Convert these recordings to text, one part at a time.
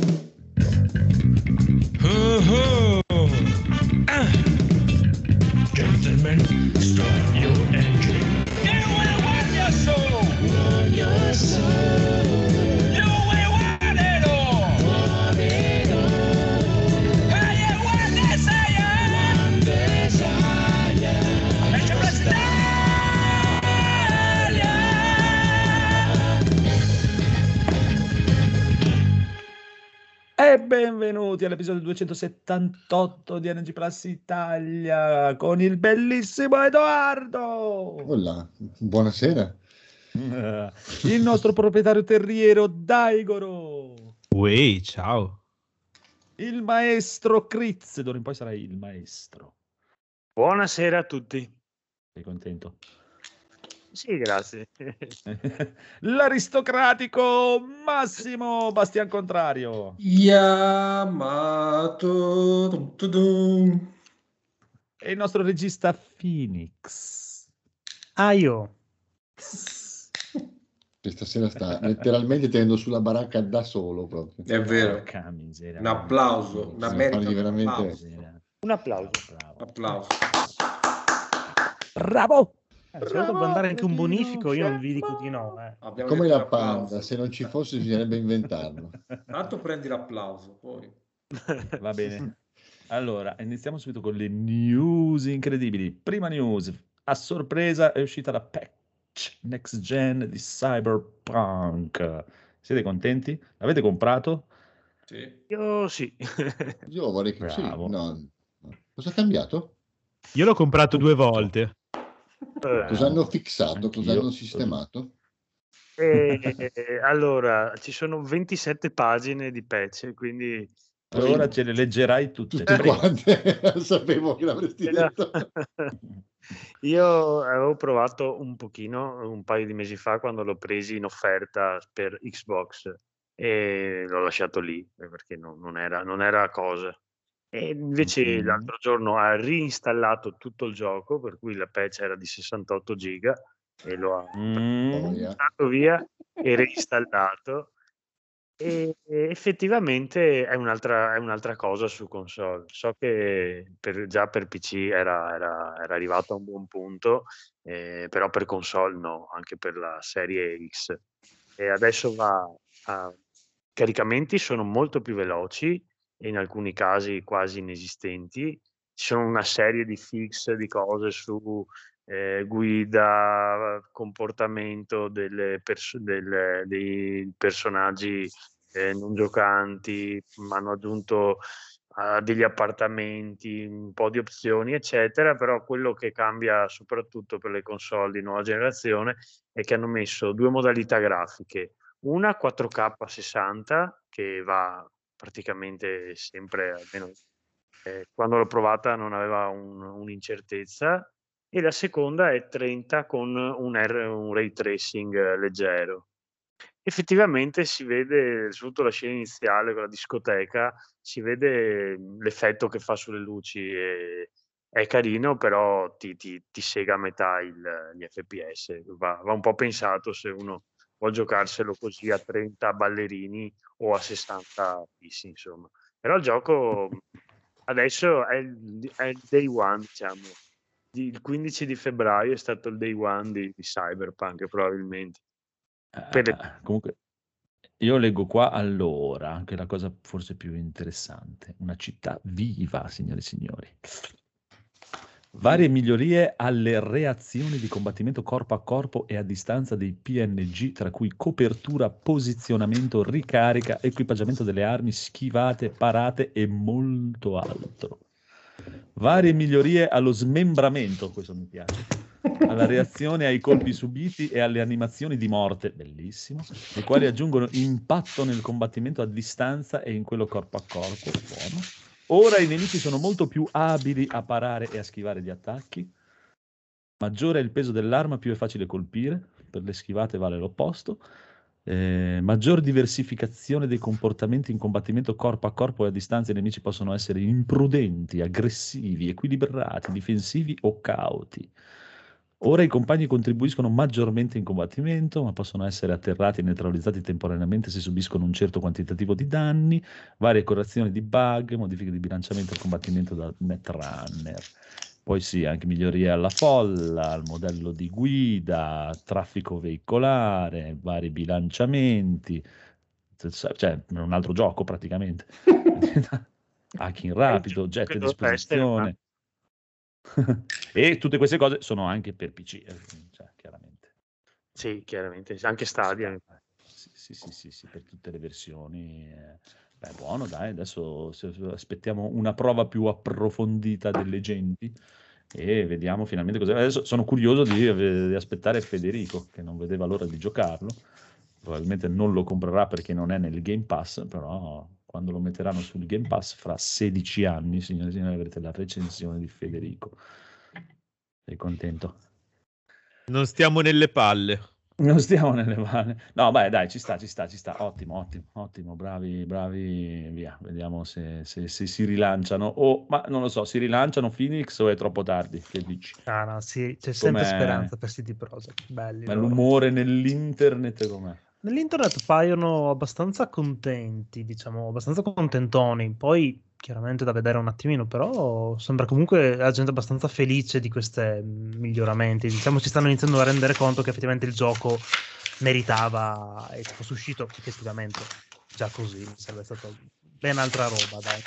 Oh, oh. Ah. Gentlemen, start your engine. You will want your soul. Want your soul. You will want it all. Want it all. Hey, you want desire. Want desire. Let your breath stand. E benvenuti all'episodio 278 di NG Plus Italia con il bellissimo Edoardo, Hola, buonasera. il nostro proprietario terriero Daigoro, Uè, ciao. il maestro Critz, d'ora in poi sarai il maestro. Buonasera a tutti. Sei contento? Sì, grazie. L'aristocratico Massimo Bastian Contrario. Yamato. E il nostro regista Phoenix. Io. Questa sera sta letteralmente tenendo sulla baracca da solo proprio. È vero. Porca miseria. Un applauso, una Sì, merita fargli veramente- applauso. Un applauso. Bravo. Applauso. Bravo. Se uno può andare anche un bonifico, io non vi dico di no. Abbiamo Come detto la applauso. panda, se non ci fosse bisognerebbe inventarlo. Tanto prendi l'applauso, poi. Va bene. Allora, iniziamo subito con le news incredibili. Prima news, a sorpresa è uscita la patch next gen di Cyberpunk. Siete contenti? L'avete comprato? Sì. Io sì. Io vorrei che Bravo. sì, no. Cosa è cambiato? Io l'ho comprato 2 volte. Cosa hanno fissato? Cosa Anch'io. hanno sistemato? Allora, ci sono 27 pagine di patch, quindi Per ora ce le leggerai tutte. Tutte quante. Sapevo che l'avresti detto. Io avevo provato un pochino un paio di mesi fa quando l'ho presi in offerta per Xbox e l'ho lasciato lì perché non era cosa. E invece Mhm. l'altro giorno ha reinstallato tutto il gioco, per cui la patch era di 68 giga e lo ha buttato via e reinstallato. E effettivamente è un'altra cosa su console. So che già per PC era arrivato a un buon punto, però per console no, anche per la serie X. E adesso caricamenti sono molto più veloci e in alcuni casi quasi inesistenti. Ci sono una serie di fix di cose su guida, comportamento dei personaggi non giocanti, hanno aggiunto degli appartamenti, un po' di opzioni, eccetera, però quello che cambia soprattutto per le console di nuova generazione è che hanno messo 2 modalità grafiche, una 4K 60 che va praticamente sempre, almeno quando l'ho provata non aveva un'incertezza, e la seconda è 30 con un ray tracing leggero. Effettivamente si vede, soprattutto la scena iniziale con la discoteca, si vede l'effetto che fa sulle luci e è carino, però ti sega a metà gli FPS. Va un po' pensato se uno vuol giocarselo così a 30 ballerini o a 60 fissi, insomma. Però il gioco adesso è il day one, diciamo. Il 15 di febbraio è stato il day one di Cyberpunk, probabilmente. Comunque, io leggo qua allora, che è la cosa forse più interessante, una città viva, signore e signori. Varie migliorie alle reazioni di combattimento corpo a corpo e a distanza dei PNG, tra cui copertura, posizionamento, ricarica, equipaggiamento delle armi, schivate, parate e molto altro. Varie migliorie allo smembramento, questo mi piace, alla reazione ai colpi subiti e alle animazioni di morte, bellissimo, le quali aggiungono impatto nel combattimento a distanza e in quello corpo a corpo, buono. Ora i nemici sono molto più abili a parare e a schivare gli attacchi. Maggiore è il peso dell'arma, più è facile colpire. Per le schivate vale l'opposto. Maggior diversificazione dei comportamenti in combattimento corpo a corpo e a distanza. I nemici possono essere imprudenti, aggressivi, equilibrati, difensivi o cauti. Ora i compagni contribuiscono maggiormente in combattimento, ma possono essere atterrati e neutralizzati temporaneamente se subiscono un certo quantitativo di danni, varie correzioni di bug, modifiche di bilanciamento al combattimento da Netrunner. Poi sì, anche migliorie alla folla, al modello di guida, traffico veicolare, vari bilanciamenti, cioè è un altro gioco praticamente. Hacking rapido, jet a Credo tester, ma- disposizione. E tutte queste cose sono anche per PC, cioè, chiaramente. Sì, chiaramente, anche Stadia. Sì, per tutte le versioni. Beh, buono, dai, adesso aspettiamo una prova più approfondita delle genti e vediamo finalmente cosa. Adesso sono curioso di aspettare Federico, che non vedeva l'ora di giocarlo. Probabilmente non lo comprerà perché non è nel Game Pass, però quando lo metteranno sul Game Pass fra 16 anni, signore e signori, avrete la recensione di Federico. Sei contento? Non stiamo nelle palle. Non stiamo nelle mani. No, beh, dai, ci sta. Ottimo, bravi, via. Vediamo se si rilanciano. Ma non lo so, si rilanciano Phoenix o è troppo tardi? Che dici? No, sì, c'è sempre Com'è? speranza per CD Projekt. Belli Ma loro. l'umore nell'internet com'è? Nell'internet paiono abbastanza contenti, diciamo, abbastanza contentoni. Poi chiaramente da vedere un attimino, però sembra comunque la gente abbastanza felice di questi miglioramenti. Diciamo, ci stanno iniziando a rendere conto che effettivamente il gioco meritava e fosse uscito effettivamente già così. Sarebbe stato ben altra roba, dai.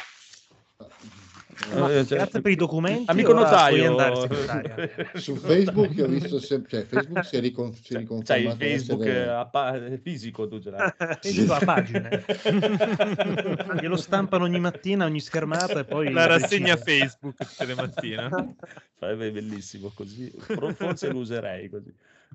Ma grazie per i documenti. Amico ora puoi notaio. andare, segretaria. Su Facebook ho visto cioè Facebook si è riconfermato C'hai il Facebook essere... fisico, tu ce l'hai. Facebook a pagine. Glielo stampano ogni mattina, ogni schermata e poi La rassegna decide. Facebook tutte le mattine. Sarebbe bellissimo così, forse lo userei così.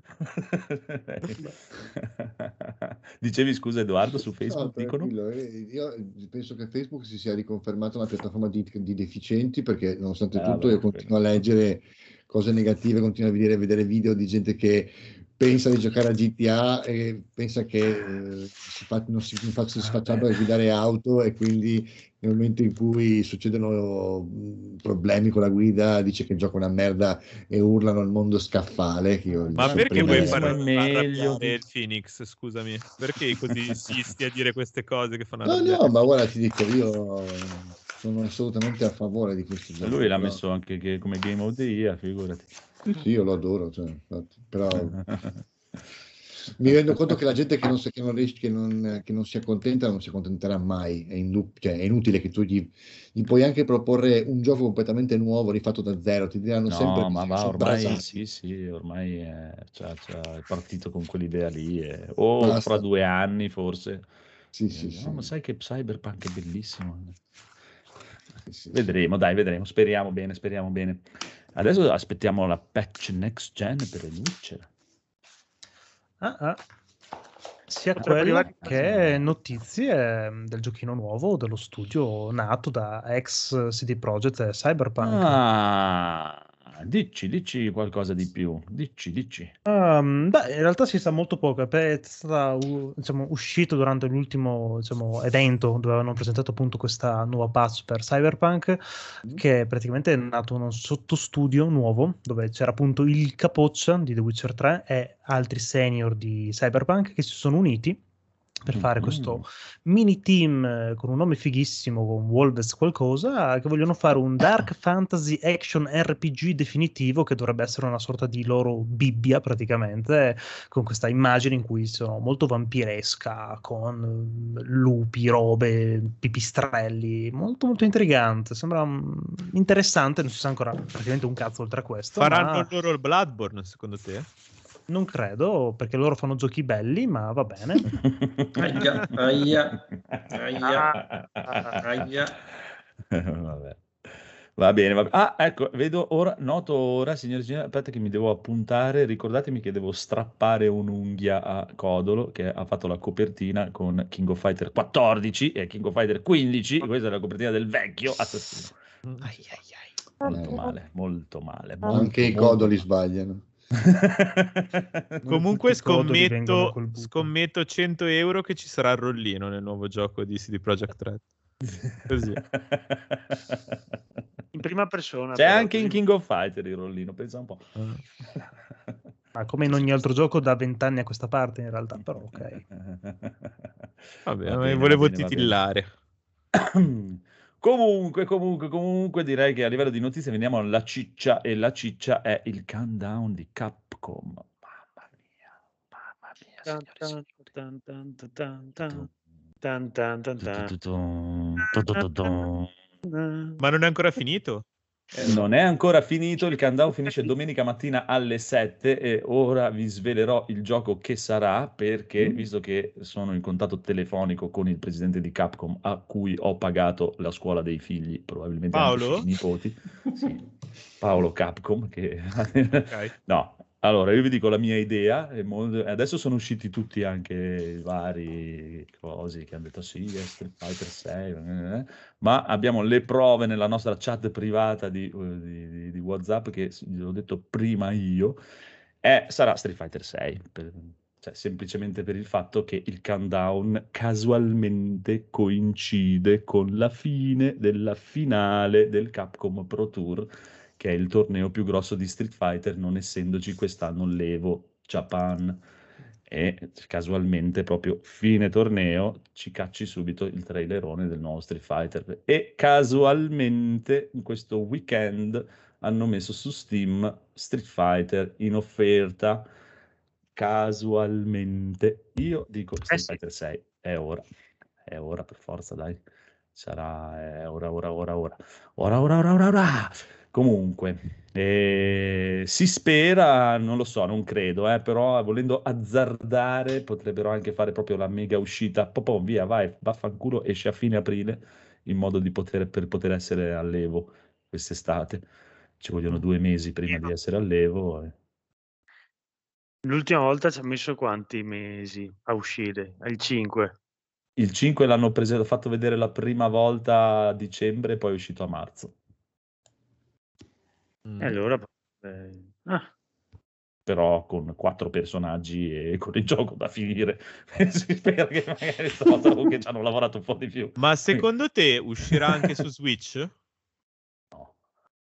Dicevi scusa Edoardo su Facebook, No, dicono? tranquillo, io penso che Facebook si sia riconfermato una piattaforma di deficienti perché nonostante tutto io continuo a leggere cose negative, continuo a vedere video di gente che pensa di giocare a GTA e pensa che si faccia per guidare auto e quindi nel momento in cui succedono problemi con la guida dice che gioca una merda e urlano al mondo scaffale. Ma perché vuoi far meglio arrabbiare il Phoenix, scusami? Perché così insisti a dire queste cose che fanno No, arrabbiare? ma guarda, ti dico, io sono assolutamente a favore di questo gioco. Lui l'ha però- messo anche come Game of the Year, figurati. Sì, io lo adoro, cioè, infatti, però mi rendo conto che la gente che non si accontenta non si accontenterà mai, cioè, è inutile che tu gli puoi anche proporre un gioco completamente nuovo, rifatto da zero, ti diranno sempre No, che ma va, sono ormai basati. sì, ormai è partito con quell'idea lì. O Basta. fra 2 anni forse. Sì, No, ma sai che Cyberpunk è bellissimo. Sì. Vedremo, speriamo bene. Adesso aspettiamo la patch next gen per il Witcher. Sia Potrebbe quella arrivare- che notizie del giochino nuovo dello studio nato da ex CD Projekt e Cyberpunk. Dici qualcosa di più. Dici. Beh, in realtà si sa molto poco. È stata diciamo, uscito durante l'ultimo evento dove avevano presentato appunto questa nuova patch per Cyberpunk, che praticamente è nato uno sottostudio nuovo dove c'era appunto il capoccia di The Witcher 3 e altri senior di Cyberpunk che si sono uniti per fare questo mini team con un nome fighissimo, con Wolves qualcosa, che vogliono fare un dark fantasy action RPG definitivo che dovrebbe essere una sorta di loro Bibbia praticamente, con questa immagine in cui sono molto vampiresca, con lupi, robe, pipistrelli, molto molto intrigante, sembra interessante, non si sa ancora praticamente un cazzo oltre a questo. Faranno loro il Bloodborne, secondo te? Non credo, perché loro fanno giochi belli, ma va bene. Aia. Vabbè. Va bene. Ecco, noto ora, signore e signori, aspetta che mi devo appuntare, ricordatemi che devo strappare un'unghia a Codolo, che ha fatto la copertina con King of Fighter 14 e King of Fighter 15, questa è la copertina del vecchio assassino. Molto male. Anche i codoli sbagliano. Comunque tutti i codoli vengono colpiti. scommetto 100 euro che ci sarà il rollino nel nuovo gioco di CD Projekt Red. Così. In prima persona. C'è però, anche in così- King of Fighter il rollino, pensa un po'. Ma come in ogni altro gioco da 20 anni a questa parte, in realtà, però ok. Vabbè, volevo titillare. Comunque direi che a livello di notizie veniamo alla ciccia, e la ciccia è il countdown di Capcom. Mamma mia, Ma non è ancora finito? Non è ancora finito, il countdown finisce domenica mattina alle 7 e ora vi svelerò il gioco che sarà, perché visto che sono in contatto telefonico con il presidente di Capcom, a cui ho pagato la scuola dei figli, probabilmente Paolo? anche i nipoti, sì, Paolo Capcom, che... Okay. No, allora io vi dico la mia idea, adesso sono usciti tutti anche i vari cosi che hanno detto sì, è Street Fighter 6, ma abbiamo le prove nella nostra chat privata di WhatsApp, che l'ho detto prima io, sarà Street Fighter 6, cioè, semplicemente per il fatto che il countdown casualmente coincide con la fine della finale del Capcom Pro Tour, che è il torneo più grosso di Street Fighter, non essendoci quest'anno l'Evo Japan. E casualmente proprio fine torneo ci cacci subito il trailerone del nuovo Street Fighter, e casualmente in questo weekend hanno messo su Steam Street Fighter in offerta. Casualmente io dico Street sì. Fighter 6 è ora per forza, dai, sarà è ora. Comunque, si spera, non lo so, non credo, però volendo azzardare potrebbero anche fare proprio la mega uscita, via, vai, vaffanculo, esce a fine aprile, in modo per poter essere all'Evo quest'estate. Ci vogliono 2 mesi prima di essere all'Evo. L'ultima volta ci ha messo quanti mesi a uscire? Il 5. Il 5 l'hanno fatto vedere la prima volta a dicembre, poi è uscito a marzo. E allora... Però con 4 personaggi e con il gioco da finire. Si spera che magari stavolta che ci hanno lavorato un po' di più. Ma secondo te uscirà anche su Switch? No.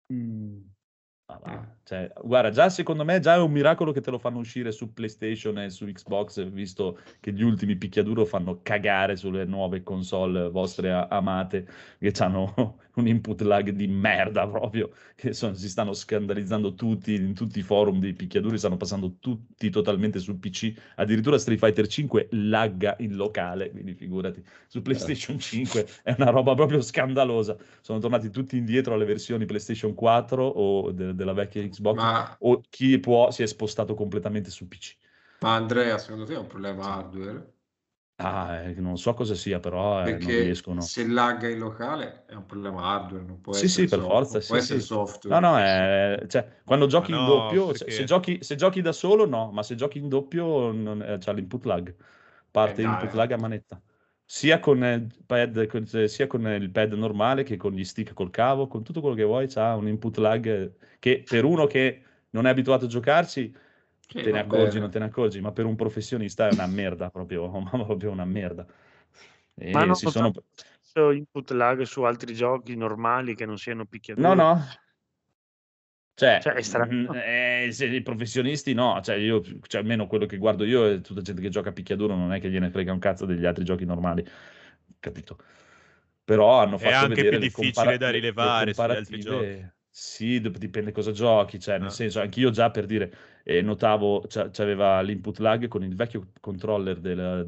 Cioè, guarda, già secondo me già è un miracolo che te lo fanno uscire su PlayStation e su Xbox, visto che gli ultimi picchiaduro fanno cagare sulle nuove console vostre amate, che hanno un input lag di merda proprio, che si stanno scandalizzando tutti, in tutti i forum dei picchiaduri stanno passando tutti totalmente sul PC, addirittura Street Fighter 5 lagga in locale, quindi figurati, su PlayStation 5 è una roba proprio scandalosa. Sono tornati tutti indietro alle versioni PlayStation 4 o della vecchia Xbox, o chi può si è spostato completamente su PC. Ma Andrea, secondo te è un problema hardware? Non so cosa sia, però Perché non riescono. se lagga in locale è un problema hardware, non può Sì, essere per forza, può essere sì. software. No, cioè, quando giochi in doppio, perché... se giochi da solo, no, ma se giochi in doppio c'ha l'input lag. Parte l'input lag a manetta. Sia con il pad normale che con gli stick col cavo, con tutto quello che vuoi, c'ha un input lag che per uno che non è abituato a giocarci, te ne accorgi, non te ne accorgi, ma per un professionista è una merda, proprio una merda. Ma non si sono... input lag su altri giochi normali che non siano picchiaduro? No. Cioè, è strano. se i professionisti no, cioè almeno quello che guardo io è tutta gente che gioca a picchiaduro, non è che gliene frega un cazzo degli altri giochi normali, capito? Però hanno fatto anche vedere più difficile da rilevare sugli altri giochi. Sì, dipende cosa giochi, cioè nel senso, anch'io già per dire, notavo, c'aveva l'input lag con il vecchio controller della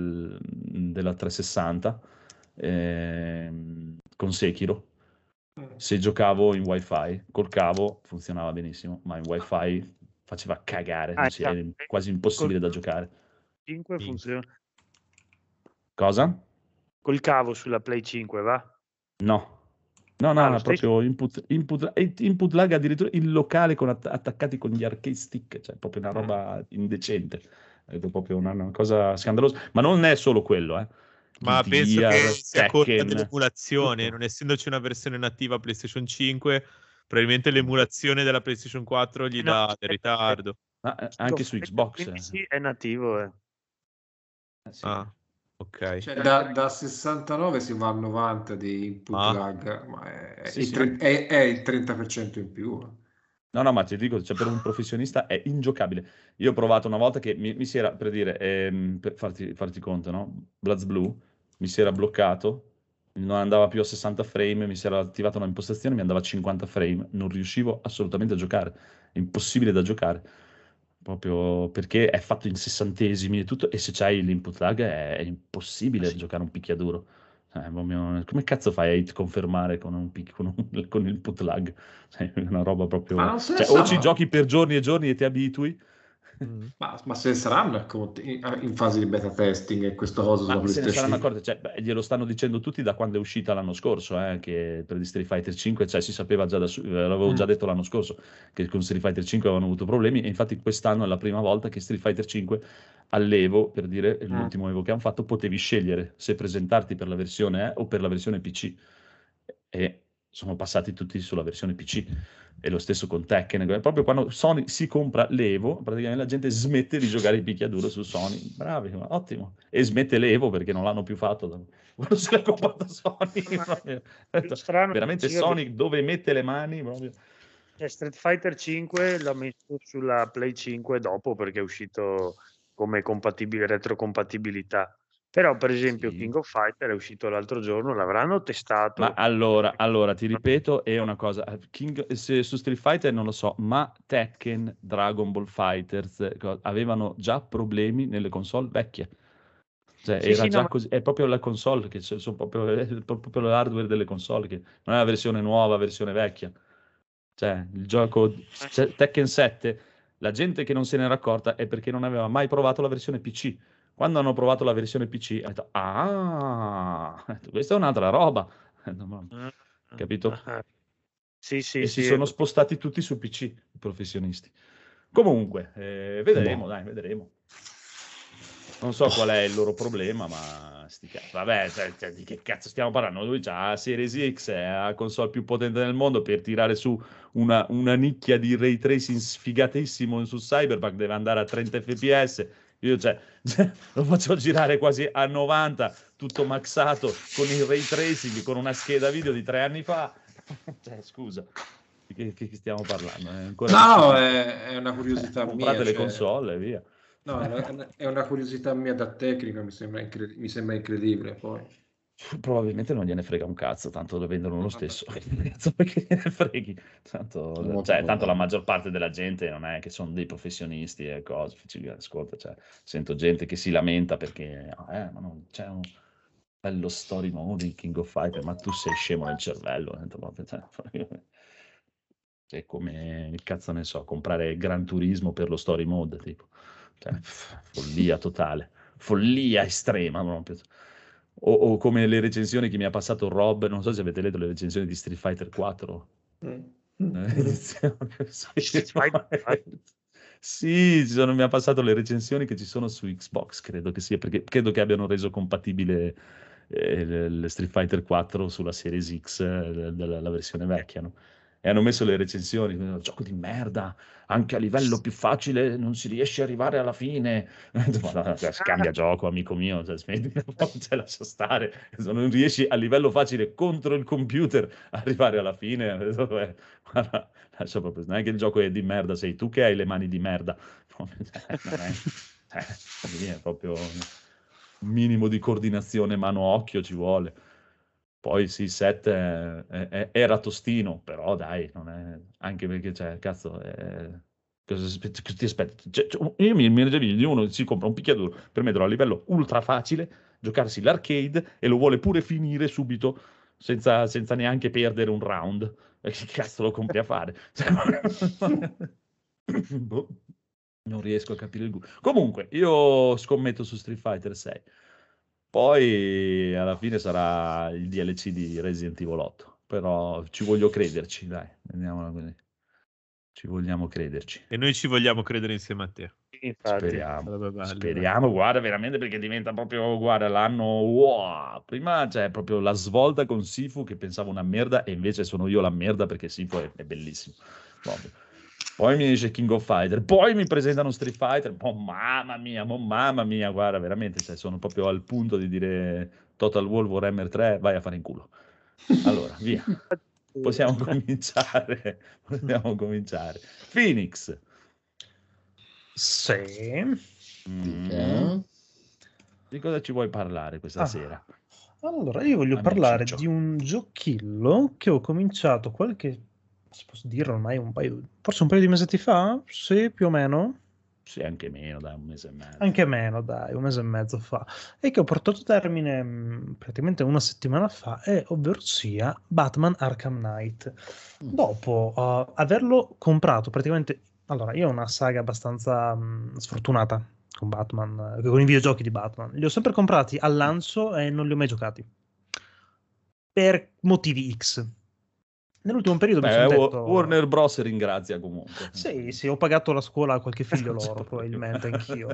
360, con Sekiro. Se giocavo in wifi col cavo funzionava benissimo, ma in wifi faceva cagare, è quasi impossibile da giocare. 5 funziona. Cosa? Col cavo sulla Play 5, va? No, proprio input lag addirittura in locale attaccati con gli arcade stick, cioè proprio una roba indecente, è proprio una cosa scandalosa, ma non è solo quello, Ma penso che sia colpa Tekken, dell'emulazione, non essendoci una versione nativa PlayStation 5, probabilmente l'emulazione della PlayStation 4 gli dà del ritardo. Anche su Xbox. Sì, è nativo. Sì. Ok. Cioè, da 69 si va a 90 di input lag, ma è il 30% in più. No, ma ti dico, cioè, per un professionista è ingiocabile. Io ho provato una volta che mi si era, per dire, per farti conto, no? BlazBlue mi si era bloccato, non andava più a 60 frame, mi si era attivata una impostazione, mi andava a 50 frame, non riuscivo assolutamente a giocare, è impossibile da giocare, proprio perché è fatto in sessantesimi e tutto, e se c'hai l'input lag è impossibile giocare un picchiaduro. Come cazzo fai a confermare con con il put lag? È una roba Ma proprio... non se ne Cioè, o ci sanno. giochi per giorni e giorni e ti abitui, Ma se ne saranno in fase di beta testing e questa cosa sulla ma se ne saranno PlayStation? accorti, cioè, glielo stanno dicendo tutti da quando è uscita l'anno scorso, che per Street Fighter 5, cioè, si sapeva già l'avevo già detto l'anno scorso, che con Street Fighter 5 avevano avuto problemi, e infatti quest'anno è la prima volta che Street Fighter 5 all'Evo, per dire, l'ultimo Evo che hanno fatto, potevi scegliere se presentarti per la versione E o per la versione PC, e sono passati tutti sulla versione PC. E lo stesso con Tekken, proprio quando Sony si compra l'Evo, praticamente la gente smette di giocare il picchiaduro su Sony. Bravi, ottimo. E smette l'Evo perché non l'hanno più fatto quando se l'ha comprato Sony. Strano, Veramente Sony dove mette le mani proprio. Street Fighter 5 l'ho messo sulla Play 5 dopo perché è uscito come retrocompatibilità. Però, per esempio, Sì. King of Fighter è uscito l'altro giorno, l'avranno testato. Ma allora ti ripeto, è una cosa, su Street Fighter non lo so, ma Tekken, Dragon Ball Fighters avevano già problemi nelle console vecchie. Cioè, Sì, era sì, già no, così, è proprio la console, che sono proprio l'hardware delle console, che non è la versione nuova, versione vecchia. Cioè, il gioco Tekken 7, la gente che non se n'era accorta è perché non aveva mai provato la versione PC. Quando hanno provato la versione PC, ha detto, questa è un'altra roba. Capito? Sì, sì, E si sì. sono spostati tutti su PC, i professionisti. Comunque, vedremo, dai, vedremo. Non so qual è il loro problema, ma vabbè, cioè, di che cazzo stiamo parlando? Lui c'ha la Series X, è la console più potente del mondo, per tirare su una nicchia di ray tracing sfigatissimo su Cyberpunk deve andare a 30 fps. Io lo faccio girare quasi a 90, tutto maxato, con il ray tracing, con una scheda video di 3 anni fa. Cioè, scusa, di che stiamo parlando? No, è una curiosità comprate mia. le console e via. No, è una curiosità mia da tecnico, mi sembra incredibile poi. Probabilmente non gliene frega un cazzo, tanto lo vendono lo stesso. Perché gliene freghi? Tanto la maggior parte della gente non è che sono dei professionisti e cose. Ascolta, cioè, sento gente che si lamenta perché ma non c'è un bello story mode in King of Fighter, ma tu sei scemo nel cervello. È come, cazzo ne so, comprare Gran Turismo per lo story mode, tipo. Cioè, follia totale, follia estrema proprio. O come le recensioni che mi ha passato Rob, non so se avete letto le recensioni di Street Fighter 4. Sì, mi ha passato le recensioni che ci sono su Xbox, credo che sia, perché credo che abbiano reso compatibile il Street Fighter 4 sulla Series X della versione vecchia, no? E hanno messo le recensioni, gioco di merda, anche a livello più facile non si riesce ad arrivare alla fine. Cambia gioco, amico mio, lascia stare. Se non riesci a livello facile contro il computer a arrivare alla fine, guarda, lascia proprio, non è che il gioco è di merda, sei tu che hai le mani di merda. È proprio un minimo di coordinazione mano-occhio ci vuole. Poi sì, 7 era tostino, però dai, non è... anche perché, cioè, cazzo, cosa ti aspetti? Io mi immagino di uno si compra un picchiaduro per metterlo a livello ultra facile, giocarsi l'arcade e lo vuole pure finire subito, senza neanche perdere un round. E che cazzo lo compri a fare? Boh, non riesco a capire il gusto. Comunque, io scommetto su Street Fighter 6. Poi alla fine sarà il DLC di Resident Evil 8, però ci voglio crederci, dai, vediamola così. Ci vogliamo crederci. E noi ci vogliamo credere insieme a te. Infatti. Speriamo, guarda, veramente, perché diventa proprio, guarda, l'anno, wow. Prima c'è proprio la svolta con Sifu che pensavo una merda e invece sono io la merda perché Sifu è bellissimo. Proprio. Poi mi dice King of Fighter, poi mi presentano Street Fighter, mamma mia, guarda, veramente, cioè, sono proprio al punto di dire Total War Warhammer 3, vai a fare in culo. Allora, via. possiamo cominciare. Possiamo cominciare. Phoenix. Sì. Di cosa ci vuoi parlare questa sera? Allora, io voglio parlare di un giochillo che ho cominciato si posso dire ormai forse un paio di mesetti fa? Sì, più o meno. Sì, anche meno, dai, un mese e mezzo. Anche meno, dai, un mese e mezzo fa. E che ho portato a termine praticamente una settimana fa, ovvero sia Batman Arkham Knight. Dopo averlo comprato praticamente... Allora, io ho una saga abbastanza sfortunata con Batman, con i videogiochi di Batman. Li ho sempre comprati al lancio e non li ho mai giocati. Per motivi X. Nell'ultimo periodo mi sono detto... Warner Bros. Ringrazia comunque. Sì, ho pagato la scuola a qualche figlio loro, probabilmente anch'io.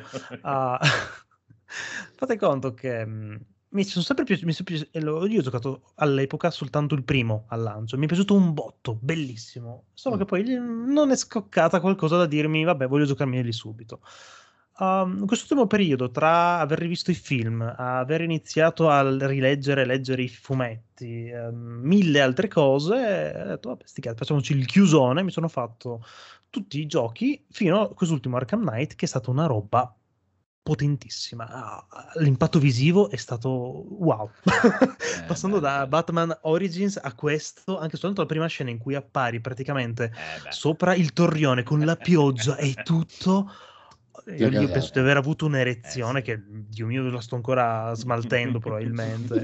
Fate conto che mi sono sempre piaciuto, io ho giocato all'epoca soltanto il primo al lancio, mi è piaciuto un botto, bellissimo, solo che poi non è scoccata qualcosa da dirmi, vabbè, voglio giocarmeli subito. In quest'ultimo periodo, tra aver rivisto i film, aver iniziato a leggere i fumetti, mille altre cose, ho detto, vabbè, sti cazzi, facciamoci il chiusone, mi sono fatto tutti i giochi fino a quest'ultimo Arkham Knight, che è stata una roba potentissima. L'impatto visivo è stato wow. Passando da Batman Origins a questo, anche soltanto la prima scena in cui appari praticamente sopra il torrione con la pioggia e tutto... Io penso di aver avuto un'erezione che, Dio mio, la sto ancora smaltendo probabilmente.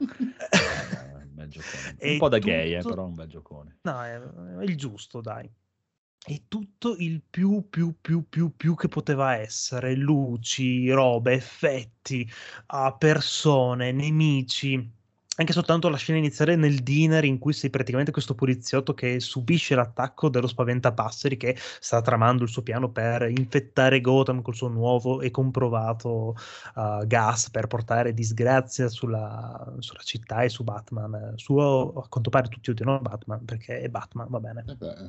Bel giocone. Un po' da gay, però un bel giocone. No, è il giusto, dai. E tutto il più che poteva essere. Luci, robe, effetti, persone, nemici. Anche soltanto la scena iniziale nel diner in cui sei praticamente questo poliziotto che subisce l'attacco dello spaventapasseri che sta tramando il suo piano per infettare Gotham col suo nuovo e comprovato gas per portare disgrazia sulla città e su Batman. A quanto pare tutti odiano Batman perché è Batman, va bene.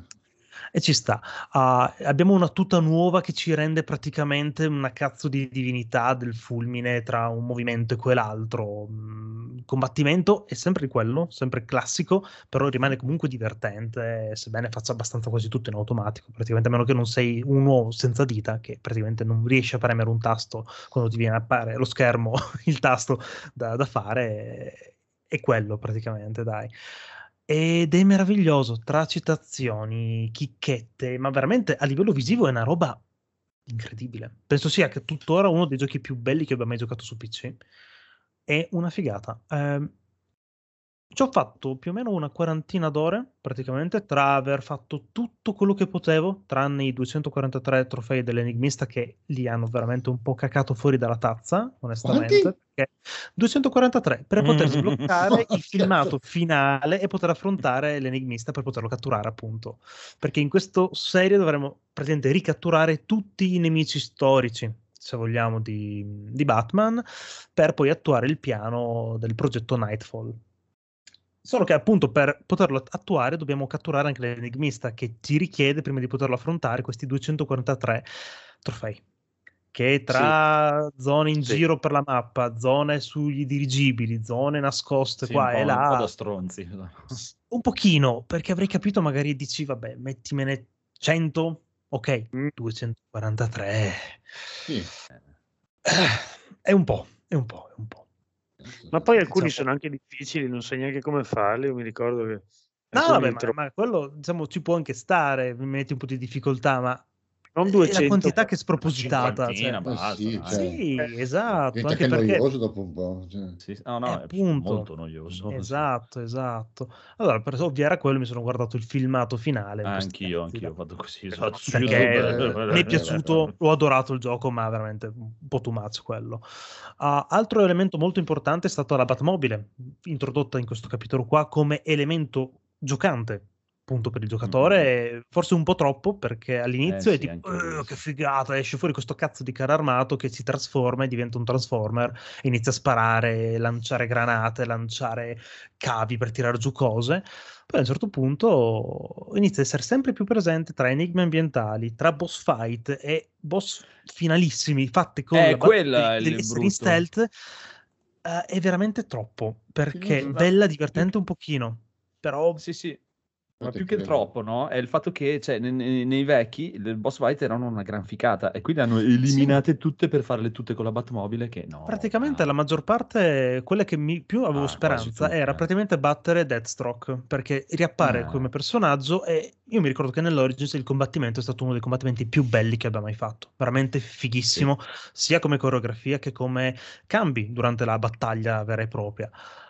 E ci sta. Abbiamo una tuta nuova che ci rende praticamente una cazzo di divinità del fulmine tra un movimento e quell'altro. Combattimento è sempre quello, sempre classico, però rimane comunque divertente, sebbene faccia abbastanza quasi tutto in automatico, praticamente, a meno che non sei uno senza dita, che praticamente non riesce a premere un tasto quando ti viene a appare lo schermo, il tasto da fare, è quello praticamente, dai. Ed è meraviglioso, tra citazioni, chicchette, ma veramente a livello visivo è una roba incredibile. Penso sia che tuttora uno dei giochi più belli che abbia mai giocato su PC. È una figata. Ci ho fatto più o meno una quarantina d'ore, praticamente, tra aver fatto tutto quello che potevo, tranne i 243 trofei dell'Enigmista che li hanno veramente un po' cacato fuori dalla tazza, onestamente. Perché 243 per poter sbloccare il filmato finale e poter affrontare l'Enigmista per poterlo catturare, appunto. Perché in questa serie dovremo praticamente ricatturare tutti i nemici storici, se vogliamo, di Batman, per poi attuare il piano del progetto Nightfall. Solo che appunto per poterlo attuare dobbiamo catturare anche l'Enigmista che ti richiede prima di poterlo affrontare questi 243 trofei che tra zone in giro per la mappa, zone sugli dirigibili, zone nascoste qua e là, un po' da stronzi, un pochino, perché avrei capito magari dici vabbè mettimene 100, ok, 243 sì. È un po'. Ma poi alcuni sono anche difficili, non sai neanche come farli. Io mi ricordo che no, vabbè, ma quello diciamo ci può anche stare, mi metti un po' di difficoltà, ma non 200, la quantità che è spropositata, sì, esatto, anche perché noioso dopo un po', è molto noioso, esatto. Allora, per ovviare a quello mi sono guardato il filmato finale. Anch'io ho fatto così, perché mi è piaciuto, ho adorato il gioco, ma veramente un po' too much quello. Altro elemento molto importante è stata la Batmobile, introdotta in questo capitolo qua come elemento giocante, appunto, per il giocatore, forse un po' troppo, perché all'inizio è tipo che figata, esce fuori questo cazzo di carro armato che si trasforma e diventa un Transformer, inizia a sparare, lanciare granate, lanciare cavi per tirare giù cose. Poi a un certo punto inizia a essere sempre più presente tra enigmi ambientali, tra boss fight e boss finalissimi fatte con essere in stealth. È veramente troppo, perché bella, divertente un pochino, però sì Ma più che troppo, no? È il fatto che cioè, nei vecchi il boss fight erano una gran ficata e quindi hanno eliminate tutte per farle tutte con la Batmobile che no. Praticamente la maggior parte, quelle che più avevo quasi speranza, tutte. era praticamente battere Deathstroke, perché riappare come personaggio e io mi ricordo che nell'Origins il combattimento è stato uno dei combattimenti più belli che abbia mai fatto. Veramente fighissimo, sia come coreografia che come cambi durante la battaglia vera e propria.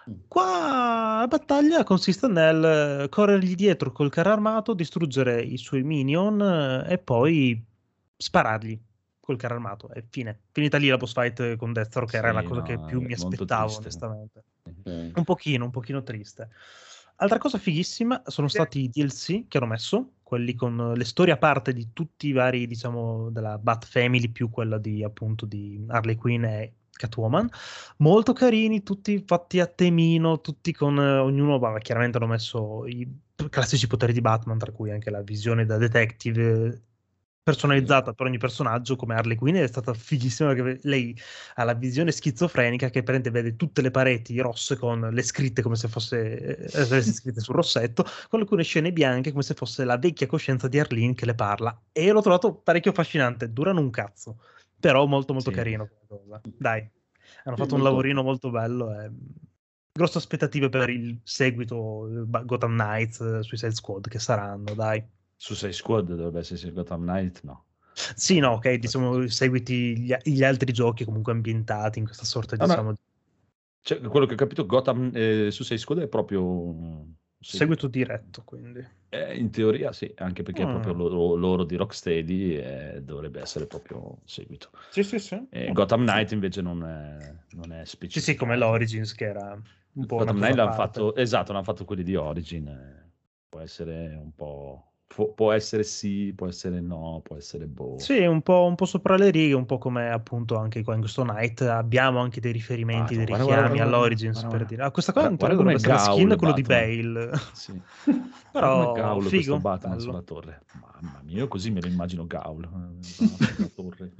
Qua la battaglia consiste nel corrergli dietro col carro armato, distruggere i suoi minion e poi sparargli col carro armato. È fine. Finita lì la boss fight con Deathstroke, che era la cosa che più mi aspettavo, onestamente. Un pochino triste. Altra cosa fighissima sono stati i DLC che hanno messo, quelli con le storie a parte di tutti i vari, diciamo, della Bat Family, più quella di appunto di Harley Quinn e Catwoman, molto carini, tutti fatti a temino, tutti con ognuno, chiaramente hanno messo i classici poteri di Batman, tra cui anche la visione da detective personalizzata per ogni personaggio, come Harley Quinn è stata fighissima perché lei ha la visione schizofrenica che prende, vede tutte le pareti rosse con le scritte come se fosse scritte sul rossetto, con alcune scene bianche come se fosse la vecchia coscienza di Arlene che le parla, e l'ho trovato parecchio affascinante. Durano un cazzo, però molto carino come cosa. Dai, hanno fatto un lavorino molto bello e grosse aspettative per il seguito Gotham Knights, Suicide Squad che saranno, dai. Suicide Squad dovrebbe essere Gotham Knight, no? Sì, no, ok, diciamo seguiti gli altri giochi comunque ambientati in questa sorta di diciamo... Cioè, quello che ho capito, Gotham Suicide Squad è proprio seguito diretto, quindi in teoria sì, anche perché è proprio loro di Rocksteady e dovrebbe essere proprio seguito. Sì. Gotham Knight invece non è specifico. Sì, come l'Origins che era un po' Gotham una Knight cosa l'hanno fatto, esatto, l'hanno fatto quelli di Origin. Può essere un po'... Può essere sì, può essere no, può essere boh. Sì, un po' sopra le righe, un po' come appunto anche qua in questo Night abbiamo anche dei riferimenti, dei richiami all'Origins per dire. Questa qua dovrebbe essere la skin, quello di Bale. Sì. Però Gaul, figo, questo Batman bello. sulla torre. Mamma mia, io così me lo immagino Gaul sulla torre.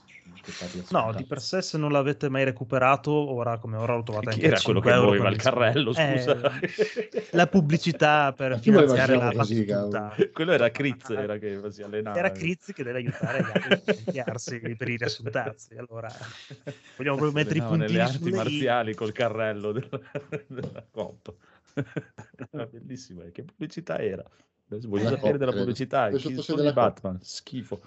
No, di per sé se non l'avete mai recuperato, ora come ora lo trovate anche Chi era quello che muoveva il carrello, scusa? La pubblicità per finanziare la battuta. Quello era Critz, era che si allenava. Era Critz che deve aiutare gli altri a finanziarsi per i riassuntazzi. Allora, vogliamo proprio mettere i puntini nelle arti sulle marziali col carrello della Coop. Era bellissimo, che pubblicità era? Voglio sapere della pubblicità. Chi sono Batman? Schifo.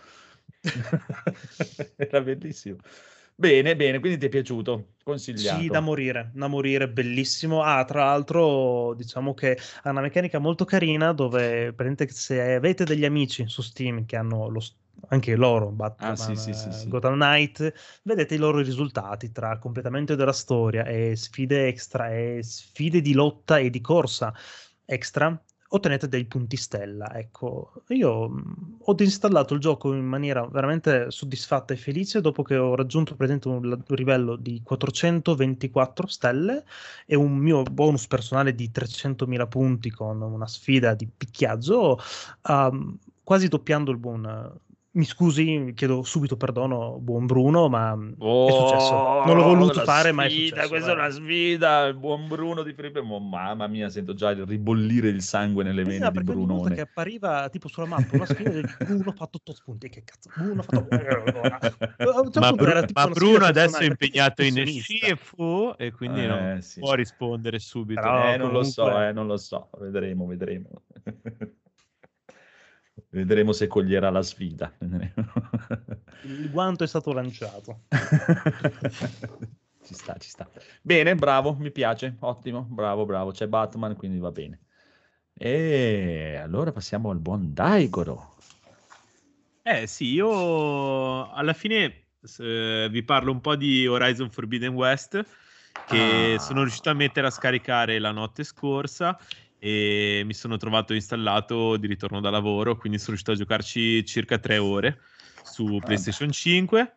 Era bellissimo. Bene, quindi ti è piaciuto? Consigliato? Sì, da morire, bellissimo. Tra l'altro diciamo che ha una meccanica molto carina dove se avete degli amici su Steam che hanno anche loro Batman, sì. Gotham Knight, vedete i loro risultati tra completamento della storia e sfide extra e sfide di lotta e di corsa extra, ottenete dei punti stella. Ecco, io ho disinstallato il gioco in maniera veramente soddisfatta e felice dopo che ho raggiunto un livello di 424 stelle e un mio bonus personale di 300.000 punti con una sfida di picchiaggio, quasi doppiando il buon... Mi scusi, chiedo subito perdono, buon Bruno, ma è successo. Non l'ho voluto fare, ma è successo. Questa è una sfida, il buon Bruno di Filipe. Mamma mia, sento già il ribollire il sangue nelle vene di Brunone. Ogni volta che appariva tipo sulla mappa una sfida, Bruno ha fatto 8 spunti. Che cazzo? Bruno ha fatto... ma Bruno adesso è impegnato in Shifu e quindi non può rispondere subito. Però, non lo so. Vedremo. Vedremo se coglierà la sfida. Il guanto è stato lanciato. Ci sta. Bene, bravo, mi piace, ottimo, bravo. C'è Batman, quindi va bene. E allora passiamo al buon Daigoro. Sì, io alla fine vi parlo un po' di Horizon Forbidden West, che sono riuscito a mettere a scaricare la notte scorsa e mi sono trovato installato di ritorno da lavoro, quindi sono riuscito a giocarci circa 3 ore su PlayStation 5.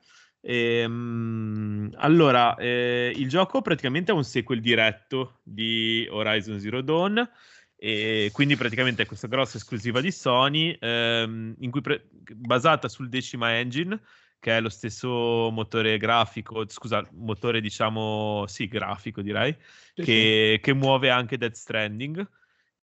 Allora, il gioco praticamente è un sequel diretto di Horizon Zero Dawn, e quindi praticamente è questa grossa esclusiva di Sony, in cui basata sul Decima Engine, che è lo stesso motore grafico, motore diciamo, sì, grafico direi, che muove anche Death Stranding.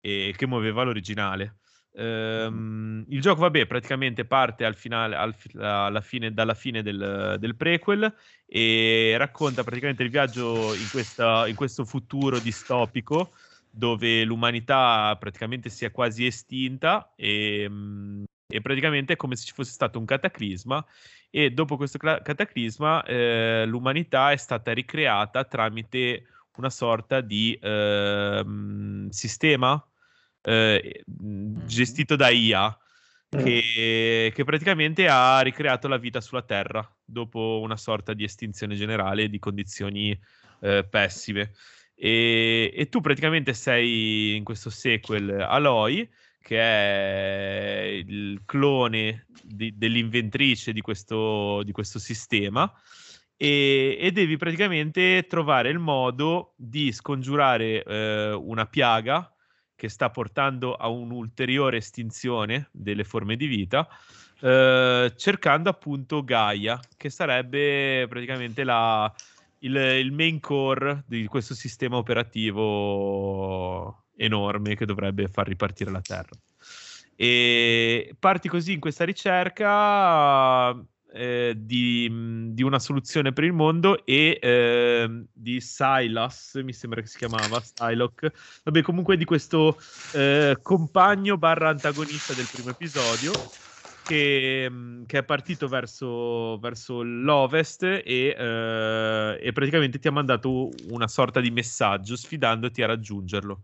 e che muoveva l'originale. Il gioco, vabbè, praticamente parte al finale, alla fine, dalla fine del prequel, e racconta praticamente il viaggio in questo futuro distopico dove l'umanità praticamente si è quasi estinta e praticamente è come se ci fosse stato un cataclisma, e dopo questo cataclisma l'umanità è stata ricreata tramite una sorta di sistema gestito da IA che praticamente ha ricreato la vita sulla Terra dopo una sorta di estinzione generale di condizioni pessime. E tu praticamente sei in questo sequel Aloy, che è il clone dell'inventrice di questo sistema, e devi praticamente trovare il modo di scongiurare una piaga che sta portando a un'ulteriore estinzione delle forme di vita, cercando appunto Gaia, che sarebbe praticamente il main core di questo sistema operativo enorme che dovrebbe far ripartire la Terra. E parti così in questa ricerca di una soluzione per il mondo, e di Silas, mi sembra che si chiamava Psylocke, vabbè, comunque di questo compagno barra antagonista del primo episodio, che è partito verso l'ovest e praticamente ti ha mandato una sorta di messaggio sfidandoti a raggiungerlo.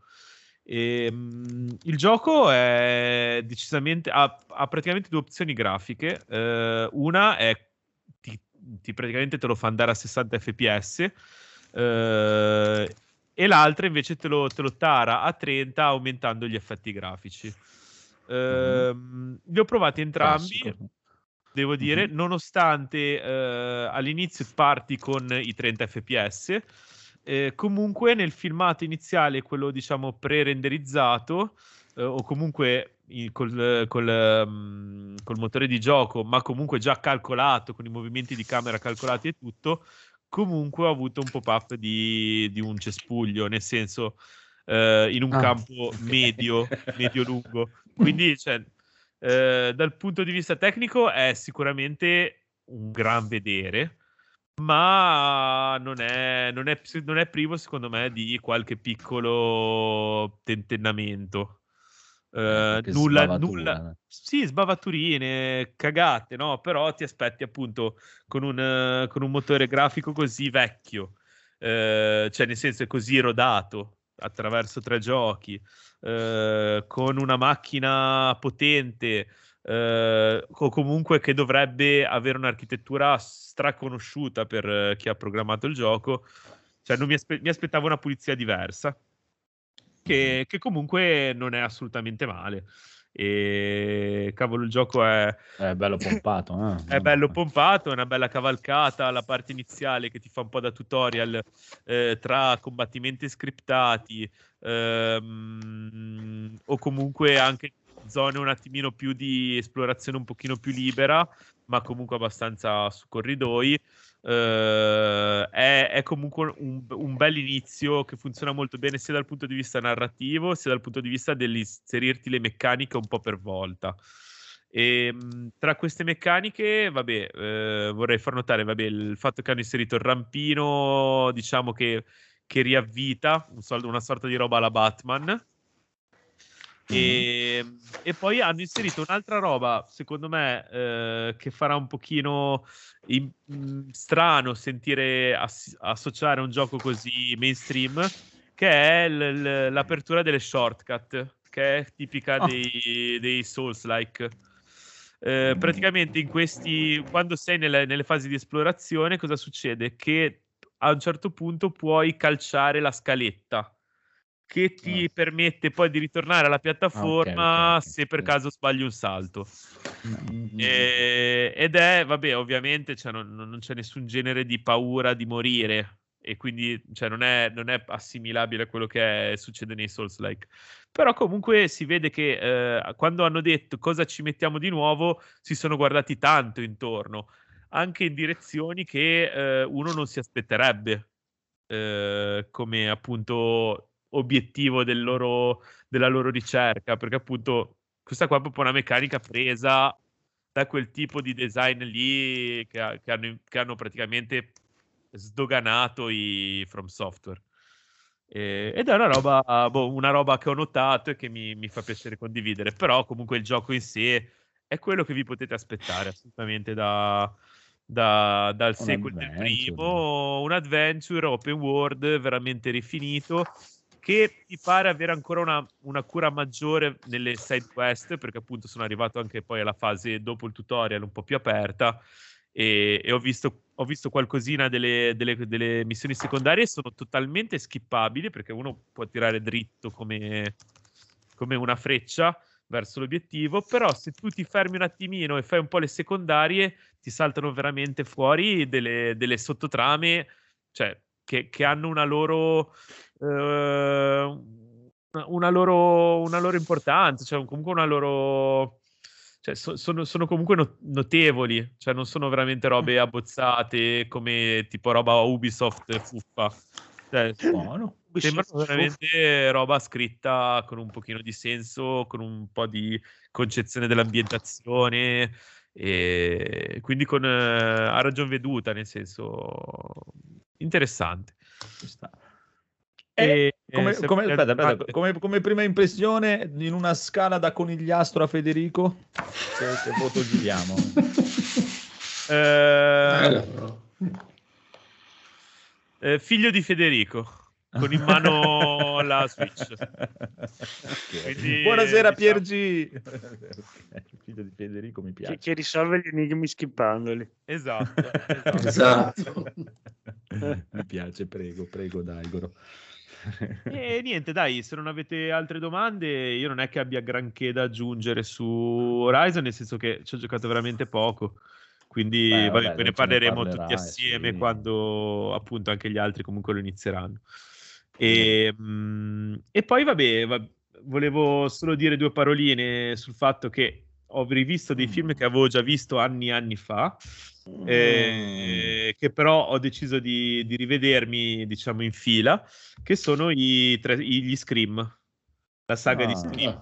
Il gioco è decisamente ha praticamente due opzioni grafiche. Una è praticamente te lo fa andare a 60 fps, e l'altra invece te lo tara a 30 aumentando gli effetti grafici. Li ho provati entrambi. Classico. Devo dire, nonostante all'inizio parti con i 30 fps, comunque nel filmato iniziale, quello diciamo pre-renderizzato, o comunque col motore di gioco, ma comunque già calcolato, con i movimenti di camera calcolati e tutto, comunque ho avuto un pop-up di un cespuglio, nel senso in un campo medio-lungo. Quindi, cioè, dal punto di vista tecnico è sicuramente un gran vedere, ma non è privo, secondo me, di qualche piccolo tentennamento. Nulla, sì, sbavaturine, cagate, no? Però ti aspetti appunto con un motore grafico così vecchio, cioè nel senso è così rodato attraverso 3 giochi, con una macchina potente, o comunque che dovrebbe avere un'architettura straconosciuta per chi ha programmato il gioco. Cioè non mi aspettavo una pulizia diversa, che comunque non è assolutamente male. E cavolo, il gioco è bello pompato, è bello pompato, è una bella cavalcata. La parte iniziale che ti fa un po' da tutorial tra combattimenti scriptati, o comunque anche zone un attimino più di esplorazione un pochino più libera, ma comunque abbastanza su corridoi. È comunque un bel inizio che funziona molto bene sia dal punto di vista narrativo sia dal punto di vista dell'inserirti le meccaniche un po' per volta. E tra queste meccaniche, vabbè, vorrei far notare, vabbè, il fatto che hanno inserito il rampino, diciamo che riavvita una sorta di roba alla Batman. E poi hanno inserito un'altra roba, secondo me, che farà un pochino strano sentire associare un gioco così mainstream, che è l'apertura delle shortcut, che è tipica dei Souls-like. Praticamente quando sei nelle fasi di esplorazione, cosa succede? Che a un certo punto puoi calciare la scaletta, che ti permette poi di ritornare alla piattaforma se per caso sbagli un salto. Ed è, vabbè, ovviamente, cioè, non c'è nessun genere di paura di morire, e quindi, cioè, non è assimilabile a quello che succede nei Souls-like. Però comunque si vede che quando hanno detto cosa ci mettiamo di nuovo, si sono guardati tanto intorno, anche in direzioni che uno non si aspetterebbe, come appunto obiettivo della loro ricerca, perché appunto questa qua è proprio una meccanica presa da quel tipo di design lì che hanno praticamente sdoganato i From Software. Ed è una roba che ho notato e che mi fa piacere condividere, però comunque il gioco in sé è quello che vi potete aspettare assolutamente dal sequel del primo, un adventure open world veramente rifinito, che mi pare avere ancora una cura maggiore nelle side quest, perché appunto sono arrivato anche poi alla fase dopo il tutorial un po' più aperta, e ho visto qualcosina delle missioni secondarie, sono totalmente skippabili, perché uno può tirare dritto come una freccia verso l'obiettivo, però se tu ti fermi un attimino e fai un po' le secondarie, ti saltano veramente fuori delle sottotrame, cioè che hanno una loro importanza, cioè comunque una loro, cioè sono comunque notevoli, cioè non sono veramente robe abbozzate come tipo roba Ubisoft fuffa, cioè, sembrano veramente roba scritta con un pochino di senso, con un po' di concezione dell'ambientazione, e quindi a ragion veduta, nel senso interessante. Come prima impressione, in una scala da conigliastro a Federico, che voto gli diamo? Figlio di Federico, con in mano la Switch. Okay. Quindi, buonasera Piergi. Figlio di Federico, mi piace. Che risolve gli enigmi skippandoli. Esatto. Mi piace, prego Daigoro. E niente, dai, se non avete altre domande, io non è che abbia granché da aggiungere su Horizon, nel senso che ci ho giocato veramente poco, quindi ve ne parleremo tutti assieme, sì, quando appunto anche gli altri comunque lo inizieranno. E poi volevo solo dire due paroline sul fatto che ho rivisto dei film che avevo già visto anni fa, che però ho deciso di rivedermi, diciamo, in fila, che sono gli Scream, la saga di Scream,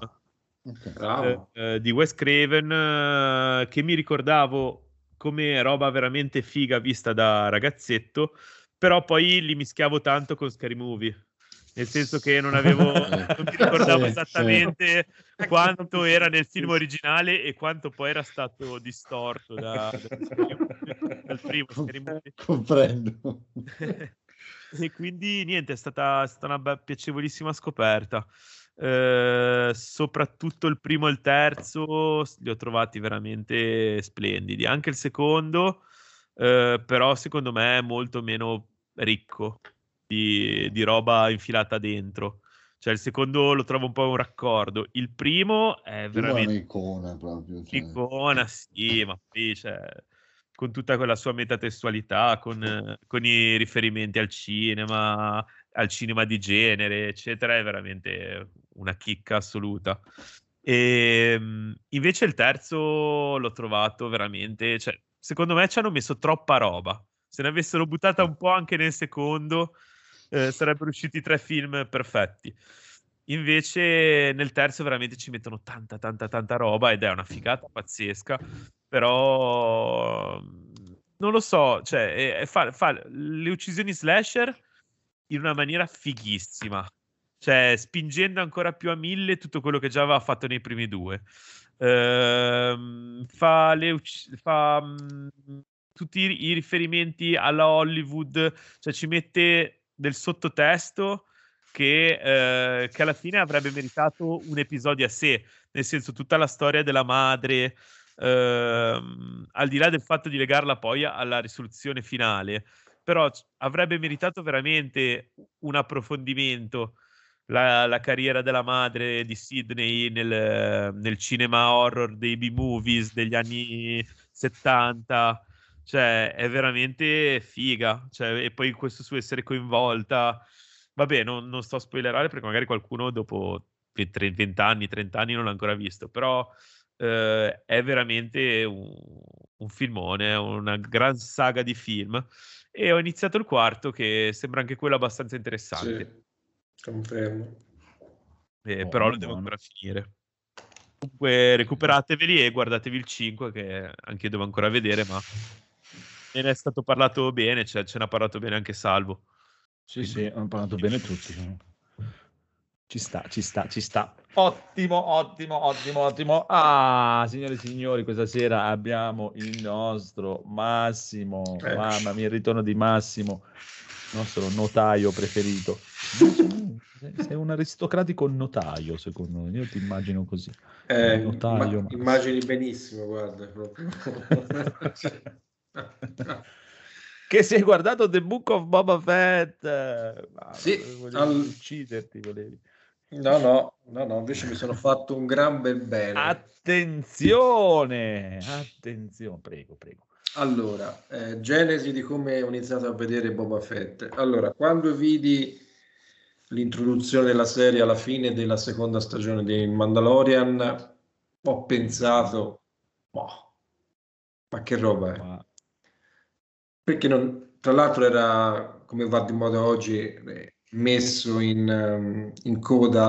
di Wes Craven, che mi ricordavo come roba veramente figa vista da ragazzetto, però poi li mischiavo tanto con Scary Movie, nel senso che non mi ricordavo esattamente quanto era nel film originale e quanto poi era stato distorto dal primo Scary Movie. Comprendo. E quindi niente, è stata una piacevolissima scoperta. Soprattutto il primo e il terzo li ho trovati veramente splendidi, anche il secondo, però secondo me è molto meno ricco di roba infilata dentro. Cioè il secondo lo trovo un po' un raccordo, il primo è veramente un'icona proprio, cioè. Icona, sì, ma poi con tutta quella sua metatestualità, con i riferimenti al cinema di genere, eccetera, è veramente una chicca assoluta. E invece il terzo l'ho trovato veramente, cioè, secondo me ci hanno messo troppa roba. Se ne avessero buttata un po' anche nel secondo, sarebbero usciti 3 film perfetti. Invece nel terzo veramente ci mettono tanta roba ed è una figata pazzesca, però non lo so, cioè fa le uccisioni slasher in una maniera fighissima, cioè spingendo ancora più a 1000 tutto quello che già aveva fatto nei primi 2. Fa tutti i riferimenti alla Hollywood, cioè ci mette del sottotesto che alla fine avrebbe meritato un episodio a sé, nel senso tutta la storia della madre, al di là del fatto di legarla poi alla risoluzione finale, però avrebbe meritato veramente un approfondimento la carriera della madre di Sidney nel cinema horror dei B-movies degli anni 70, cioè è veramente figa, cioè, e poi questo suo essere coinvolta. Vabbè, non sto a spoilerare perché magari qualcuno dopo 20 anni, 30 anni non l'ha ancora visto, però è veramente un filmone, una gran saga di film, e ho iniziato il quarto che sembra anche quello abbastanza interessante. Confermo. Però lo devo ancora finire. Comunque recuperateveli e guardatevi il 5, che anche io devo ancora vedere, ma ne è stato parlato bene, cioè ce n'ha parlato bene anche Salvo. Sì, sì, hanno parlato bene tutti. Ci sta. Ottimo. Ah, signore e signori, questa sera abbiamo il nostro Massimo. Mamma mia, il ritorno di Massimo, il nostro notaio preferito. Sei un aristocratico notaio, secondo me. Io ti immagino così. Notaio, immagini benissimo, guarda. Proprio. Che si è guardato The Book of Boba Fett. Sì, volevi ucciderti, volevi. No, invece mi sono fatto un gran bel bene. Attenzione, prego. Allora, genesi di come ho iniziato a vedere Boba Fett. Allora, quando vidi l'introduzione della serie alla fine della seconda stagione di Mandalorian, ho pensato, ma che roba è? Perché tra l'altro era, come va di moda oggi, messo in coda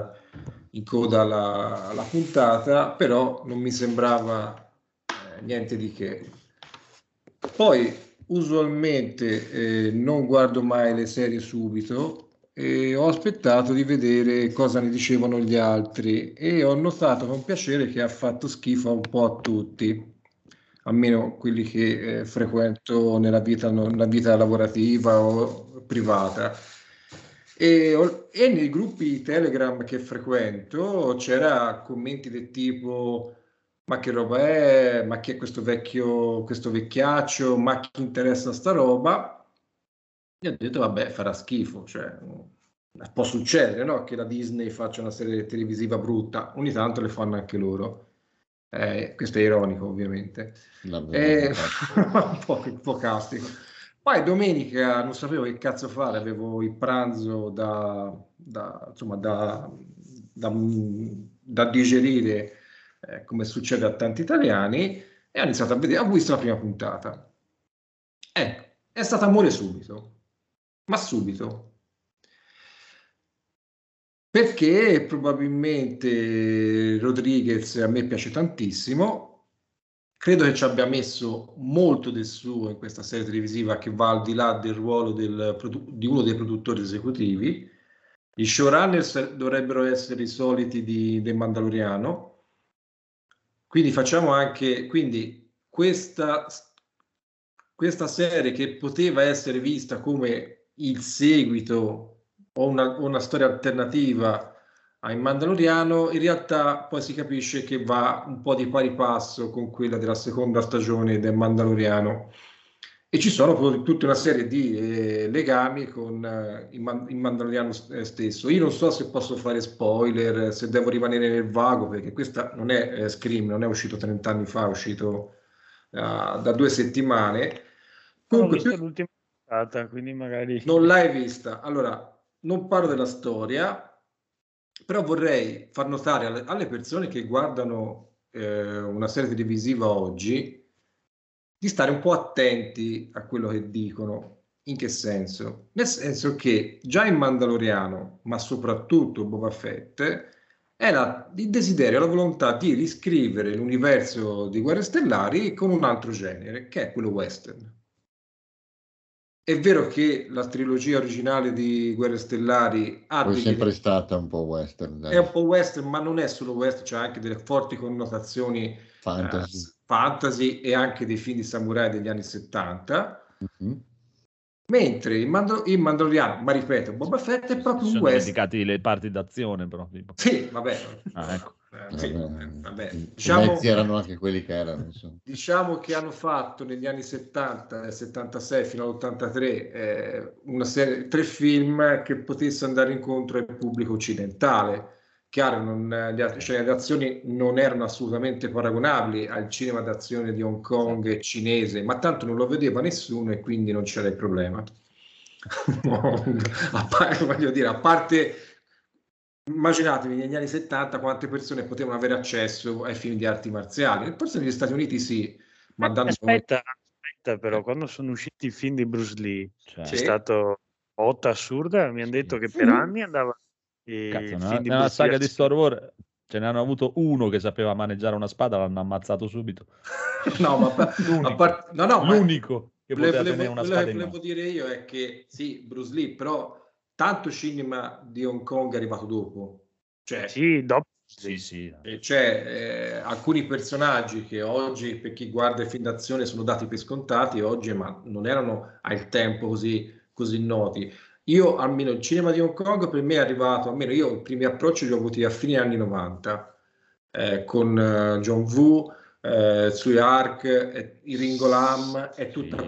alla puntata, però non mi sembrava niente di che. Poi usualmente non guardo mai le serie subito e ho aspettato di vedere cosa ne dicevano gli altri e ho notato con piacere che ha fatto schifo un po' a tutti, almeno quelli che frequento nella vita lavorativa o privata. E nei gruppi Telegram che frequento c'era commenti del tipo: ma che roba è, ma chi è questo vecchiaccio, ma chi interessa sta roba? E ho detto vabbè, farà schifo, cioè può succedere, no? Che la Disney faccia una serie televisiva brutta, ogni tanto le fanno anche loro. Questo è ironico, ovviamente. Un po' castico. Poi domenica non sapevo che cazzo fare, avevo il pranzo da digerire, come succede a tanti italiani, e ho iniziato a vedere, ho visto la prima puntata. È stato amore subito, ma subito. Perché probabilmente Rodriguez a me piace tantissimo, credo che ci abbia messo molto del suo in questa serie televisiva che va al di là del ruolo di uno dei produttori esecutivi. I showrunners dovrebbero essere i soliti di Mandaloriano, quindi facciamo anche questa serie che poteva essere vista come il seguito o una storia alternativa a Mandaloriano, in realtà poi si capisce che va un po' di pari passo con quella della seconda stagione del Mandaloriano, e ci sono tutta una serie di legami con il Mandaloriano stesso. Io non so se posso fare spoiler, se devo rimanere nel vago, perché questa non è Scream, non è uscito 30 anni fa, è uscito da 2 settimane. Comunque, ho visto l'ultima puntata, quindi magari non l'hai vista. Allora, non parlo della storia, però vorrei far notare alle persone che guardano una serie televisiva oggi di stare un po' attenti a quello che dicono. In che senso? Nel senso che già in Mandaloriano, ma soprattutto Boba Fett, era il desiderio, la volontà di riscrivere l'universo di Guerre Stellari con un altro genere, che è quello western. È vero che la trilogia originale di Guerre Stellari è sempre stata un po' western. Dai. È un po' western, ma non è solo western, c'è anche delle forti connotazioni fantasy e anche dei film di samurai degli anni 70. Mm-hmm. Mentre il Mandaloriano, ma ripeto, Boba Fett è proprio un western. Sono dimenticati le parti d'azione, però. Sì, vabbè. Ecco. Vabbè. Diciamo, erano anche quelli che erano. Insomma. Diciamo che hanno fatto negli anni 70, 76 fino all'83 una serie, 3 film che potesse andare incontro al pubblico occidentale. Chiaro, le scene d'azione non erano assolutamente paragonabili al cinema d'azione di Hong Kong cinese, ma tanto non lo vedeva nessuno e quindi non c'era il problema. a parte immaginatevi negli anni 70 quante persone potevano avere accesso ai film di arti marziali. Forse negli Stati Uniti sì, ma aspetta però, quando sono usciti i film di Bruce Lee c'è stato botta assurda, mi hanno detto che per anni andava Cazzo, il film di nella saga Bruce di Lee. Star Wars ce ne hanno avuto uno che sapeva maneggiare una spada, l'hanno ammazzato subito. No, ma l'unico che poteva tenere una quello spada che in volevo mano. dire io è che sì, Bruce Lee, però tanto cinema di Hong Kong è arrivato dopo. Cioè, Sì, dopo. Sì. C'è alcuni personaggi che oggi, per chi guarda il film d'azione, sono dati per scontati oggi, ma non erano al tempo così noti. Io, almeno il cinema di Hong Kong, per me è arrivato, almeno io i primi approcci li ho avuti a fine anni 90, con John Woo, Tsui Hark, i Ringo Lam e tutta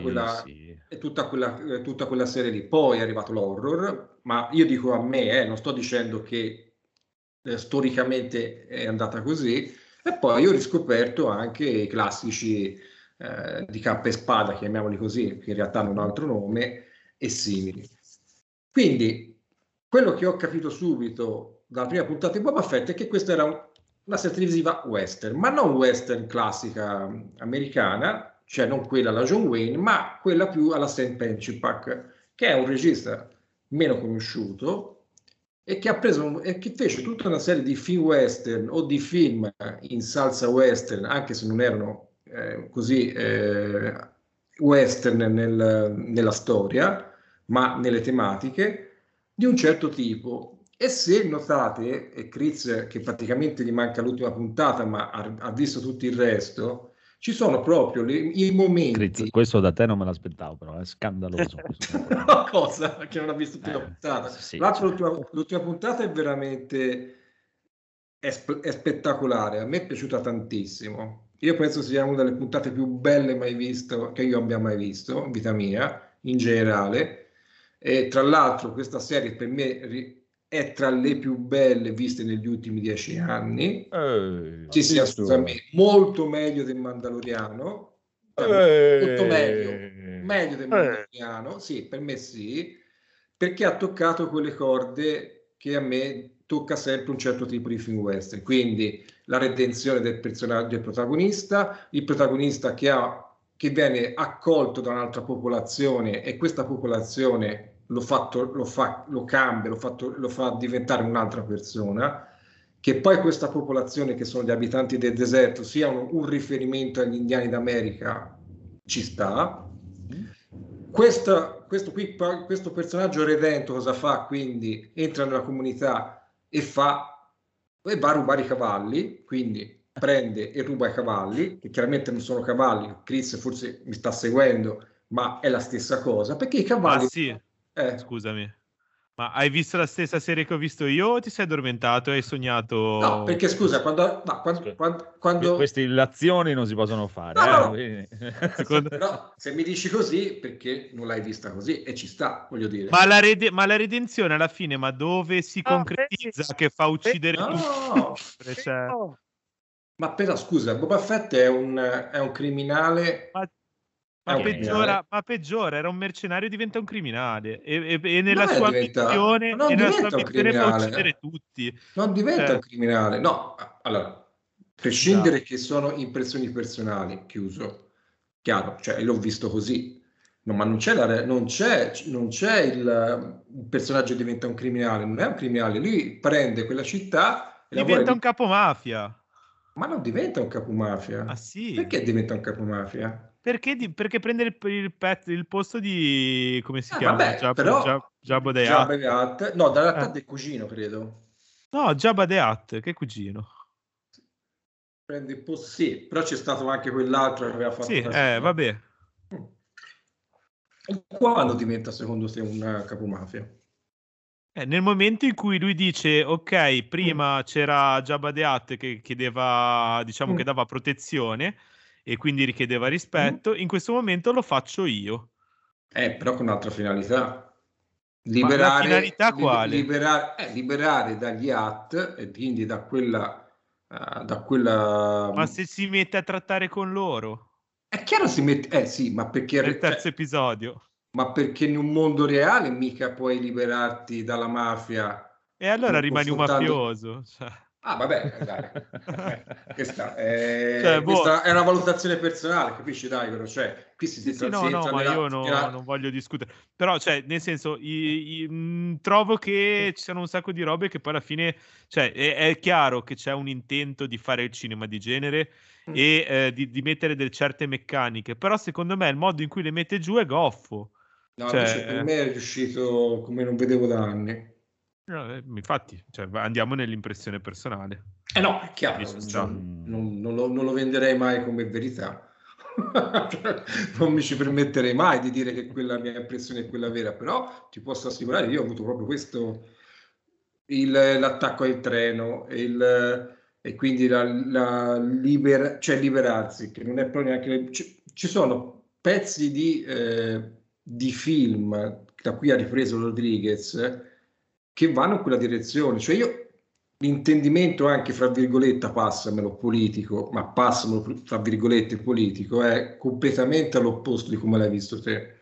quella serie lì. Poi è arrivato l'horror, ma io dico a me, non sto dicendo che storicamente è andata così, e poi io ho riscoperto anche i classici di cappa e spada, chiamiamoli così, che in realtà hanno un altro nome, e simili. Quindi quello che ho capito subito dalla prima puntata di Boba Fett è che questa era una serie televisiva western, ma non western classica americana, cioè non quella alla John Wayne, ma quella più alla Sam Peckinpah, che è un regista meno conosciuto e che fece tutta una serie di film western o di film in salsa western, anche se non erano così western nella storia, ma nelle tematiche di un certo tipo. E se notate, e Chris, che praticamente gli manca l'ultima puntata, ma ha visto tutto il resto, ci sono proprio i momenti. Chris, questo da te non me l'aspettavo, però è scandaloso. Cosa? Perché non ha visto tutta la puntata. Sì, l'ultima puntata è veramente è spettacolare. A me è piaciuta tantissimo. Io penso sia una delle puntate più belle mai visto, che io abbia mai visto in vita mia, in generale. E tra l'altro questa serie per me è tra le più belle viste negli ultimi 10 anni. Sì, assolutamente. Molto meglio del Mandaloriano. Molto meglio del Mandaloriano, sì, per me sì, perché ha toccato quelle corde che a me tocca sempre un certo tipo di film western, quindi la redenzione del personaggio, del protagonista, il protagonista che viene accolto da un'altra popolazione e questa popolazione lo cambia, lo fa diventare un'altra persona, che poi questa popolazione, che sono gli abitanti del deserto, sia un riferimento agli indiani d'America, ci sta. Questo personaggio redento cosa fa? Quindi entra nella comunità e va a rubare i cavalli, quindi prende e ruba i cavalli, che chiaramente non sono cavalli, Chris forse mi sta seguendo, ma è la stessa cosa, perché i cavalli... Ah sì, scusami. Ma hai visto la stessa serie che ho visto io o ti sei addormentato e hai sognato? No, perché scusa, quando... Queste illazioni non si possono fare. No. Però se mi dici così, perché non l'hai vista così, e ci sta, voglio dire. Ma la redenzione alla fine, ma dove si concretizza che fa uccidere tutti? Ma però scusa, Boba Fett è un criminale... Ma peggiora, era un mercenario, diventa un criminale e nella sua missione fa uccidere tutti. Non diventa un criminale, no. Allora, prescindere che sono impressioni personali, chiuso, chiaro, cioè l'ho visto così, no, ma non c'è il personaggio diventa un criminale, non è un criminale, lui prende quella città e diventa un capomafia. Ma non diventa un capomafia. Ah sì? Perché diventa un capomafia? Perché prende il posto di... come si chiama? Vabbè, però Jabba the Hutt. No, dalla realtà del cugino, credo. No, Jabba the Hutt, che cugino? Prende il posto, sì, però c'è stato anche quell'altro che aveva fatto... Sì, vabbè. Quando diventa, secondo te, un capomafia? Nel momento in cui lui dice ok, prima c'era Jabba the Hutt che chiedeva, diciamo che dava protezione e quindi richiedeva rispetto, in questo momento lo faccio io. Però con un'altra finalità. La finalità quale? Liberare dagli Hutt e quindi da quella... Ma se si mette a trattare con loro? È chiaro si mette... sì, ma perché... Nel terzo episodio. Ma perché in un mondo reale mica puoi liberarti dalla mafia? E allora rimani un mafioso. Ah, vabbè, dai. Questa è una valutazione personale, capisci, dai, però, cioè, qui ma io non voglio discutere. Però, cioè, nel senso, trovo che ci siano un sacco di robe che poi alla fine, cioè, è chiaro che c'è un intento di fare il cinema di genere e di mettere delle certe meccaniche, però secondo me il modo in cui le mette giù è goffo. No, invece per me è riuscito come non vedevo da anni. Infatti, cioè, andiamo nell'impressione personale. No, è chiaro, non lo venderei mai come verità. Non mi ci permetterei mai di dire che quella mia impressione è quella vera, però ti posso assicurare, io ho avuto proprio questo, l'attacco al treno e quindi liberarsi, che non è proprio neanche... Ci sono pezzi di film da cui ha ripreso Rodriguez che vanno in quella direzione, cioè l'intendimento anche fra virgolette, passamelo politico, ma passamelo fra virgolette politico, è completamente all'opposto di come l'hai visto te.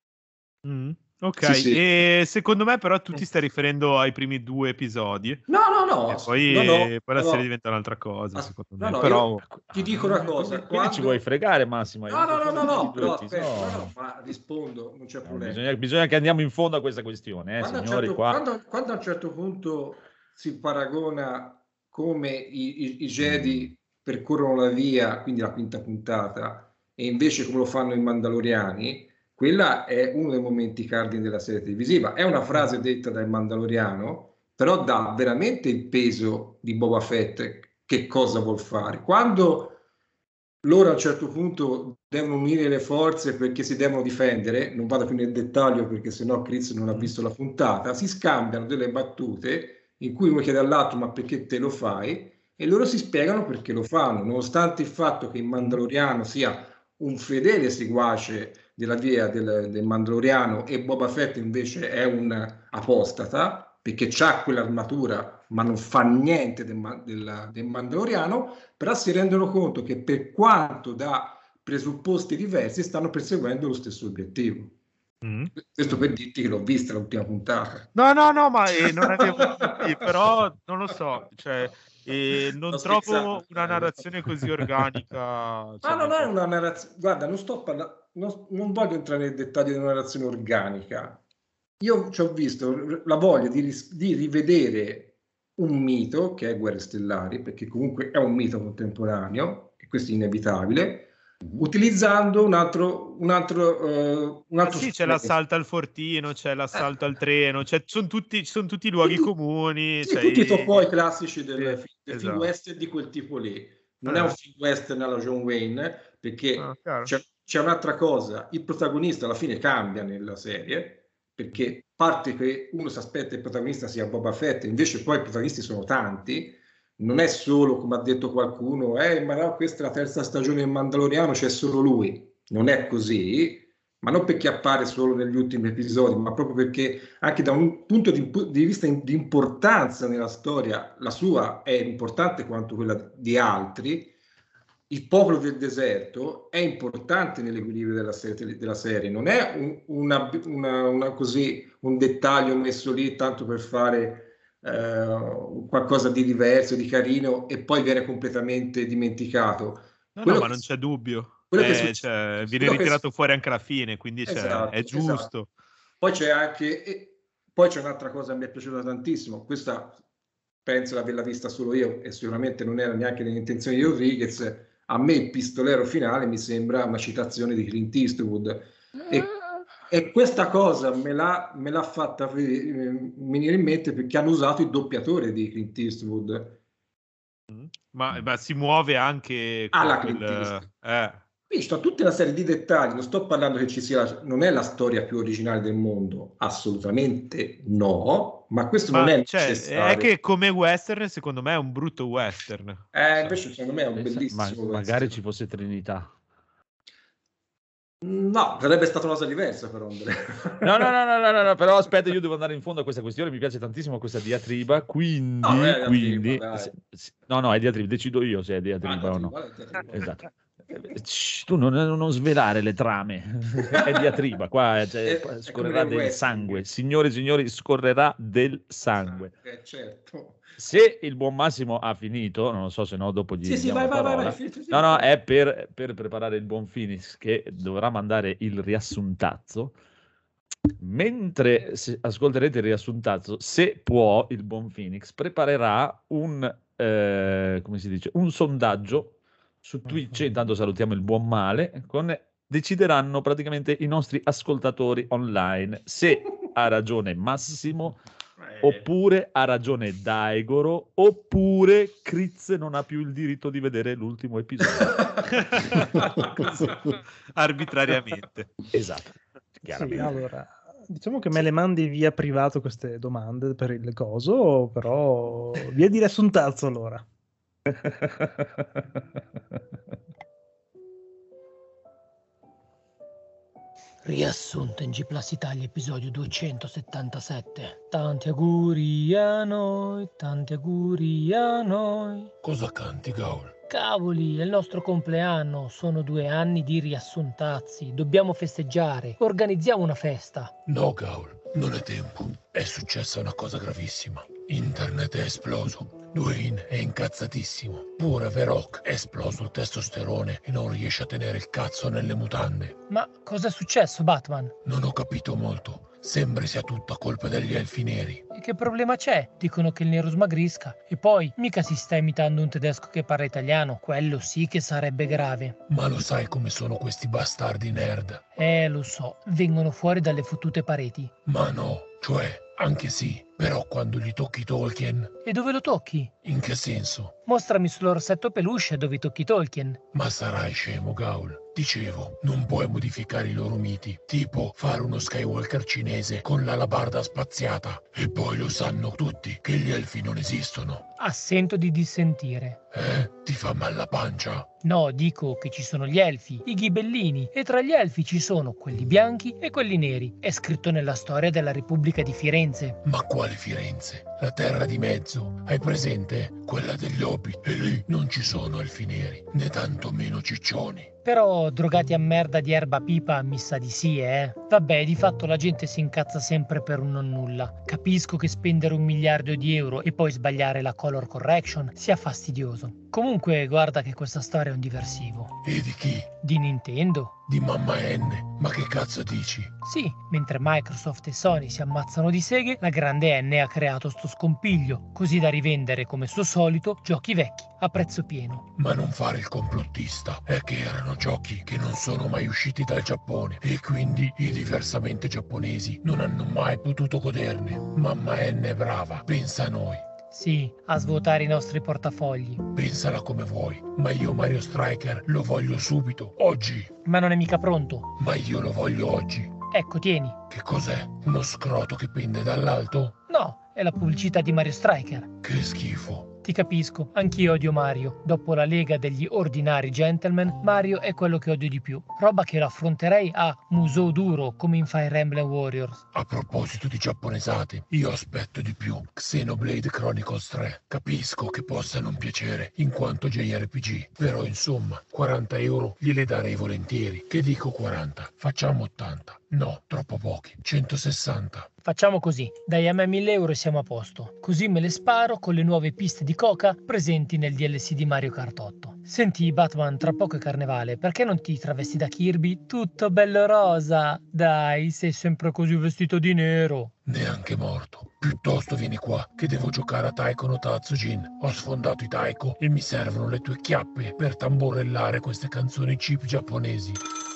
Ok, sì. E secondo me però tu ti stai riferendo ai primi 2 episodi. No. E poi la serie diventa un'altra cosa, secondo me. Però ti dico una cosa. Quindi ci vuoi fregare, Massimo? No, però aspetta, ma rispondo, non c'è problema. Bisogna che andiamo in fondo a questa questione, signori. Quando a un certo punto si paragona come i Jedi percorrono la via, quindi la quinta puntata, e invece come lo fanno i Mandaloriani, quella è uno dei momenti cardine della serie televisiva. È una frase detta dal Mandaloriano, però dà veramente il peso di Boba Fett, che cosa vuol fare. Quando loro a un certo punto devono unire le forze perché si devono difendere, non vado più nel dettaglio perché sennò Chris non ha visto la puntata, si scambiano delle battute in cui uno chiede all'altro ma perché te lo fai? E loro si spiegano perché lo fanno, nonostante il fatto che il Mandaloriano sia un fedele seguace della via del Mandaloriano e Boba Fett invece è un apostata, perché c'ha quell'armatura ma non fa niente del Mandaloriano, però si rendono conto che per quanto da presupposti diversi stanno perseguendo lo stesso obiettivo. Questo per dirti che l'ho vista l'ultima puntata. No, ma non avevo dubbi, però non lo so, cioè non trovo una narrazione così organica. Cioè, non è una narrazione, guarda, non sto parlando, non voglio entrare nel dettaglio di una narrazione organica. Io ci ho visto la voglia di rivedere un mito che è Guerre Stellari, perché comunque è un mito contemporaneo, e questo è inevitabile, utilizzando un altro sì, c'è l'assalto al fortino, c'è l'assalto al treno, sono tutti luoghi comuni, sì, tutti i topoi classici del esatto. film western di quel tipo lì. Non è un film western alla John Wayne, perché c'è un'altra cosa, il protagonista alla fine cambia nella serie, perché parte che uno si aspetta il protagonista sia Boba Fett, invece poi i protagonisti sono tanti. Non è solo, come ha detto qualcuno, ma no, questa è la terza stagione del Mandaloriano, c'è solo lui. Non è così, ma non perché appare solo negli ultimi episodi, ma proprio perché anche da un punto di vista di importanza nella storia, la sua è importante quanto quella di altri. Il popolo del deserto è importante nell'equilibrio della serie. Non è un dettaglio messo lì tanto per fare qualcosa di diverso, di carino, e poi viene completamente dimenticato. No, ma non c'è dubbio. Viene ritirato fuori anche alla fine, quindi è giusto. Esatto. Poi c'è un'altra cosa che mi è piaciuta tantissimo. Questa penso di averla vista solo io, e sicuramente non era neanche nelle intenzioni di Rodriguez. A me il pistolero finale mi sembra una citazione di Clint Eastwood. E questa cosa me l'ha fatta venire in mente perché hanno usato il doppiatore di Clint Eastwood. Ma si muove anche alla Clint Eastwood. Qui sto tutta una serie di dettagli, non sto parlando che ci sia, non è la storia più originale del mondo, assolutamente no, ma questo non è necessario. È che come western secondo me è un brutto western. Invece secondo me è un bellissimo western. Magari ci fosse Trinità. No, sarebbe stata una cosa diversa però. No, però aspetta, io devo andare in fondo a questa questione, mi piace tantissimo questa diatriba, quindi no, è diatriba, decido io se è diatriba o no. Esatto. Tu non svelare le trame, è diatriba, qua scorrerà del sangue, signore e signori, scorrerà del sangue. Certo. Se il buon Massimo ha finito, non lo so, se no dopo gli Sì, diamo la vai. parola. No, è per preparare il buon Phoenix che dovrà mandare il riassuntazzo. Mentre ascolterete il riassuntazzo, se può, il buon Phoenix preparerà un sondaggio su Twitch. Intanto salutiamo il buon Male. Decideranno praticamente i nostri ascoltatori online se ha ragione Massimo, oppure ha ragione Daigoro, oppure Critz non ha più il diritto di vedere l'ultimo episodio. Arbitrariamente. Esatto. Sì, allora, diciamo che me le mandi via privato queste domande per il coso, però via di riassuntazzo allora. Riassunto in G Plus Italia, episodio 277. Tanti auguri a noi, tanti auguri a noi. Cosa canti, Gaul? Cavoli, è il nostro compleanno, sono 2 anni di riassuntazzi, dobbiamo festeggiare, organizziamo una festa. No, Gaul, non è tempo. È successa una cosa gravissima. Internet è esploso. Dwayne è incazzatissimo. Pure Verok è esploso il testosterone e non riesce a tenere il cazzo nelle mutande. Ma cosa è successo, Batman? Non ho capito molto. Sembra sia tutta colpa degli elfi neri. E che problema c'è? Dicono che il nero smagrisca. E poi, mica si sta imitando un tedesco che parla italiano. Quello sì che sarebbe grave. Ma lo sai come sono questi bastardi nerd? Lo so. Vengono fuori dalle fottute pareti. Ma no, cioè, anche sì. Però quando gli tocchi Tolkien... E dove lo tocchi? In che senso? Mostrami sull'orsetto peluche dove tocchi Tolkien. Ma sarai scemo, Gaul. Dicevo, non puoi modificare i loro miti. Tipo fare uno Skywalker cinese con l'alabarda spaziata. E poi lo sanno tutti che gli elfi non esistono. Sento di dissentire. Ti fa mal la pancia? No, dico che ci sono gli elfi, i ghibellini, e tra gli elfi ci sono quelli bianchi e quelli neri. È scritto nella storia della Repubblica di Firenze. Ma quale Firenze? La terra di mezzo. Hai presente? Quella degli Hobbit. E lì non ci sono elfi neri, né tantomeno ciccioni. Però drogati a merda di erba pipa mi sa di sì, Vabbè, di fatto la gente si incazza sempre per un non nulla. Capisco che spendere 1 miliardo di euro e poi sbagliare la color correction sia fastidioso. Comunque guarda che questa storia è un diversivo. E di chi? Di Nintendo. Di mamma N. Ma che cazzo dici? Sì, mentre Microsoft e Sony si ammazzano di seghe, la grande N ha creato sto scompiglio, così da rivendere come suo solito giochi vecchi a prezzo pieno. Ma non fare il complottista, è che erano giochi che non sono mai usciti dal Giappone e quindi i diversamente giapponesi non hanno mai potuto goderne. Mamma N è brava, pensa a noi. Sì, a svuotare i nostri portafogli. Pensala come vuoi, ma io Mario Striker lo voglio subito, oggi. Ma non è mica pronto. Ma io lo voglio oggi. Ecco, tieni. Che cos'è? Uno scroto che pende dall'alto? No, è la pubblicità di Mario Striker. Che schifo. Ti capisco, anch'io odio Mario. Dopo la lega degli ordinari gentleman, Mario è quello che odio di più. Roba che lo affronterei a muso duro, come in Fire Emblem Warriors. A proposito di giapponesate, io aspetto di più Xenoblade Chronicles 3. Capisco che possa non piacere, in quanto JRPG, però insomma, 40 euro gliele darei volentieri. Che dico 40? Facciamo 80. No, troppo pochi. 160. Facciamo così, dai a me 1.000 euro e siamo a posto. Così me le sparo con le nuove piste di coca presenti nel DLC di Mario Kart 8. Senti Batman, tra poco è carnevale, perché non ti travesti da Kirby? Tutto bello rosa. Dai, sei sempre così vestito di nero. Neanche morto. Piuttosto vieni qua, che devo giocare a Taiko no Tatsujin. Ho sfondato i Taiko e mi servono le tue chiappe per tamborellare queste canzoni cheap giapponesi.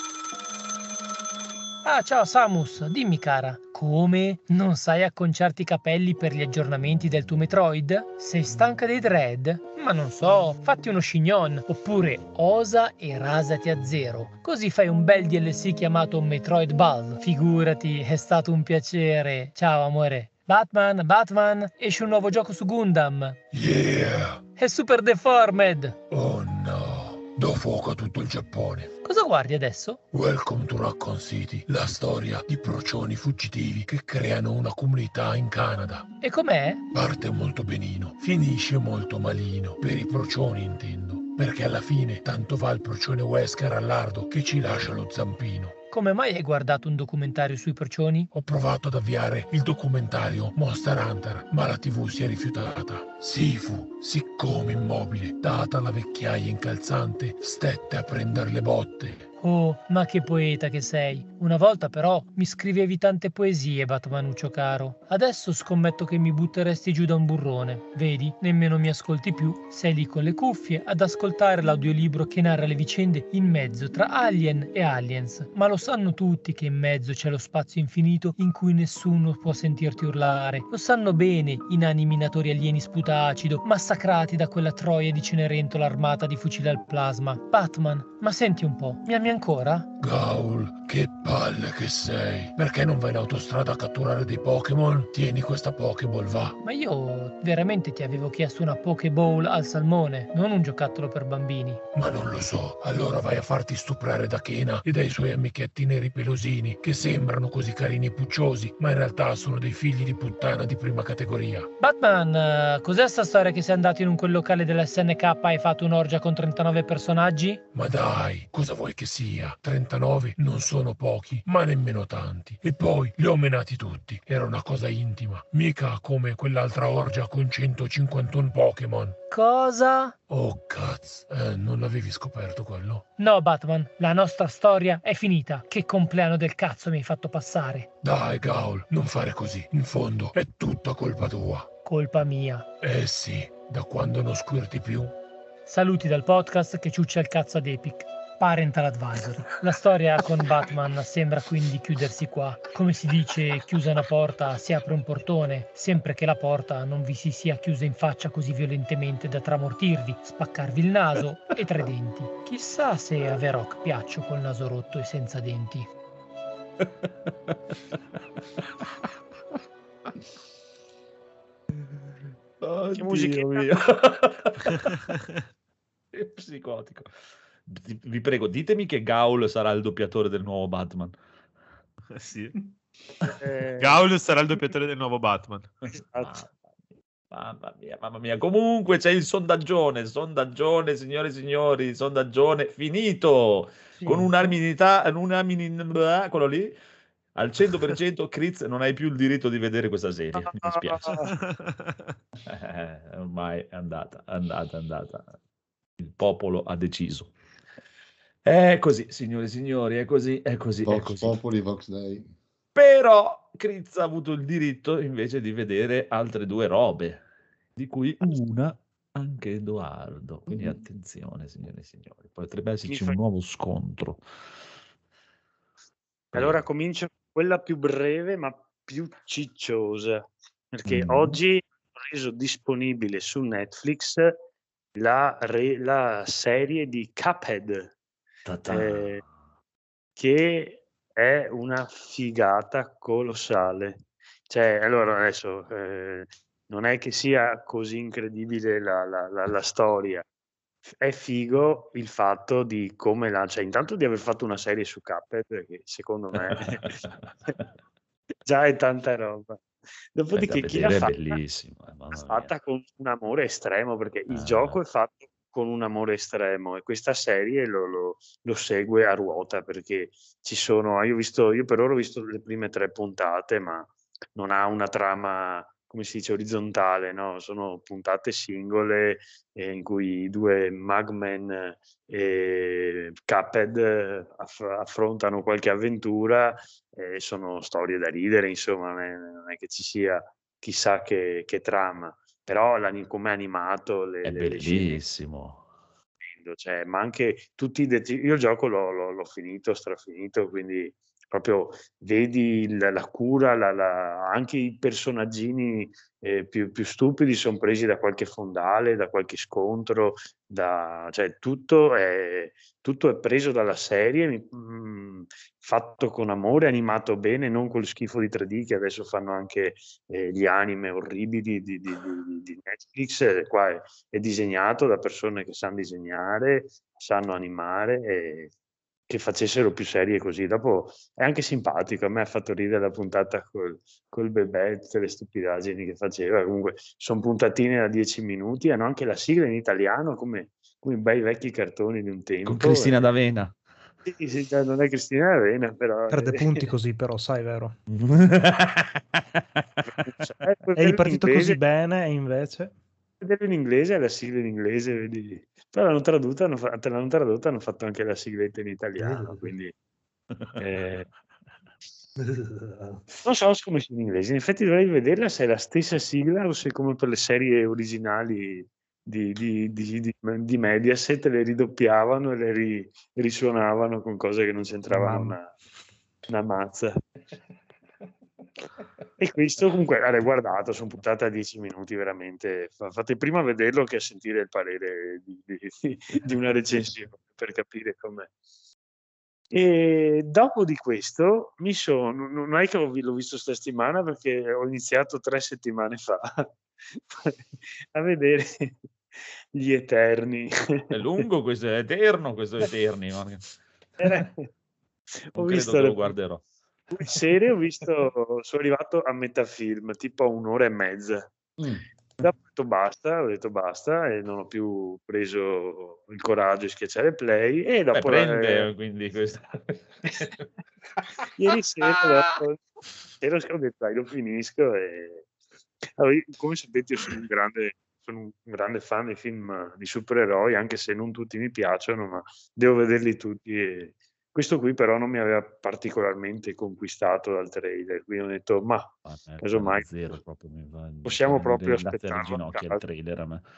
Ah, ciao Samus, dimmi cara, come? Non sai acconciarti i capelli per gli aggiornamenti del tuo Metroid? Sei stanca dei dread? Ma non so, fatti uno chignon, oppure osa e rasati a zero. Così fai un bel DLC chiamato Metroid Buzz. Figurati, è stato un piacere. Ciao amore. Batman, esce un nuovo gioco su Gundam. Yeah! È super deformed. Oh no, do fuoco a tutto il Giappone. Cosa guardi adesso? Welcome to Raccoon City, la storia di procioni fuggitivi che creano una comunità in Canada. E com'è? Parte molto benino, finisce molto malino, per i procioni intendo, perché alla fine tanto va il procione Wesker all'ardo che ci lascia lo zampino. come mai hai guardato un documentario sui procioni? Ho provato ad avviare il documentario Monster Hunter, ma la TV si è rifiutata. Sifu, siccome immobile, data la vecchiaia incalzante, stette a prendere le botte. Oh, ma che poeta che sei. Una volta però mi scrivevi tante poesie, Batmanuccio caro. Adesso scommetto che mi butteresti giù da un burrone. Vedi, nemmeno mi ascolti più. Sei lì con le cuffie ad ascoltare l'audiolibro che narra le vicende in mezzo tra Alien e Aliens. Ma lo sanno tutti che in mezzo c'è lo spazio infinito in cui nessuno può sentirti urlare. Lo sanno bene i nani minatori alieni sputacido, massacrati da quella troia di Cenerentola armata di fucile al plasma. Batman, ma senti un po', mi ami ancora? Gaul, che palle che sei. Perché non vai in autostrada a catturare dei Pokémon? Tieni questa Pokéball, va. Ma io veramente ti avevo chiesto una Pokéball al salmone, non un giocattolo per bambini. Ma non lo so. Allora vai a farti stuprare da Kena e dai suoi amichetti neri pelosini, che sembrano così carini e pucciosi, ma in realtà sono dei figli di puttana di prima categoria. Batman, cos'è sta storia che sei andato in un quel locale dell'SNK e hai fatto un'orgia con 39 personaggi? Ma dai, cosa vuoi che sia? 39 non sono pochi, ma nemmeno tanti. E poi li ho menati tutti. Era una cosa intima, mica come quell'altra orgia con 151 Pokémon. Cosa? Oh cazzo, non l'avevi scoperto quello? No, Batman, la nostra storia è finita. Che compleanno del cazzo mi hai fatto passare. Dai, Gaul, non fare così. In fondo è tutta colpa tua. Colpa mia. Eh sì, da quando non squirti più. Saluti dal podcast che ciuccia il cazzo ad Epic. Parental Advisory. La storia con Batman sembra quindi chiudersi qua. Come si dice, chiusa una porta si apre un portone, sempre che la porta non vi si sia chiusa in faccia così violentemente da tramortirvi, spaccarvi il naso e 3 denti. Chissà se a Veroc piaccio col naso rotto e senza denti. Oddio musichetta. mio. Che psicotico. Vi prego, ditemi che Gaul sarà il doppiatore del nuovo Batman. Sì. Eh, Gaul sarà il doppiatore del nuovo Batman. esatto. Mamma mia. Comunque c'è il sondaggione, signore e signori, sondaggione finito. Sì. Con quello lì, al 100% Critz non hai più il diritto di vedere questa serie, mi dispiace. Ormai è andata. Il popolo ha deciso. È così, signore e signori, è così. Vox Populi, Vox Dei. Però Critz ha avuto il diritto invece di vedere altre 2 robe, di cui una anche Edoardo. Quindi attenzione, signore e signori, potrebbe esserci un nuovo scontro. Allora comincio con quella più breve ma più cicciosa, perché oggi ho reso disponibile su Netflix la serie di Cuphead, che è una figata colossale. Cioè, allora adesso non è che sia così incredibile la storia, è figo il fatto di come cioè, intanto di aver fatto una serie su Cuphead, che secondo me già è tanta roba. Dopodiché chi l'ha fatta, è fatta con un amore estremo, perché il gioco è fatto con un amore estremo e questa serie lo segue a ruota, perché ci sono, io per ora ho visto le prime 3 puntate, ma non ha una trama, come si dice, orizzontale, no? Sono puntate singole in cui i 2 Mugman e Cuphead affrontano qualche avventura e sono storie da ridere, insomma, non è che ci sia chissà che trama, però come è animato è bellissimo. Cioè, ma anche tutti io il gioco l'ho finito, strafinito, quindi proprio vedi la cura, anche i personaggini più stupidi sono presi da qualche fondale, da qualche scontro, cioè tutto è preso dalla serie, fatto con amore, animato bene, non quel schifo di 3D che adesso fanno anche gli anime orribili di Netflix. Qua è disegnato da persone che sanno disegnare, sanno animare e che facessero più serie così. Dopo è anche simpatico, a me ha fatto ridere la puntata col bebè, tutte le stupidaggini che faceva. Comunque sono puntatine da 10 minuti, hanno anche la sigla in italiano come i bei vecchi cartoni di un tempo. Con Cristina D'Avena. Sì, non è Cristina D'Avena, però Perde punti così, però, sai, vero? È È ripartito così bene, e invece... vederlo in inglese, la sigla in inglese, vedi. Però l'hanno tradotta, hanno fatto anche la sigletta in italiano, quindi non so come sia in inglese. In effetti dovrei vederla se è la stessa sigla o se come per le serie originali di Mediaset le ridoppiavano e le risuonavano con cose che non c'entravano una mazza. E questo comunque l'ho guardato, sono puntate a 10 minuti veramente. Fate prima a vederlo che a sentire il parere di una recensione per capire com'è. E dopo di questo non è che l'ho visto sta settimana, perché ho iniziato 3 settimane fa a vedere Gli Eterni. È lungo questo, è eterno questo Eterni. Ho Non visto credo che lo guarderò. Due serie, sono arrivato a metà film, tipo a 1 ora e mezza. Dopo ho detto basta e non ho più preso il coraggio di schiacciare play. E dopo quindi questo. Ieri sera ho detto dai, lo finisco. Allora, come sapete, io sono un grande fan dei film di supereroi, anche se non tutti mi piacciono, ma devo vederli tutti. E questo qui però non mi aveva particolarmente conquistato dal trailer, quindi ho detto ma casomai possiamo proprio aspettarlo il trailer a me.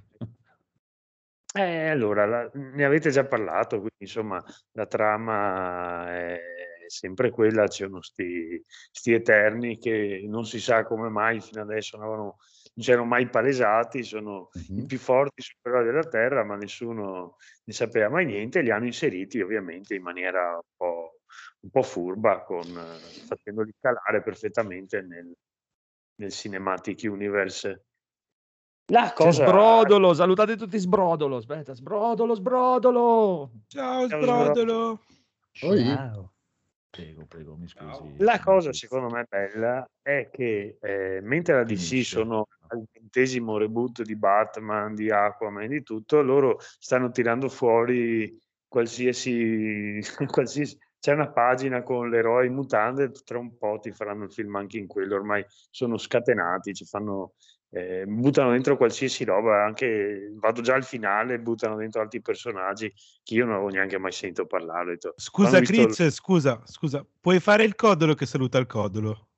Allora, ne avete già parlato, quindi insomma la trama è sempre quella. C'erano sti Eterni che non si sa come mai fino adesso non c'erano mai palesati, sono i più forti supereroi della Terra, ma nessuno ne sapeva mai niente. Li hanno inseriti ovviamente in maniera un po' furba, facendoli calare perfettamente nel Cinematic Universe. La cosa... C'è Sbrodolo, salutate tutti Sbrodolo. Aspetta, Sbrodolo. Ciao Sbrodolo. Ciao. Prego, mi scusi. La cosa secondo me bella è che mentre la DC sono al 20° reboot di Batman, di Aquaman, di tutto, loro stanno tirando fuori qualsiasi c'è una pagina con l'eroe in mutande, tra un po' ti faranno il film anche in quello. Ormai sono scatenati, buttano dentro qualsiasi roba, anche vado già al finale, buttano dentro altri personaggi che io non avevo neanche mai sentito parlare. Detto, scusa Chris, scusa, puoi fare il codolo che saluta il codolo?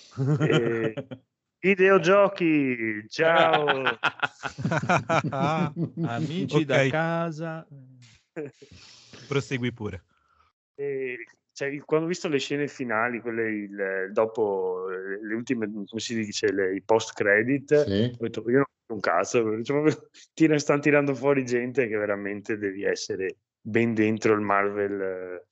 Videogiochi, ciao amici da casa. Prosegui pure. Quando ho visto le scene finali, quelle dopo le ultime, come si dice, i post credit, ho detto io non ho un cazzo, stanno tirando fuori gente che veramente devi essere ben dentro il Marvel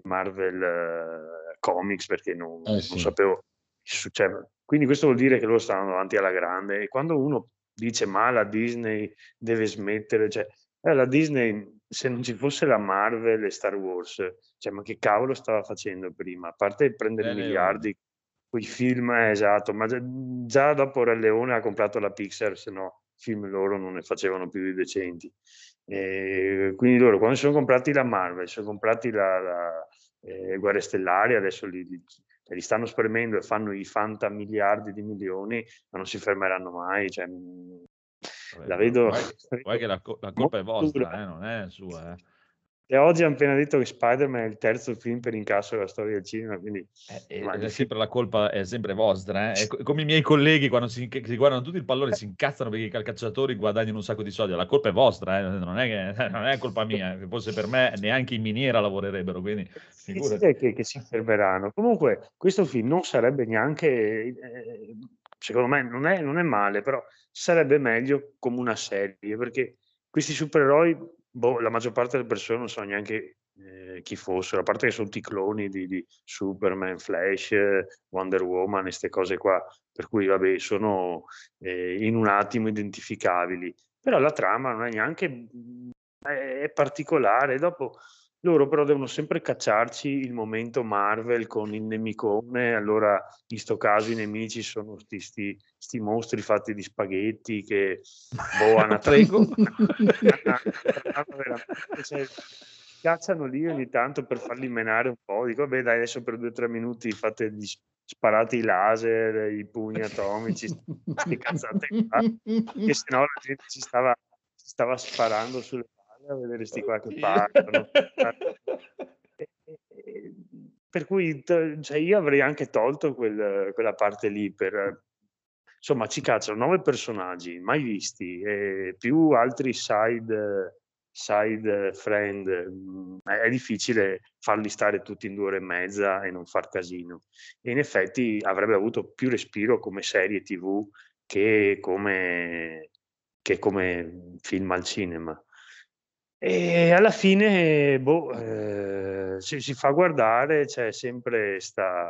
Comics, perché non sapevo che succedeva. Quindi questo vuol dire che loro stanno davanti alla grande. E quando uno dice ma la Disney deve smettere, la Disney, se non ci fosse la Marvel e Star Wars, ma che cavolo stava facendo prima? A parte prendere miliardi, quei film, esatto, ma già dopo Re Leone ha comprato la Pixar, se no film loro non ne facevano più di decenti. Quindi loro, quando sono comprati la Marvel, sono comprati la Guerre Stellari, adesso li stanno spremendo e fanno i fanta miliardi di milioni, ma non si fermeranno mai. La vedo. Guarda che la colpa è vostra, non è sua. E oggi hanno appena detto che Spider-Man è il 3° film per incasso della storia del cinema, quindi la colpa è sempre vostra. Come i miei colleghi, quando si guardano tutto il pallone, si incazzano perché i calciatori guadagnano un sacco di soldi. La colpa è vostra, non è colpa mia. Se fosse per me, neanche in miniera lavorerebbero. Quindi che si fermeranno. Comunque, questo film non sarebbe neanche, secondo me, non è male, però sarebbe meglio come una serie, perché questi supereroi, la maggior parte delle persone non sanno neanche chi fossero, a parte che sono tutti cloni di Superman, Flash, Wonder Woman e queste cose qua, per cui vabbè, sono in un attimo identificabili, però la trama non è neanche è particolare. Dopo loro però devono sempre cacciarci il momento Marvel con il nemicone. Allora in sto caso i nemici sono sti mostri fatti di spaghetti che hanno cacciano lì ogni tanto per farli menare un po'. Dico, vabbè, dai, adesso per 2-3 minuti fate sparate i laser, i pugni atomici, queste cazzate qua, che sennò la gente ci stava sparando sulle palle a vedere sti qua che parlano. Per cui cioè io avrei anche tolto quella parte lì insomma, ci cacciano 9 personaggi mai visti e più altri side friend. È difficile farli stare tutti in 2 ore e mezza e non far casino. E in effetti avrebbe avuto più respiro come serie TV che come film al cinema. E alla fine, si fa guardare, c'è sempre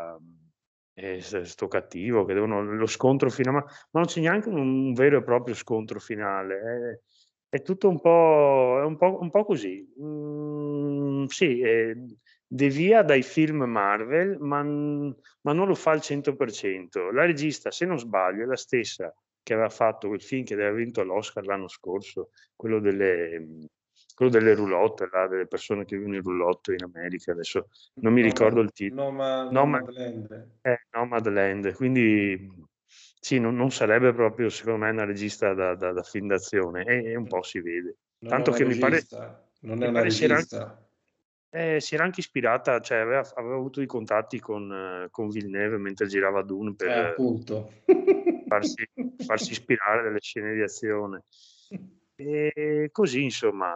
sto cattivo che lo scontro finale, ma non c'è neanche un vero e proprio scontro finale. È tutto un po' così. Sì, devia dai film Marvel, ma non lo fa al 100%. La regista, se non sbaglio, è la stessa che aveva fatto quel film che aveva vinto l'Oscar l'anno scorso, quello delle roulotte, là, delle persone che vivono in roulotte in America. Adesso non mi ricordo il titolo. Nomadland. Nomadland. Quindi sì, non sarebbe proprio, secondo me, una regista da film d'azione, e un po' si vede. Tanto che mi pare non è una regista. Si era anche ispirata, cioè aveva avuto i contatti con Villeneuve mentre girava Dune per appunto farsi ispirare dalle scene di azione. E così, insomma,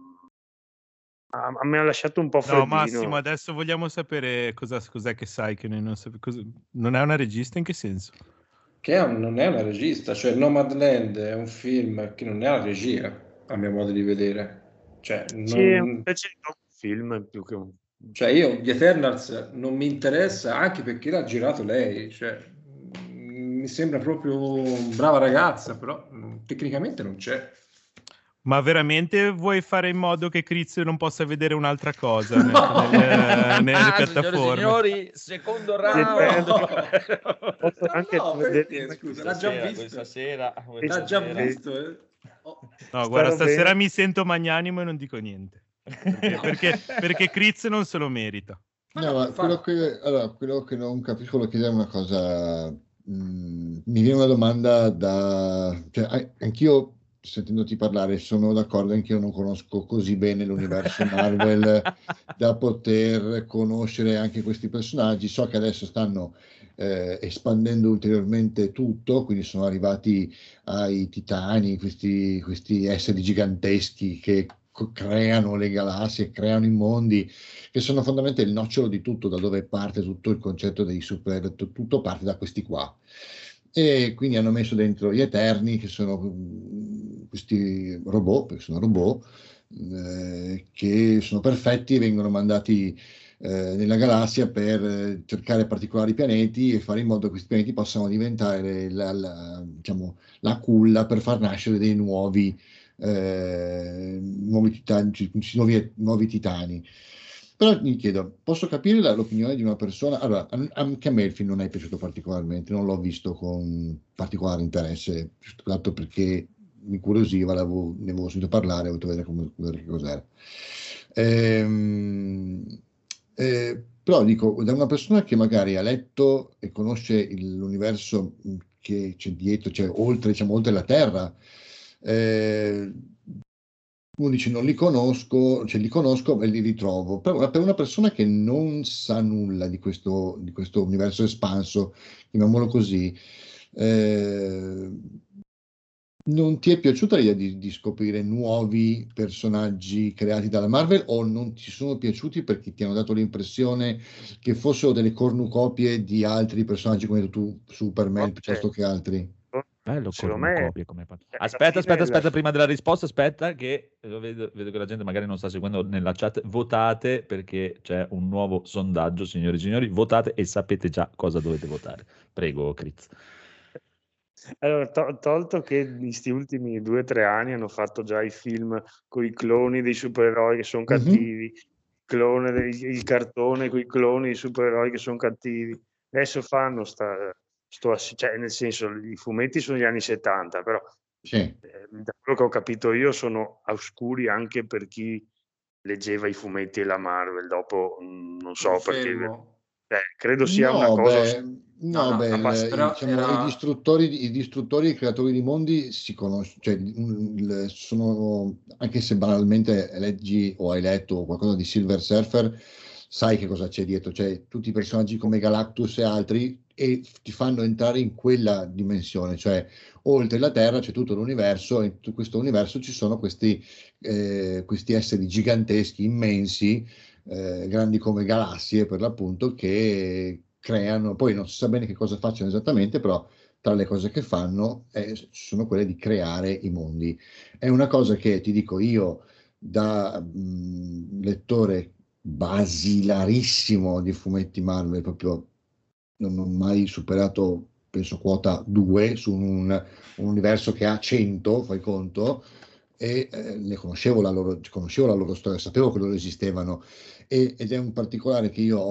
mi ha lasciato un po' freddino. No, Massimo, adesso vogliamo sapere cos'è che sai che noi non sappiamo. Non è una regista, in che senso? Che non è una regista, cioè Nomadland è un film che non è una regia, a mio modo di vedere. Cioè, sì, è un specie di film più che un... Cioè io, The Eternals non mi interessa, anche perché l'ha girato lei, cioè mi sembra proprio brava ragazza, però tecnicamente non c'è. Ma veramente vuoi fare in modo che Crizio non possa vedere un'altra cosa nelle piattaforme? Signori, secondo round. Posso anche perché, scusa, l'ha già visto. Questa sera. L'ha già visto. No, guarda, stasera mi sento magnanimo e non dico niente. Perché Crizio non se lo merita. No, ma quello che non capisco, lo chiedere una cosa. Mi viene una domanda cioè, anch'io, sentendoti parlare, sono d'accordo, anch'io non conosco così bene l'universo Marvel da poter conoscere anche questi personaggi. So che adesso stanno espandendo ulteriormente tutto, quindi sono arrivati ai titani, questi esseri giganteschi che creano le galassie, creano i mondi, che sono fondamentalmente il nocciolo di tutto, da dove parte tutto il concetto dei super, tutto parte da questi qua. E quindi hanno messo dentro gli Eterni, che sono questi robot, perché sono robot, che sono perfetti e vengono mandati nella galassia per cercare particolari pianeti e fare in modo che questi pianeti possano diventare diciamo, la culla per far nascere dei nuovi nuovi titani. Però mi chiedo, posso capire l'opinione di una persona? Allora, anche a me il film non è piaciuto particolarmente, non l'ho visto con particolare interesse, tanto perché mi incuriosiva, ne avevo sentito parlare, ho voluto vedere che cos'era. Però dico, da una persona che magari ha letto e conosce l'universo che c'è dietro, cioè oltre la Terra, uno dice non li conosco, cioè li conosco e li ritrovo. Per una persona che non sa nulla di questo universo espanso, chiamiamolo così, non ti è piaciuta l'idea di scoprire nuovi personaggi creati dalla Marvel, o non ti sono piaciuti perché ti hanno dato l'impressione che fossero delle cornucopie di altri personaggi come tu, Superman, piuttosto che altri? Bello, Secondo me, copie come aspetta, prima della risposta, aspetta che vedo che la gente magari non sta seguendo nella chat. Votate, perché c'è un nuovo sondaggio, signori e signori, votate e sapete già cosa dovete votare. Prego, Critz. Allora, tolto che questi ultimi 2 o 3 anni hanno fatto già i film con i cloni dei supereroi che sono cattivi, il cartone con i cloni dei supereroi che sono cattivi. Adesso fanno cioè, nel senso, i fumetti sono gli anni 70, però sì. Da quello che ho capito io sono oscuri anche per chi leggeva i fumetti della Marvel, dopo non so perché, Confermo. credo sia una cosa... No, beh, però diciamo, era- i distruttori e i creatori di mondi si conoscono, cioè, sono, anche se banalmente leggi o hai letto qualcosa di Silver Surfer, sai che cosa c'è dietro, cioè tutti i personaggi come Galactus e altri, e ti fanno entrare in quella dimensione, cioè oltre la Terra c'è tutto l'universo, e in tutto questo universo ci sono questi esseri giganteschi, immensi, grandi come galassie per l'appunto, che creano, poi non si sa bene che cosa facciano esattamente, però tra le cose che fanno sono quelle di creare i mondi. È una cosa che ti dico io, da lettore basilarissimo di fumetti Marvel, proprio non ho mai superato, penso, quota 2 su un universo che ha 100, fai conto, e conoscevo la loro storia, sapevo che loro esistevano, ed è un particolare che io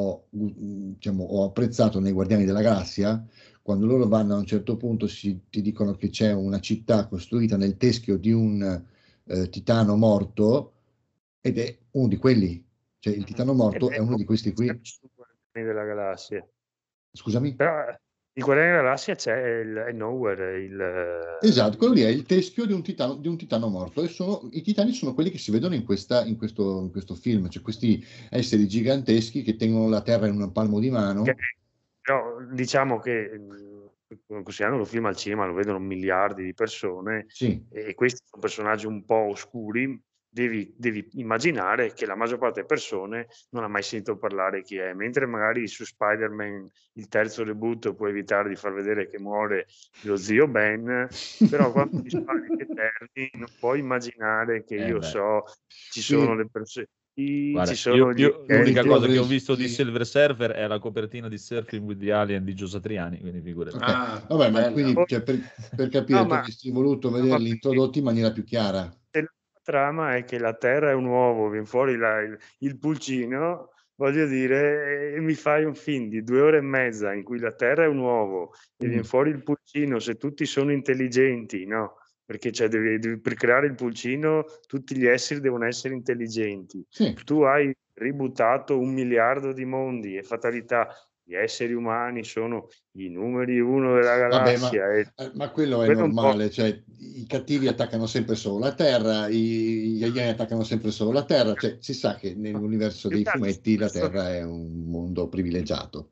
ho apprezzato nei Guardiani della Galassia, quando loro vanno a un certo punto, ti dicono che c'è una città costruita nel teschio di un titano morto, ed è uno di quelli, cioè il titano morto è uno di questi qui. Della galassia. Scusami? Però il Guardiani della Galassia c'è il Nowhere, Esatto, quello lì è il teschio di un titano morto, e i titani sono quelli che si vedono in questo film, cioè questi esseri giganteschi che tengono la terra in un palmo di mano. Però diciamo che considerando lo film al cinema lo vedono miliardi di persone, sì, e questi sono personaggi un po' oscuri. Devi immaginare che la maggior parte delle persone non ha mai sentito parlare chi è, mentre magari su Spider-Man, il terzo reboot, puoi evitare di far vedere che muore lo zio Ben, però quando ti spari gli Eterni non puoi immaginare che ci sono le persone. Guarda, Ci sono l'unica cosa che ho visto di Silver Surfer è la copertina di Surfing with the Alien di Gio Satriani, quindi figurati. Okay. Vabbè, ma quindi, cioè, per capire, tu avresti voluto vederli introdotti in maniera più chiara. La trama è che la Terra è un uovo, viene fuori il pulcino, voglio dire, mi fai un film di 2 ore e mezza in cui la Terra è un uovo e viene fuori il pulcino, se tutti sono intelligenti, no? Perché per creare il pulcino tutti gli esseri devono essere intelligenti. Sì. Tu hai ributtato 1 miliardo di mondi e fatalità. Gli esseri umani sono i numeri 1 della galassia. Ma quello è normale, cioè i cattivi attaccano sempre solo la Terra, gli alieni attaccano sempre solo la Terra, cioè si sa che nell'universo dei fumetti la Terra è un mondo privilegiato.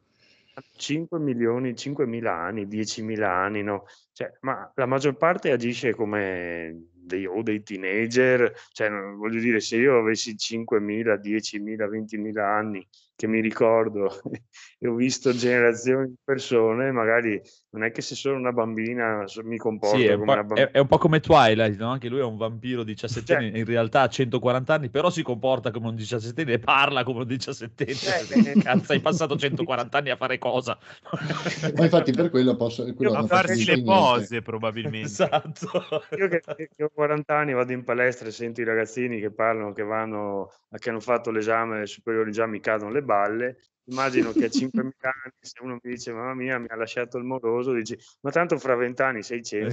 5 milioni, 5.000 anni, 10.000 anni, no? Cioè, ma la maggior parte agisce come dei teenager, cioè, voglio dire, se io avessi 5.000, 10.000, 20.000 anni, che mi ricordo, e ho visto generazioni di persone, magari non è che se sono una bambina mi comporto come una bambina. È un po' come Twilight, no? Anche lui è un vampiro 17enne, in realtà ha 140 anni, però si comporta come un 17enne e parla come un 17enne. Cazzo, hai passato 140 anni a fare cosa? Ma infatti per quello a farsi le pose, probabilmente. Esatto. Io che ho 40 anni vado in palestra e sento i ragazzini che parlano, che hanno fatto l'esame superiore, già mi cadono le balle. Immagino che a 5.000 anni, se uno mi dice mamma mia mi ha lasciato il moroso, dici ma tanto fra 20 anni sei cene.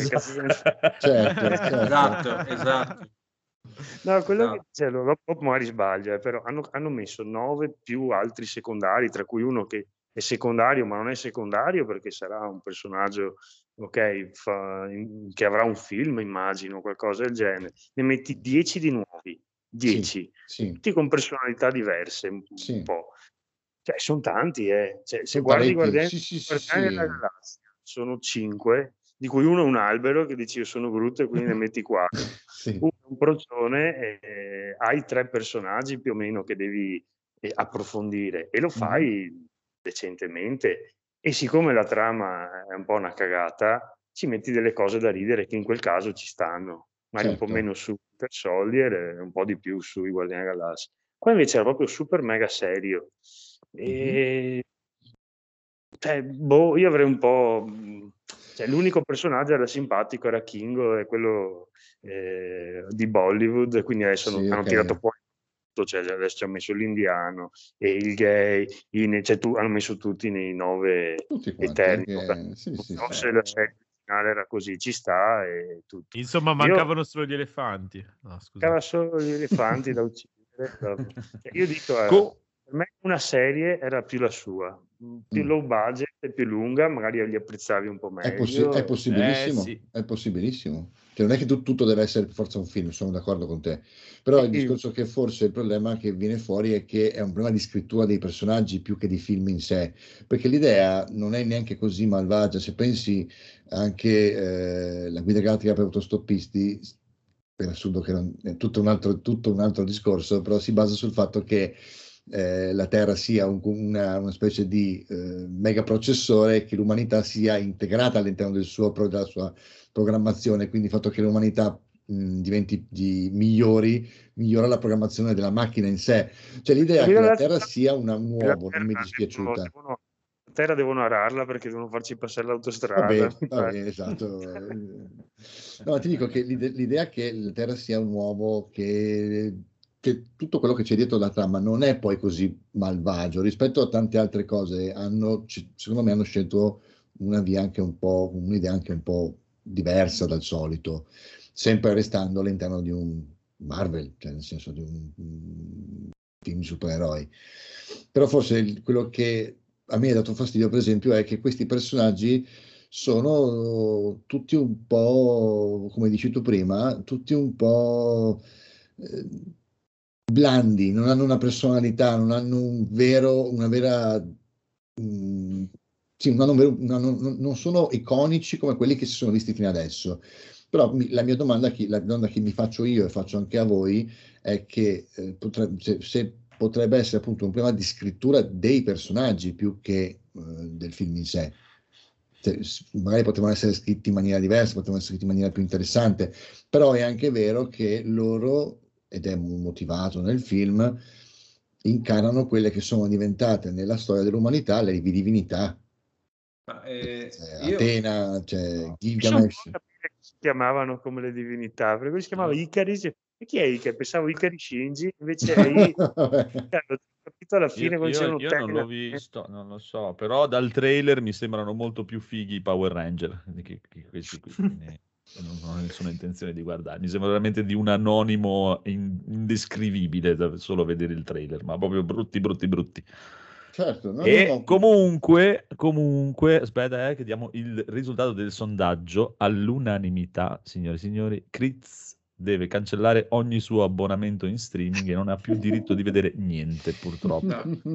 Esatto. No, quello che dice, dopo magari sbaglia, però hanno messo 9 più altri secondari, tra cui uno che è secondario ma non è secondario perché sarà un personaggio che avrà un film, immagino, qualcosa del genere. Ne metti 10 di nuovi, 10, tutti con personalità diverse un po'. Cioè, sono tanti, Cioè, se guardi Guardiani della Galassia, sono 5, di cui uno è un albero che dici io sono brutto e quindi ne metti 4. Uno è un procione, hai 3 personaggi più o meno che devi approfondire e lo fai decentemente. E siccome la trama è un po' una cagata, ci metti delle cose da ridere che in quel caso ci stanno, magari un po' meno su Super Soldier e un po' di più sui Guardiani della Galassia. Qua invece era proprio super mega serio. E io avrei un po', cioè, l'unico personaggio era simpatico, era Kingo, è quello di Bollywood, quindi adesso hanno tirato fuori tutto, cioè adesso ci hanno messo l'indiano e il gay, hanno messo tutti nei 9 Eterni. Se la serie finale era così, ci sta e tutto. Insomma, mancavano solo gli elefanti. No, mancava solo gli elefanti da uccidere. Io dico, per me una serie era più la sua, più low budget e più lunga, magari li apprezzavi un po' meglio. È possibilissimo, sì. è possibilissimo. Cioè, non è che tutto deve essere per forza un film, sono d'accordo con te. Però il discorso che forse il problema che viene fuori è che è un problema di scrittura dei personaggi più che di film in sé, perché l'idea non è neanche così malvagia. Se pensi anche la guida galattica per autostoppisti, per assurdo che è tutto un altro discorso, però si basa sul fatto che la Terra sia una specie di megaprocessore, che l'umanità sia integrata all'interno della sua programmazione, quindi il fatto che l'umanità diventi migliora la programmazione della macchina in sé. Cioè l'idea che la Terra sia un uovo non mi è dispiaciuta. La Terra devono ararla perché devono farci passare l'autostrada. Vabbè, esatto. No, ti dico che l'idea che la Terra sia un uovo, che tutto quello che c'è dietro la trama non è poi così malvagio rispetto a tante altre cose. Secondo me hanno scelto un'idea anche un po' diversa dal solito, sempre restando all'interno di un Marvel, cioè nel senso di un film supereroi. Però forse quello che a me ha dato fastidio, per esempio, è che questi personaggi sono tutti un po', come dici tu prima, tutti un po' blandi, non hanno una personalità, non hanno non sono iconici come quelli che si sono visti fino adesso. Però la domanda che mi faccio io e faccio anche a voi è che se potrebbe essere appunto un problema di scrittura dei personaggi più che del film in sé. Magari potevano essere scritti in maniera diversa, potevano essere scritti in maniera più interessante, però è anche vero che loro, ed è motivato nel film, incarnano quelle che sono diventate nella storia dell'umanità le divinità. Atena, Gilgamesh. Si chiamavano come le divinità, perché si chiamava Icari. E chi è Icari? Pensavo Icari Shinji, invece è capito alla fine. Io non l'ho visto, non lo so, però dal trailer mi sembrano molto più fighi i Power Ranger che questi qui. Non ho nessuna intenzione di guardare, mi sembra veramente di un anonimo indescrivibile da solo vedere il trailer, ma proprio brutti. Certo, no. Comunque, aspetta, che diamo il risultato del sondaggio all'unanimità, signore e signori. Critz deve cancellare ogni suo abbonamento in streaming e non ha più diritto di vedere niente, purtroppo.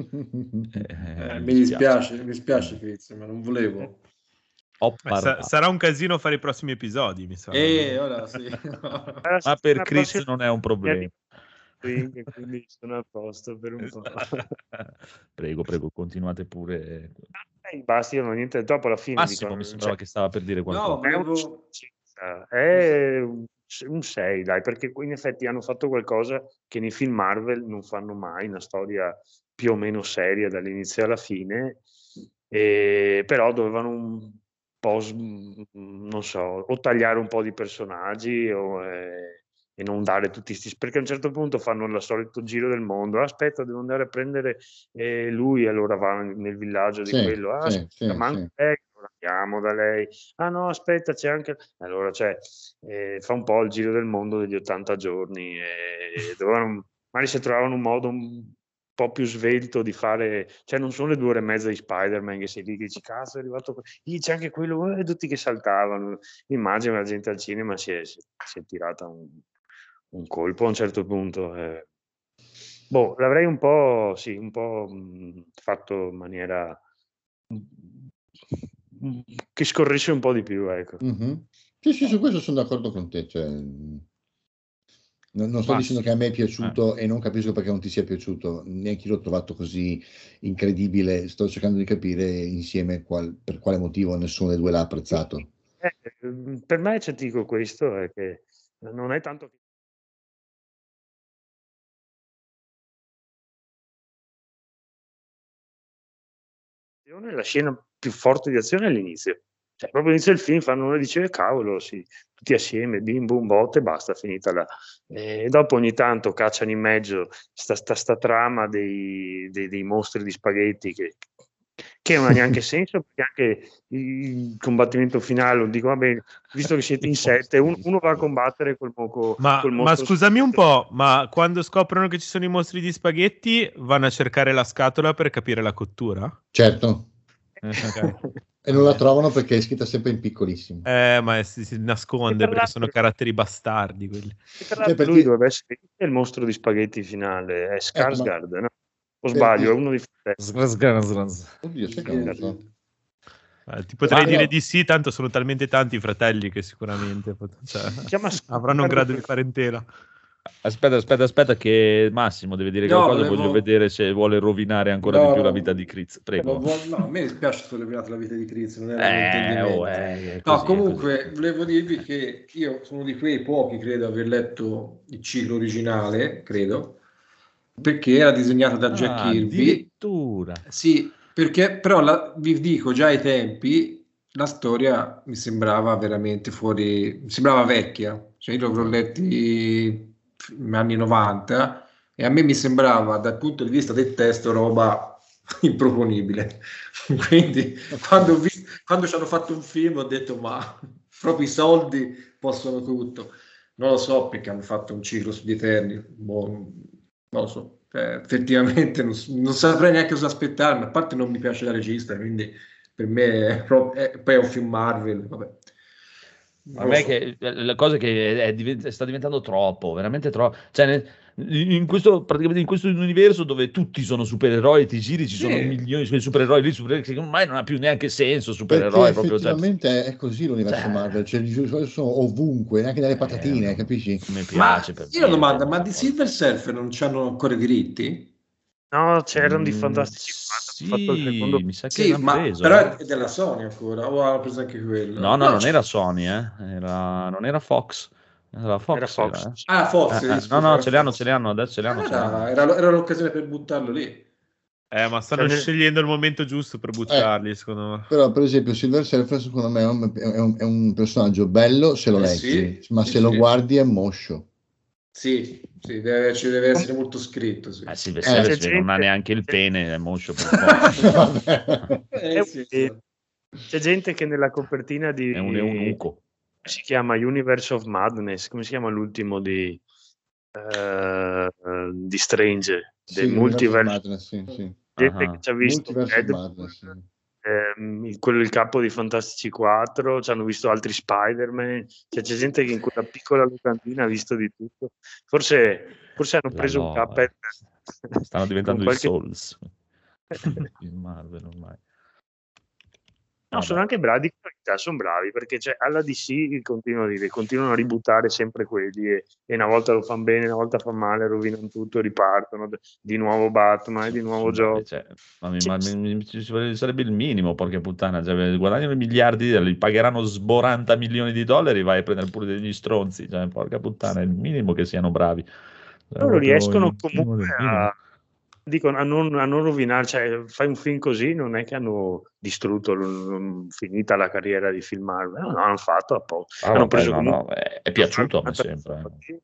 Mi dispiace Critz, ma non volevo. Sarà un casino fare i prossimi episodi, mi sa. Ora sì. Ma per Critz non è un problema. Quindi sono a posto per un po'. Prego, continuate pure. Basta, io non ho niente dopo alla fine. Massimo mi sembrava che stava per dire qualcosa. È un 6, dai, perché in effetti hanno fatto qualcosa che nei film Marvel non fanno mai, una storia più o meno seria dall'inizio alla fine, però dovevano un po', non so, o tagliare un po' di personaggi e non dare tutti perché a un certo punto fanno il solito giro del mondo. Aspetta, devo andare a prendere lui, allora va nel villaggio di quello. Manca lei, allora andiamo da lei. Ah no, aspetta, c'è anche, allora fa un po' il giro del mondo degli 80 giorni e magari si trovavano un modo un po' più svelto di fare, cioè non sono le 2 ore e mezza di Spider-Man che sei lì che dici cazzo è arrivato c'è anche quello e tutti che saltavano. Immagino la gente al cinema si è tirata un colpo a un certo punto. L'avrei un po' fatto in maniera che scorresse un po' di più, ecco. Mm-hmm. Sì, su questo sono d'accordo con te. Cioè, non sto dicendo che a me è piaciuto e non capisco perché non ti sia piaciuto, neanche io l'ho trovato così incredibile. Sto cercando di capire insieme per quale motivo nessuno dei due l'ha apprezzato. Per me, ti dico questo, è che non è tanto che la scena più forte di azione è all'inizio, cioè proprio all'inizio del film fanno uno dice cavolo, sì, tutti assieme, bim bum botte, basta, finita là. E dopo ogni tanto cacciano in mezzo sta trama dei mostri di spaghetti che non ha neanche senso, perché anche il combattimento finale, dico, va bene, visto che siete in 7, uno va a combattere col mostro. Ma scusami un po', ma quando scoprono che ci sono i mostri di spaghetti, vanno a cercare la scatola per capire la cottura? Certo. Okay. E non la trovano perché è scritta sempre in piccolissimo. Ma si nasconde perché sono caratteri bastardi quelli. E tra l'altro lui dovrebbe essere il mostro di spaghetti finale, è Skarsgård, no? O sbaglio, è uno di Oddio, sai che non so. Ti potrei dire di sì, tanto sono talmente tanti i fratelli che sicuramente avranno un grado di parentela. Aspetta che Massimo deve dire qualcosa, voglio vedere se vuole rovinare ancora di più la vita di Kriz. Prego. No, a me dispiace se ho rovinato la vita di Kriz, non era così, comunque volevo dirvi che io sono di quei pochi, credo, aver letto il ciclo originale, credo, perché era disegnato da Jack Kirby. Addirittura. Sì, perché però vi dico già ai tempi la storia mi sembrava veramente fuori, mi sembrava vecchia, cioè io l'avrò letti anni 90 e a me mi sembrava dal punto di vista del testo roba improponibile. Quindi quando ci hanno fatto un film ho detto ma proprio i soldi possono tutto. Non lo so perché hanno fatto un ciclo sugli Eterni, non lo so, effettivamente non saprei neanche cosa aspettarmi, a parte non mi piace la regista, quindi per me poi è un film Marvel, vabbè. A me che la cosa che sta diventando troppo, veramente troppo, cioè praticamente in questo universo dove tutti sono supereroi, ti giri, ci sono milioni di supereroi lì, che ormai non ha più neanche senso supereroi. Perché effettivamente è così l'universo Marvel, cioè sono ovunque, neanche nelle patatine, capisci? Mi piace. Io ho una domanda, ma di Silver Surfer non ci hanno ancora i diritti? No, c'erano di Fantastici 4, sì, mi sa che l'hanno preso. Però è della Sony ancora, o hanno preso anche quello? No, non era Sony, non era Fox. Era Fox. Fox. No, ce li hanno, adesso ce li hanno. Era l'occasione per buttarlo lì. Ma stanno scegliendo il momento giusto per buttarli, secondo me. Però, per esempio, Silver Surfer, secondo me, è un personaggio bello se lo leggi, ma se lo guardi è moscio. Sì, deve essere molto scritto. Sì. Silver Surfer non ha neanche il pene, è moscio. C'è gente che nella copertina è un eunuco. Si chiama Universe of Madness, come si chiama l'ultimo di Strange, del Multiverse. Sì. Gente che ci ha visto quello il capo di Fantastici 4, ci hanno visto altri Spider-Man, c'è gente che in quella piccola locandina ha visto di tutto. Forse hanno preso un capo. Stanno diventando i Souls in Marvel ormai. No, sono anche bravi, sono bravi perché alla DC continuano a ributtare sempre quelli e una volta lo fanno bene, una volta fa male, rovinano tutto, ripartono di nuovo Batman e di nuovo gioco. Sarebbe il minimo, porca puttana, guadagnano miliardi, li pagheranno $40 milioni, vai a prendere pure degli stronzi, porca puttana, è il minimo che siano bravi. Loro riescono comunque a non rovinare, cioè fai un film così, non è che hanno distrutto finita la carriera di film Marvel, no, hanno fatto apposta. Hanno preso è piaciuto a me sempre.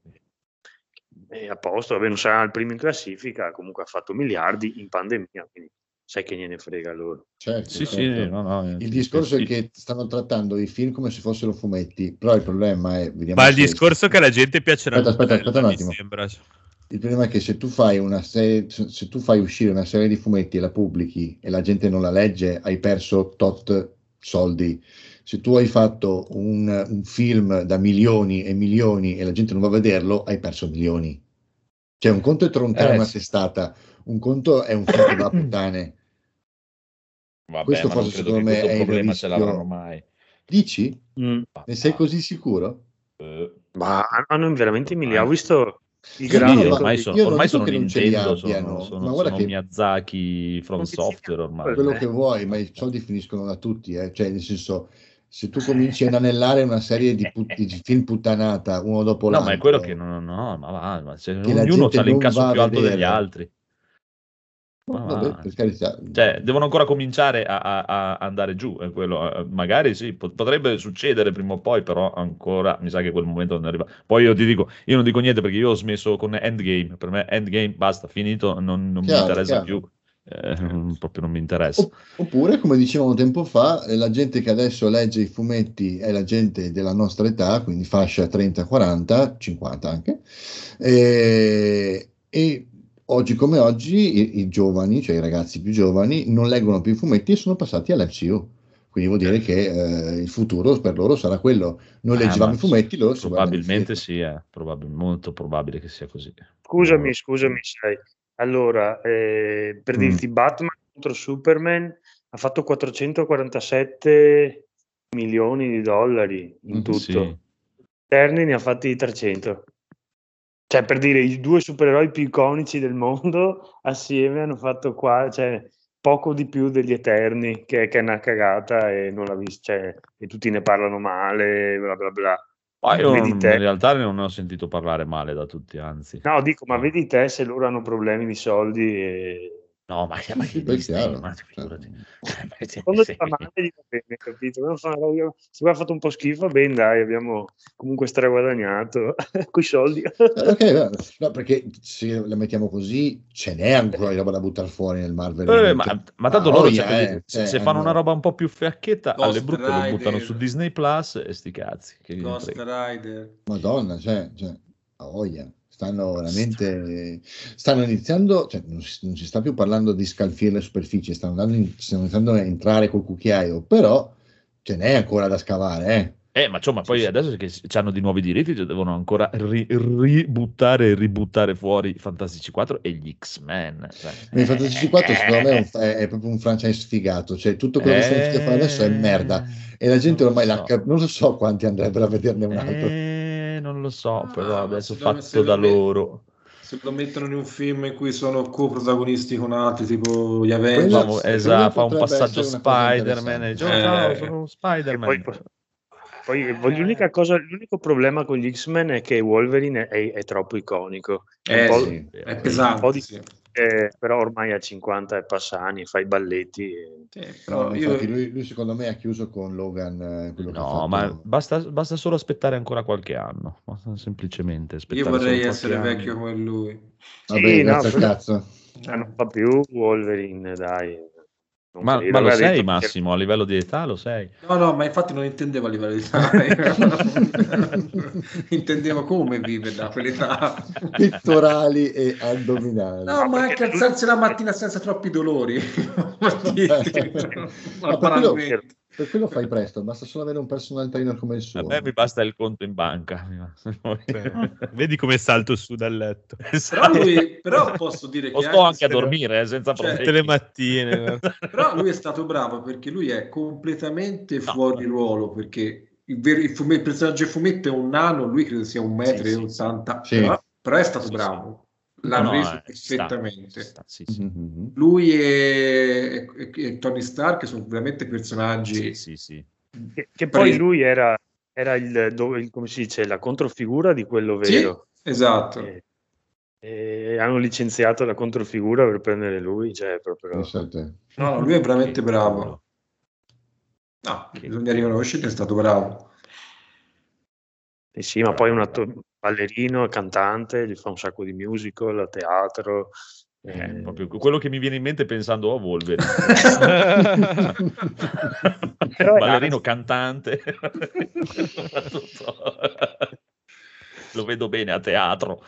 È a posto, non sarà il primo in classifica, comunque ha fatto miliardi in pandemia, quindi sai che gliene frega loro. Certo. Il discorso è che stanno trattando i film come se fossero fumetti, però il problema è... Ma il discorso è che alla gente piacerà aspetta un attimo. Il problema è che se tu fai uscire una serie di fumetti e la pubblichi e la gente non la legge, hai perso tot soldi. Se tu hai fatto un film da milioni e milioni e la gente non va a vederlo, hai perso milioni. Cioè un conto è troncare una testata, un conto è un film che va a puttane. Vabbè, questo forse secondo me è il problema, rischio. ce l'avranno mai. Dici? Ne sei così sicuro? Ma hanno veramente miliardi. Ho visto ormai sono Nintendo, sono Miyazaki, From Software ormai. Quello che vuoi, ma i soldi finiscono da tutti, cioè nel senso, se tu cominci ad inanellare una serie di film puttanata uno dopo l'altro, ma è quello che ognuno ha l'incasso più alto degli altri. Vabbè, per carità. Cioè, devono ancora cominciare a andare giù, è quello. Magari sì, potrebbe succedere prima o poi, però ancora mi sa che quel momento non arriva. Poi io ti dico, io non dico niente perché io ho smesso con Endgame, per me Endgame basta, finito, non mi interessa più. proprio non mi interessa. Oppure, come dicevamo tempo fa, la gente che adesso legge i fumetti è la gente della nostra età, quindi fascia 30, 40, 50 anche, e oggi come oggi i giovani, cioè i ragazzi più giovani, non leggono più i fumetti e sono passati all'MCU. Quindi vuol dire che il futuro per loro sarà quello. Noi leggevamo i fumetti, loro si guardano i probabilmente film. sì, molto probabile che sia così. Scusami, sai. Allora, per dirti, Batman contro Superman ha fatto 447 milioni di dollari in tutto. Sì. Terni ne ha fatti 300. Cioè, per dire, i due supereroi più iconici del mondo assieme hanno fatto qua, cioè, poco di più degli Eterni, che è una cagata e non l'ha vista, cioè, e tutti ne parlano male, bla bla bla. Ma io Vedi in te. realtà non ho sentito parlare male da tutti, anzi. No, dico, ma vedi te se loro hanno problemi di soldi e... No, ma che chiaro. ma figurati. Quando ti fa male gli va bene, capito? Se poi ha fatto un po' schifo, bene, dai, abbiamo comunque straguadagnato coi soldi. Ok, no, perché se la mettiamo così, ce n'è ancora di roba da buttare fuori nel Marvel. Ma tanto loro se fanno una roba un po' più fiacchetta, Ghost alle brutte lo buttano Rider. su Disney Plus e sti cazzi. Che gliene Ghost frega. Rider. Madonna, cioè a voglia. Stanno veramente iniziando, cioè non si sta più parlando di scalfire le superfici, stanno iniziando a entrare col cucchiaio, però ce n'è ancora da scavare, Ma insomma, poi adesso che hanno di nuovi diritti, devono ancora ributtare fuori i Fantastici 4 e gli X-Men. I Fantastici 4 secondo me è proprio un franchise sfigato, cioè tutto quello che sono riusciti a fare adesso è merda e la gente ormai non lo so quanti andrebbero a vederne un altro. Non lo so, però adesso se fatto da loro. Se lo mettono in un film in cui sono co-protagonisti con altri, tipo gli Avengers, esatto, fa un passaggio Spider-Man e dice, ciao, sono Spider-Man. L'unico problema con gli X-Men è che Wolverine è troppo iconico. È pesante, sì. Però ormai a 50 e passani fa i balletti. Però infatti lui secondo me ha chiuso con Logan quello che ha fatto. Ma basta solo aspettare ancora qualche anno, semplicemente aspettare. Io vorrei essere vecchio come lui. Vabbè, grazie al cazzo. Non fa più Wolverine, dai. Ma lo sei, Massimo, a livello di età lo sei. No, ma infatti non intendevo a livello di età. Intendevo come vive da quell'età. Pettorali e addominali. No, ma anche alzarsi la mattina senza troppi dolori. Per quello fai presto, basta solo avere un personal trainer come il suo. A me mi basta il conto in banca. Vedi come salto su dal letto. Però posso dire che sto anche a dormire senza problemi. Tutte le mattine. Però lui è stato bravo perché lui è completamente fuori ruolo, perché il personaggio del fumetto è un nano, lui credo sia 1,80 m, però è stato bravo. L'ha reso perfettamente. Lui e Tony Stark sono veramente personaggi. Che poi lui era il come si dice, la controfigura di quello vero. Sì, esatto. E hanno licenziato la controfigura per prendere lui, cioè proprio. No, lui è veramente bravo. No, bisogna riconoscere che è stato bravo. Sì, ma poi un attore, ballerino, cantante, gli fa un sacco di musical, a teatro. Proprio quello che mi viene in mente pensando a Wolverine. Ballerino, cantante. Lo vedo bene a teatro.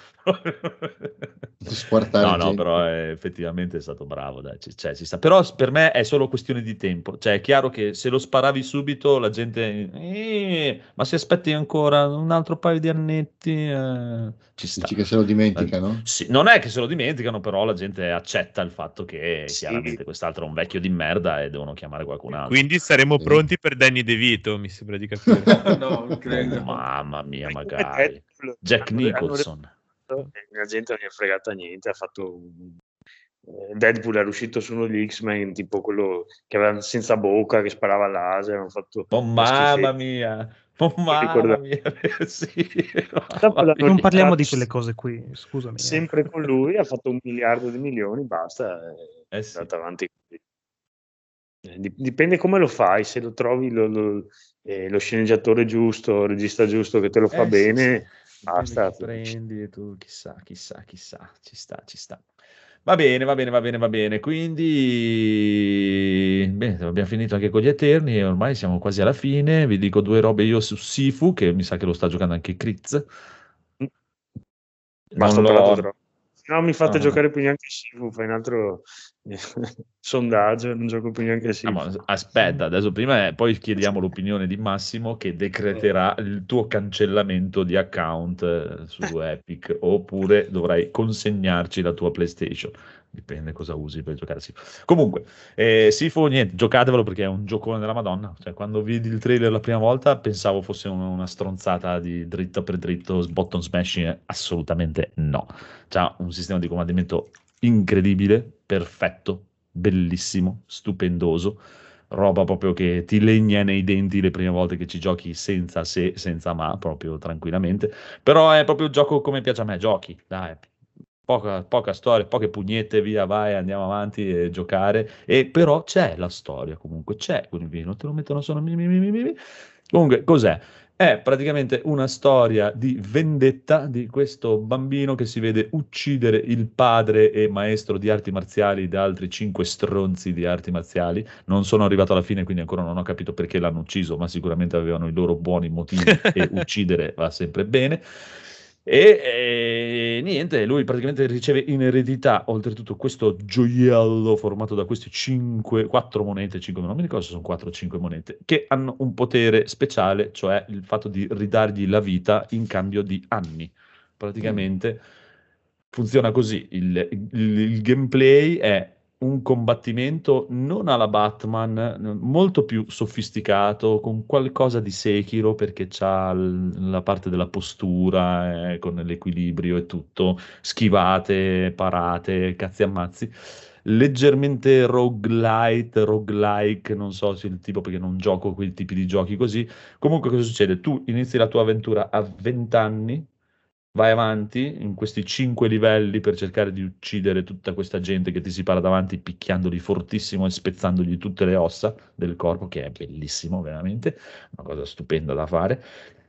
No, però effettivamente è stato bravo, dai, ci sta. Però per me è solo questione di tempo, cioè è chiaro che se lo sparavi subito la gente ma se aspetti ancora un altro paio di annetti ci sta. Dici che se lo dimenticano? Sì, non è che se lo dimenticano, però la gente accetta il fatto che chiaramente quest'altro è un vecchio di merda e devono chiamare qualcun altro. Quindi saremo pronti per Danny DeVito, mi sembra di capire. No, non credo. Mamma mia, magari Jack Nicholson. La gente non gli è fregata niente, ha fatto Deadpool è uscito su uno degli X-Men, tipo quello che aveva senza bocca, che sparava laser, hanno fatto mamma mia. Sì. Non parliamo di quelle cose qui, scusami. Sempre con lui ha fatto 1 miliardo di milioni, basta, è andato avanti. Dipende come lo fai, se lo trovi lo sceneggiatore giusto, il regista giusto che te lo fa bene, basta. Prendi tu, chissà, ci sta. Va bene. Quindi, bene, abbiamo finito anche con gli Eterni e ormai siamo quasi alla fine. Vi dico due robe io su Sifu, che mi sa che lo sta giocando anche Kriz. Basta, ho parlato troppo. No, mi fate No. giocare più neanche Sifu, fai un altro sondaggio, non gioco più neanche Sifu. Aspetta, adesso prima poi chiediamo l'opinione di Massimo che decreterà il tuo cancellamento di account su Epic, oppure dovrai consegnarci la tua PlayStation. Dipende cosa usi per giocare a Sifu. Comunque, Sifu, niente, giocatevelo perché è un giocone della Madonna. Cioè, quando vidi il trailer la prima volta pensavo fosse una stronzata di dritto per dritto, button smashing. Assolutamente no. C'ha un sistema di comandamento incredibile, perfetto, bellissimo, stupendoso, roba proprio che ti legna nei denti le prime volte che ci giochi senza se, senza ma, proprio tranquillamente. Però è proprio il gioco come piace a me, giochi, dai. Poca storia, poche pugnette, via, vai, andiamo avanti e giocare. E però c'è la storia, comunque c'è, quindi non te lo mettono solo Comunque, cos'è? È praticamente una storia di vendetta di questo bambino che si vede uccidere il padre e maestro di arti marziali da altri 5 stronzi di arti marziali. Non sono arrivato alla fine, quindi ancora non ho capito perché l'hanno ucciso, ma sicuramente avevano i loro buoni motivi e uccidere va sempre bene. E niente, lui praticamente riceve in eredità oltretutto questo gioiello formato da queste 4 monete, 5, non mi ricordo se sono 4 o 5 monete, che hanno un potere speciale, cioè il fatto di ridargli la vita in cambio di anni. Praticamente funziona così, il gameplay è un combattimento non alla Batman, molto più sofisticato, con qualcosa di Sekiro, perché c'ha la parte della postura, con l'equilibrio e tutto, schivate, parate, cazzi ammazzi. Leggermente roguelike, non so se il tipo, perché non gioco quei tipi di giochi così. Comunque cosa succede? Tu inizi la tua avventura a 20 anni, vai avanti in questi 5 livelli per cercare di uccidere tutta questa gente che ti si para davanti, picchiandoli fortissimo e spezzandogli tutte le ossa del corpo, che è bellissimo, veramente, una cosa stupenda da fare.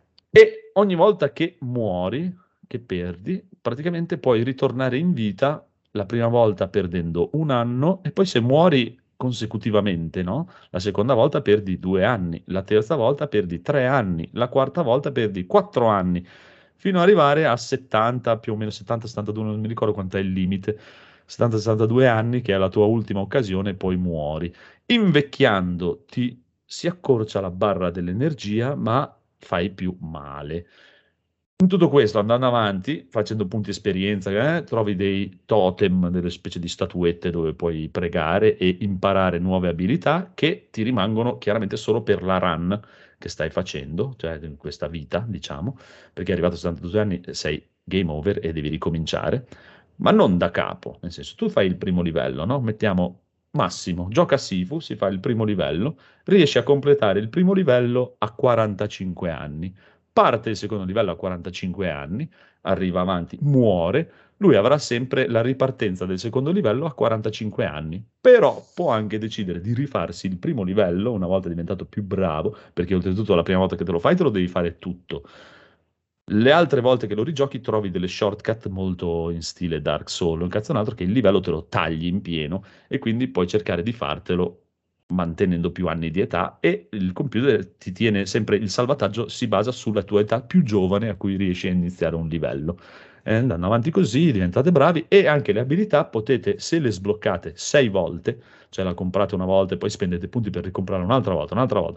E ogni volta che muori, che perdi, praticamente puoi ritornare in vita la prima volta perdendo 1 anno e poi se muori consecutivamente, no? La seconda volta perdi 2 anni, la terza volta perdi 3 anni, la quarta volta perdi 4 anni, fino ad arrivare a 70, più o meno 70-72, non mi ricordo quanto è il limite, 70-72 anni, che è la tua ultima occasione, e poi muori. Invecchiando ti si accorcia la barra dell'energia, ma fai più male. In tutto questo, andando avanti, facendo punti esperienza, trovi dei totem, delle specie di statuette dove puoi pregare e imparare nuove abilità che ti rimangono chiaramente solo per la run che stai facendo, cioè in questa vita, diciamo, perché arrivato a 72 anni sei game over e devi ricominciare, ma non da capo, nel senso, tu fai il primo livello, no? Mettiamo Massimo, gioca a Sifu, si fa il primo livello, riesce a completare il primo livello a 45 anni. Parte il secondo livello a 45 anni, arriva avanti, muore, lui avrà sempre la ripartenza del secondo livello a 45 anni, però può anche decidere di rifarsi il primo livello una volta diventato più bravo, perché oltretutto la prima volta che te lo fai te lo devi fare tutto. Le altre volte che lo rigiochi trovi delle shortcut molto in stile Dark Souls, un cazzo un altro, che il livello te lo tagli in pieno e quindi puoi cercare di fartelo mantenendo più anni di età, e il computer ti tiene sempre, il salvataggio si basa sulla tua età più giovane a cui riesci a iniziare un livello. Andando avanti così diventate bravi, e anche le abilità potete, se le sbloccate 6 volte, cioè la comprate una volta e poi spendete punti per ricomprare un'altra volta,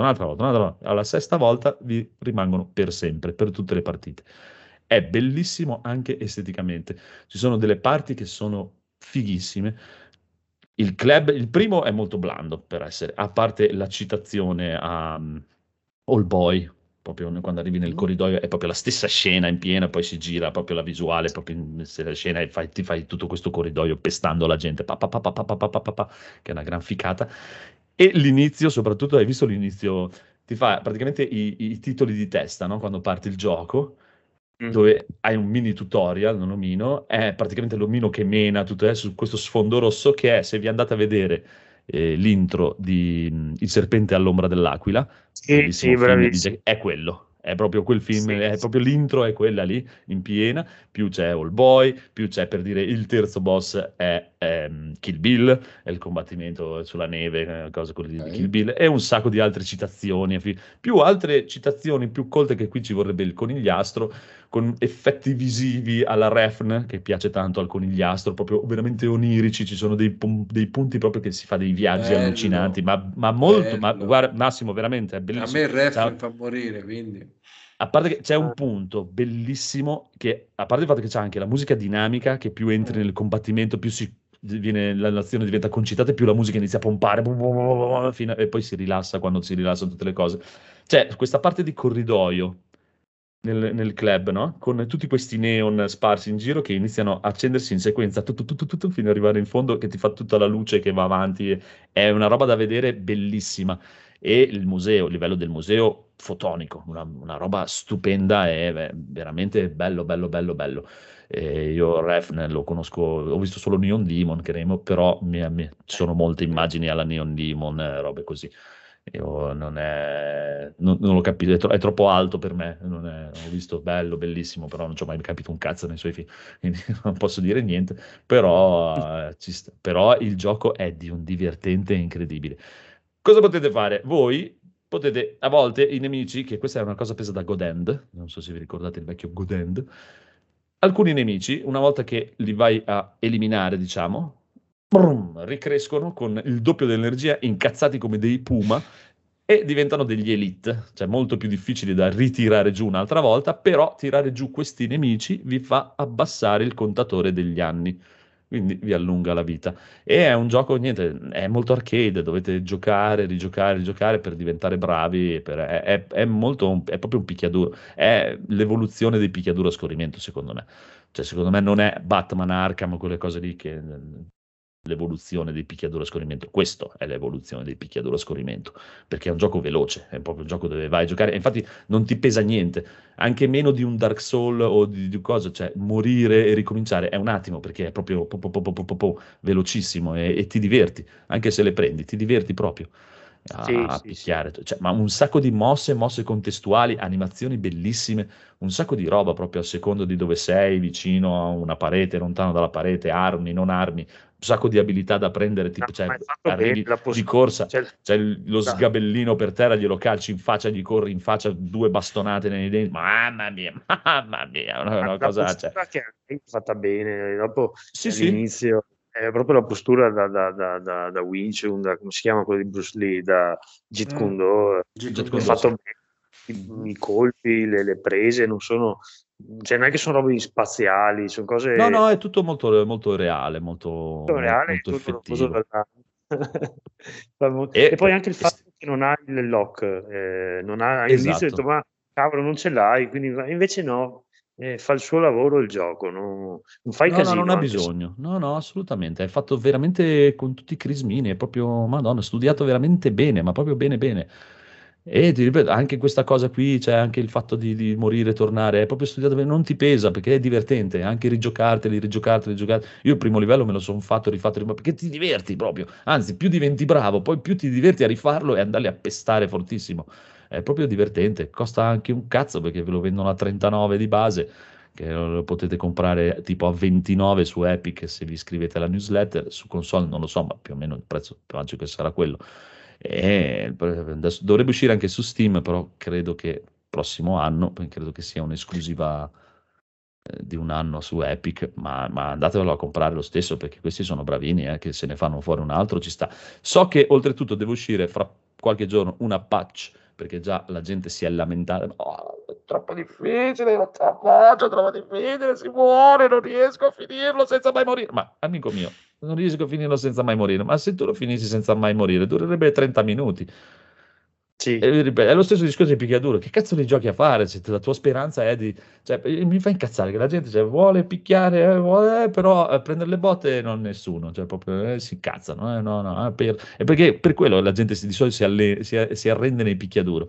alla sesta volta vi rimangono per sempre, per tutte le partite. È bellissimo anche esteticamente, ci sono delle parti che sono fighissime. Il club, il primo è molto blando per essere, a parte la citazione a All Boy, proprio quando arrivi nel corridoio è proprio la stessa scena in piena, poi si gira proprio la visuale, proprio in la scena, e ti fai tutto questo corridoio pestando la gente, che è una gran ficata. E l'inizio, soprattutto, hai visto l'inizio, ti fa praticamente i titoli di testa, no? Quando parte il gioco, dove hai un mini tutorial, un omino, è praticamente l'omino che mena tutto su questo sfondo rosso, che è, se vi andate a vedere l'intro di Il serpente all'ombra dell'aquila, sì, film, è quello, È proprio quel film, Sì, è proprio l'intro, è quella lì in piena, più c'è All Boy, più c'è, per dire, il terzo boss è Kill Bill, è il combattimento sulla neve, cose così di Kill Bill, e un sacco di altre citazioni, più altre citazioni più colte, che qui ci vorrebbe il conigliastro, con effetti visivi alla Refn, che piace tanto al conigliastro, proprio veramente onirici, ci sono dei punti proprio che si fa dei viaggi allucinanti, ma molto, ma guarda Massimo, veramente è A bellissimo. me il ref mi fa morire, quindi... A parte che c'è un punto bellissimo, che a parte il fatto che c'è anche la musica dinamica, che più entri nel combattimento, più l'azione diventa concitata, e più la musica inizia a pompare, e poi si rilassa quando si rilassano tutte le cose. C'è questa parte di corridoio nel club, no? Con tutti questi neon sparsi in giro che iniziano a accendersi in sequenza fino ad arrivare in fondo, che ti fa tutta la luce che va avanti. È una roba da vedere bellissima. E il livello del museo fotonico, una roba stupenda, e veramente bello. Io Refn lo conosco, ho visto solo Neon Demon, però ci sono molte immagini alla Neon Demon, robe così. Io non l'ho capito, è troppo alto per me. Ho visto bellissimo, però non ci ho mai capito un cazzo nei suoi film, quindi non posso dire niente. Però il gioco è di un divertente incredibile. Cosa potete fare? Voi potete, a volte, i nemici, che questa è una cosa presa da Godend, non so se vi ricordate il vecchio Godend, alcuni nemici, una volta che li vai a eliminare, diciamo, ricrescono con il doppio dell'energia, incazzati come dei puma, e diventano degli elite, cioè molto più difficili da ritirare giù un'altra volta, però tirare giù questi nemici vi fa abbassare il contatore degli anni, quindi vi allunga la vita. E è un gioco, niente, è molto arcade, dovete giocare, rigiocare per diventare bravi, è proprio un picchiaduro, è l'evoluzione dei picchiaduro a scorrimento, secondo me. Cioè, secondo me non è Batman Arkham, quelle cose lì, che l'evoluzione dei picchiaduro a scorrimento. Questo è l'evoluzione dei picchiaduro a scorrimento, perché è un gioco veloce, è proprio un gioco dove vai a giocare, e infatti non ti pesa niente, anche meno di un Dark Soul o di cosa, cioè morire e ricominciare è un attimo, perché è proprio velocissimo, e ti diverti, anche se le prendi, ti diverti proprio a picchiare. Cioè, ma un sacco di mosse contestuali, animazioni bellissime, un sacco di roba proprio a secondo di dove sei, vicino a una parete, lontano dalla parete, armi, non armi, un sacco di abilità da prendere, tipo, arrivi di corsa, c'è lo sgabellino per terra, glielo calci in faccia, gli corri in faccia, 2 bastonate nei denti, mamma mia, una cosa... Che è fatta bene, dopo Sì. all'inizio... È proprio la postura da Wing Chun, come si chiama quello di Bruce Lee, da Jeet Kune Do, è fatto bene, i colpi, le prese, non sono, cioè non è che sono robe spaziali, sono cose... No, è tutto molto, molto reale, molto effettivo. E poi anche il fatto che non ha il lock, all'inizio ho detto, ma cavolo, non ce l'hai, quindi invece no. Fa il suo lavoro il gioco, non fai casino. Non ha bisogno, no, assolutamente, è fatto veramente con tutti i crismini, è proprio, madonna, studiato veramente bene, ma proprio bene. E ti ripeto, anche questa cosa qui, c'è anche il fatto di morire e tornare, è proprio studiato bene, non ti pesa, perché è divertente, anche rigiocarteli. Io il primo livello me lo sono rifatto, perché ti diverti proprio, anzi, più diventi bravo, poi più ti diverti a rifarlo e andarli a pestare fortissimo. È proprio divertente, costa anche un cazzo, perché ve lo vendono a 39 di base, che lo potete comprare tipo a 29 su Epic se vi iscrivete alla newsletter. Su console non lo so, ma più o meno il prezzo immagino che sarà quello. E adesso dovrebbe uscire anche su Steam, però credo che prossimo anno, credo che sia un'esclusiva di un anno su Epic, ma andatevelo a comprare lo stesso, perché questi sono bravini, che se ne fanno fuori un altro ci sta. So che oltretutto deve uscire fra qualche giorno una patch, perché già la gente si è lamentata, è troppo difficile, troppo difficile, si muore, non riesco a finirlo senza mai morire. Ma amico mio, non riesco a finirlo senza mai morire, ma se tu lo finissi senza mai morire durerebbe 30 minuti. Sì. È lo stesso discorso di picchiaduro, che cazzo li giochi a fare se la tua speranza è di... Cioè, mi fa incazzare che la gente vuole picchiare, però prendere le botte non nessuno, cioè proprio si incazzano, no, e perché per quello la gente di solito si arrende nei picchiaduro.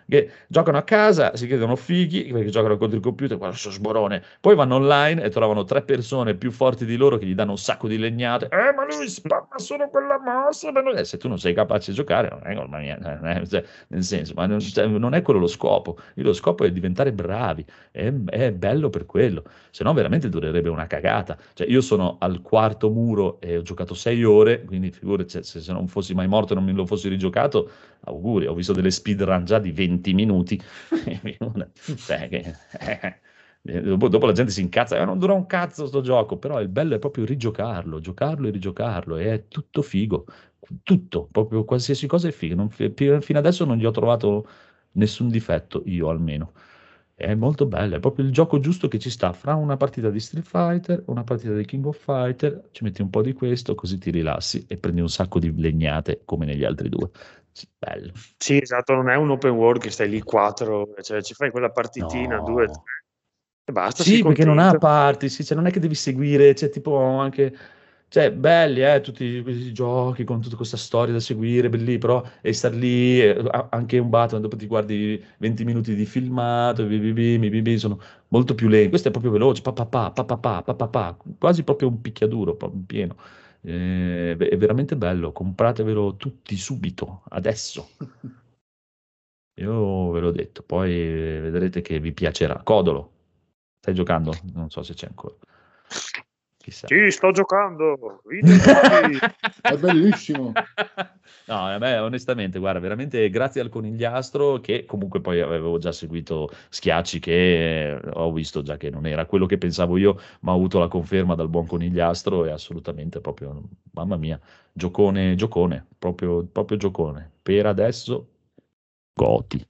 che giocano a casa, si credono fighi perché giocano contro il computer, guarda sto sborone, poi vanno online e trovano 3 persone più forti di loro che gli danno un sacco di legnate, ma lui spamma solo quella mossa, se tu non sei capace di giocare non è colpa mia, cioè, nel senso, ma non è quello lo scopo. Lo scopo è diventare bravi, è bello per quello, se no veramente durerebbe una cagata. Cioè, io sono al 4° muro e ho giocato 6 ore, quindi figurati se non fossi mai morto e non me lo fossi rigiocato, auguri, ho visto delle speedrun già di 20 minuti. Dopo la gente si incazza, non dura un cazzo sto gioco, però il bello è proprio rigiocarlo, giocarlo e rigiocarlo, e è tutto figo, tutto, proprio qualsiasi cosa è figo. Fino adesso non gli ho trovato nessun difetto, io almeno. È molto bello, è proprio il gioco giusto che ci sta fra una partita di Street Fighter, una partita di King of Fighter, ci metti un po' di questo, così ti rilassi e prendi un sacco di legnate come negli altri due. Bello. Sì, esatto, non è un open world che stai lì 4, cioè ci fai quella partitina, No. 2, 3 e basta. Sì, perché non ha parti, sì, cioè non è che devi seguire, c'è tipo anche, cioè belli tutti questi giochi con tutta questa storia da seguire, belli, però e star lì, anche un Batman, dopo ti guardi 20 minuti di filmato, sono molto più lenti, questo è proprio veloce, quasi proprio un picchiaduro, proprio pieno. È veramente bello, compratevelo tutti subito, adesso. Io ve l'ho detto, poi vedrete che vi piacerà. Codolo, stai giocando? Non so se c'è ancora. Chissà. Sì, sto giocando. È bellissimo. No, vabbè, onestamente, guarda, veramente grazie al conigliastro, che comunque poi avevo già seguito Schiacci, che ho visto già che non era quello che pensavo io, ma ho avuto la conferma dal buon conigliastro e assolutamente proprio, mamma mia, giocone, proprio giocone. Per adesso, Goti.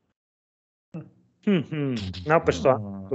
No, quest'anno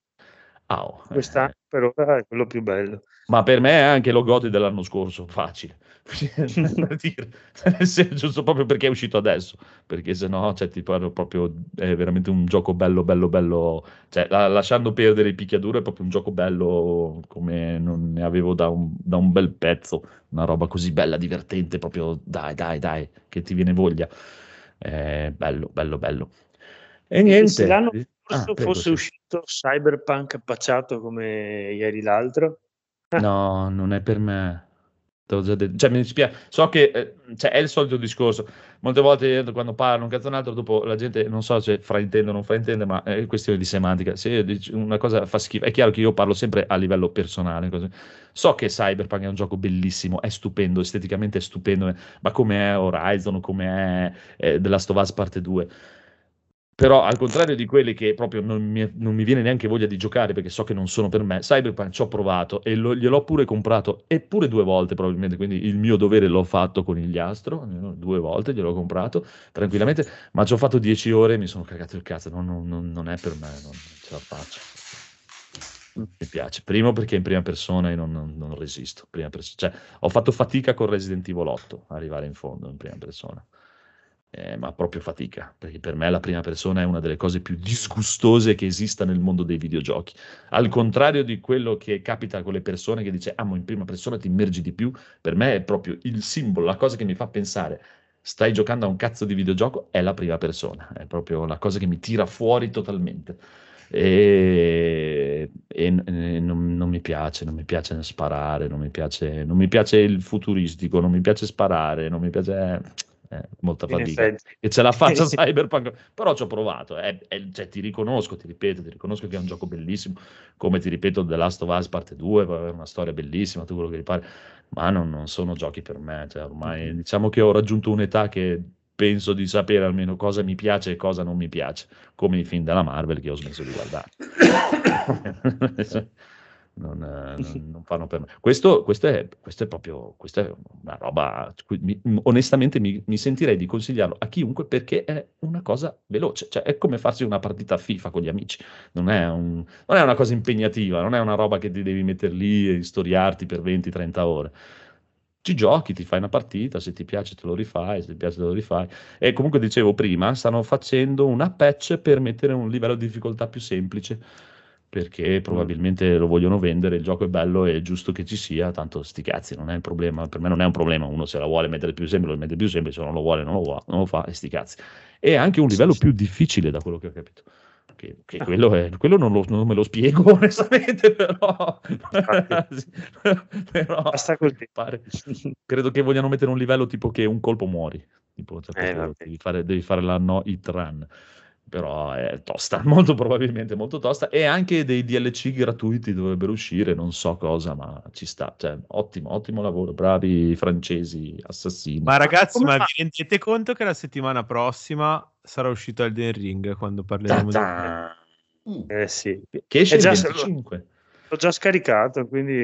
per ora è quello più bello. Ma per me è anche lo Goti dell'anno scorso, facile. Per dire, giusto proprio perché è uscito adesso, perché se no, cioè, ti parlo proprio, è veramente un gioco bello, cioè, lasciando perdere il picchiaduro, è proprio un gioco bello come non ne avevo da un bel pezzo, una roba così bella, divertente, proprio dai, che ti viene voglia. Bello. E niente. Se l'anno scorso fosse uscito Cyberpunk pacciato come ieri l'altro? No, non è per me. Te l'ho già detto. Cioè, mi dispiace. So che cioè, è il solito discorso. Molte volte quando parlo un cazzo un altro, dopo la gente non so se fraintende o non fraintende, ma è questione di semantica. Se una cosa fa schifo, è chiaro che io parlo sempre a livello personale. Così. So che Cyberpunk è un gioco bellissimo, è stupendo, esteticamente è stupendo, ma come è Horizon, come è The Last of Us Parte 2. Però al contrario di quelli che proprio non mi viene neanche voglia di giocare perché so che non sono per me, Cyberpunk ci ho provato e gliel'ho pure comprato, eppure 2 volte probabilmente, quindi il mio dovere l'ho fatto con il Astro, 2 volte gliel'ho comprato tranquillamente, ma ci ho fatto 10 ore e mi sono cagato il cazzo, non è per me, non ce la faccio. Mi piace, primo perché è in prima persona e non resisto, cioè, ho fatto fatica con Resident Evil 8 a arrivare in fondo in prima persona. Ma proprio fatica, perché per me la prima persona è una delle cose più disgustose che esista nel mondo dei videogiochi. Al contrario di quello che capita con le persone che dice, ma in prima persona ti immergi di più, per me è proprio il simbolo, la cosa che mi fa pensare, stai giocando a un cazzo di videogioco, è la prima persona, è proprio la cosa che mi tira fuori totalmente. E non mi piace sparare, non mi piace il futuristico, non mi piace sparare, non mi piace... molta fatica e ce la faccia Cyberpunk, però ci ho provato, cioè, ti riconosco che è un gioco bellissimo, come ti ripeto The Last of Us Parte 2, va avere una storia bellissima, tutto quello che ti pare, ma non sono giochi per me, cioè, ormai diciamo che ho raggiunto un'età che penso di sapere almeno cosa mi piace e cosa non mi piace, come i film della Marvel che ho smesso di guardare. Non fanno per me. Questo è proprio una roba. Onestamente mi sentirei di consigliarlo a chiunque perché è una cosa veloce, cioè è come farsi una partita a FIFA con gli amici, non è una cosa impegnativa, non è una roba che ti devi mettere lì e storiarti per 20-30 ore. Ci giochi, ti fai una partita, se ti piace te lo rifai, se ti piace te lo rifai. E comunque dicevo prima, stanno facendo una patch per mettere un livello di difficoltà più semplice. perché probabilmente lo vogliono vendere, il gioco è bello, è giusto che ci sia, tanto sti cazzi, non è il problema, per me non è un problema, uno se la vuole mettere più semplice, lo mette più semplice, se non lo vuole non lo fa, e sti cazzi. E anche un livello più difficile, da quello che ho capito. Che quello non me lo spiego onestamente, però basta così. Credo che vogliano mettere un livello tipo che un colpo muori, tipo, devi fare la no hit run, però è tosta, molto probabilmente molto tosta, e anche dei DLC gratuiti dovrebbero uscire, non so cosa, ma ci sta, cioè, ottimo lavoro, bravi francesi assassini. Ma ragazzi, ma vi rendete conto che la settimana prossima sarà uscito Elden Ring, quando parleremo di... sì, che esce il 25. L'ho già scaricato, quindi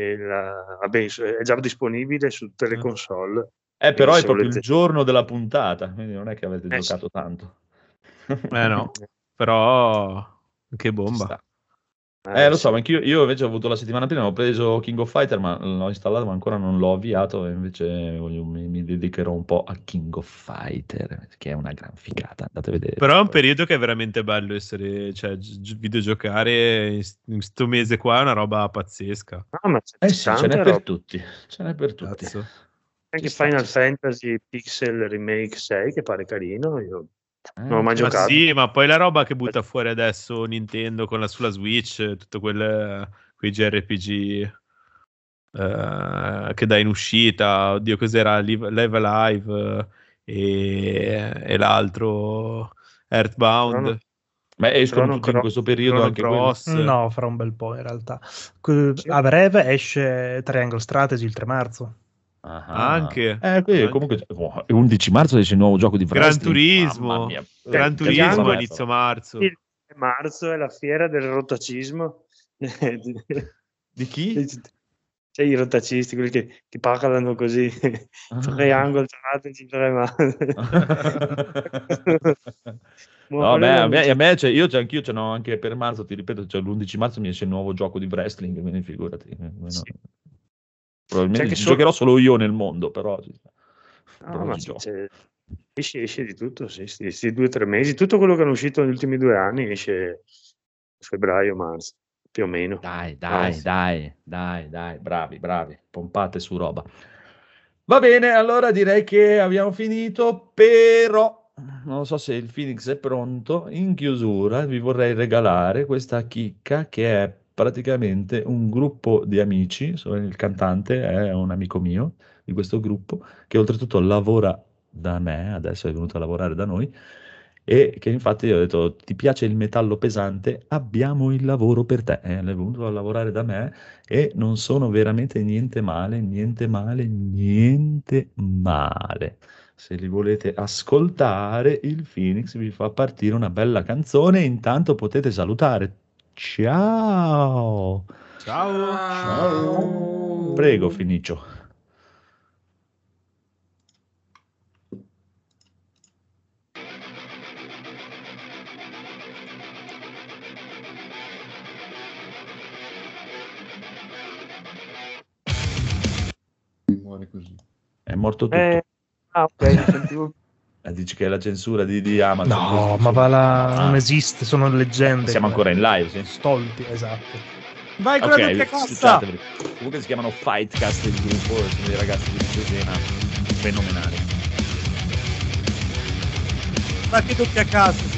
è già disponibile su tutte le console. Però è proprio il giorno della puntata, quindi non è che avete giocato tanto. No, però che bomba. Lo so, ma anch'io invece ho avuto la settimana prima, ho preso King of Fighter, ma l'ho installato, ma ancora non l'ho avviato, e invece mi dedicherò un po' a King of Fighter, che è una gran figata, andate a vedere. Però è un periodo che è veramente bello essere, cioè, videgiocare in sto mese qua è una roba pazzesca. Ma ce n'è per tutti, Cazzo. Anche Final Fantasy Pixel Remake 6 che pare carino, io non ho mai giocato. Sì, ma poi la roba che butta fuori adesso Nintendo sulla Switch, tutto quei JRPG che dà in uscita, oddio, cos'era Live Alive e l'altro Earthbound. Ma escono tutti in questo periodo anche Cross. No, fra un bel po' in realtà. A breve esce Triangle Strategy il 3 marzo. Anche comunque 11 marzo esce il nuovo gioco di Gran Turismo. Gran Turismo a inizio marzo. Il marzo è la fiera del rotacismo. Di chi? C'è i rotacisti, quelli che parlano così. Triangle Strategy 3 marzo. No, a me anch'io ce n'ho anche per marzo, ti ripeto, l'11 marzo mi esce il nuovo gioco di wrestling, quindi figurati. Sì. Probabilmente giocherò solo io nel mondo, però esce di tutto, sì, questi 2 o 3 mesi, tutto quello che hanno uscito negli ultimi 2 anni esce febbraio, marzo, più o meno. Dai, bravi, pompate su roba. Va bene, allora direi che abbiamo finito, però non so se il Phoenix è pronto. In chiusura vi vorrei regalare questa chicca, che è praticamente un gruppo di amici, il cantante è un amico mio di questo gruppo, che oltretutto lavora da me, adesso è venuto a lavorare da noi, e che infatti io ho detto: ti piace il metallo pesante? Abbiamo il lavoro per te. È venuto a lavorare da me e non sono veramente niente male. Se li volete ascoltare, il Phoenix vi fa partire una bella canzone, intanto potete salutare. Ciao. Prego, Finicio. Muore così. È morto tutto. Ok. Dici che è la censura di Amazon? No, ma non esiste, sono leggende. Siamo ancora in live, sì? Stolti, esatto. Vai con la doppia cassa! Comunque si chiamano Fightcast il gruppo, sono dei ragazzi di Cesena fenomenali. Ma che doppia cassa!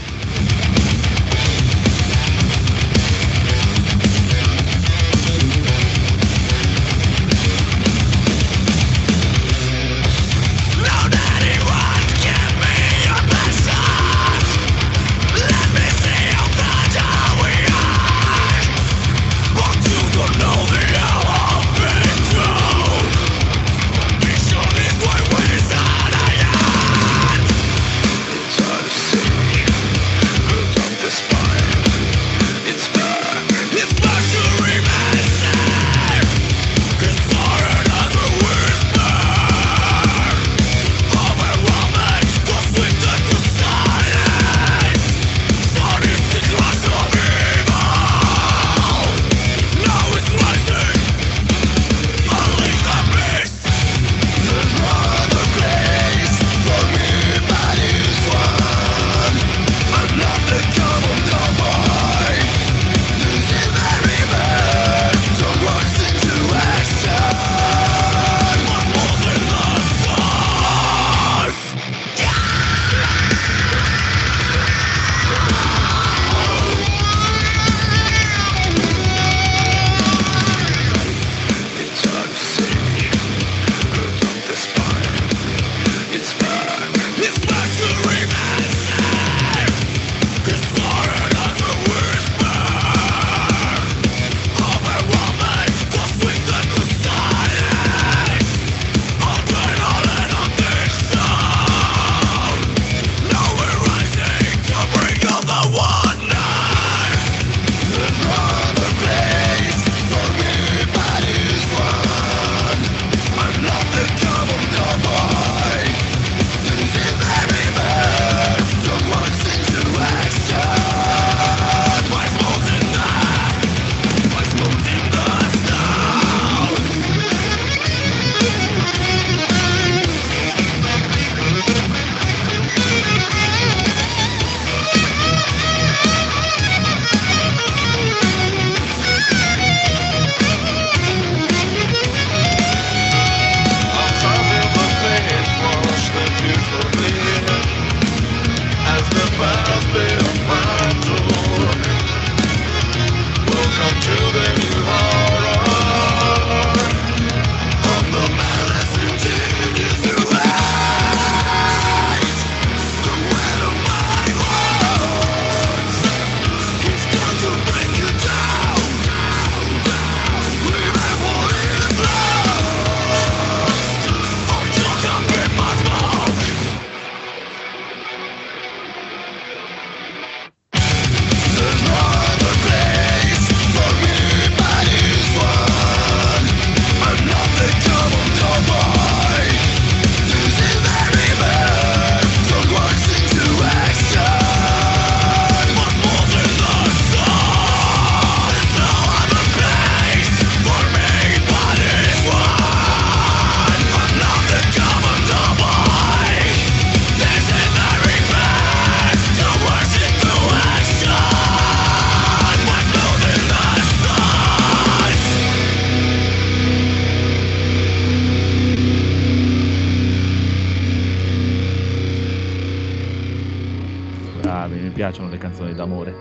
piacciono le canzoni d'amore.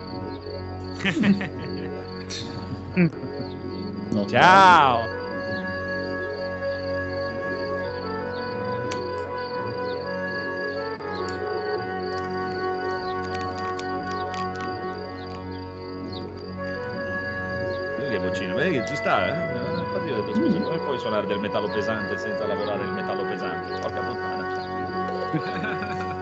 No, Ciao! Vedi che vocino, vedi che ci sta, eh? Infatti io ho detto, scusa, come puoi suonare del metallo pesante senza lavorare il metallo pesante? Porca puttana.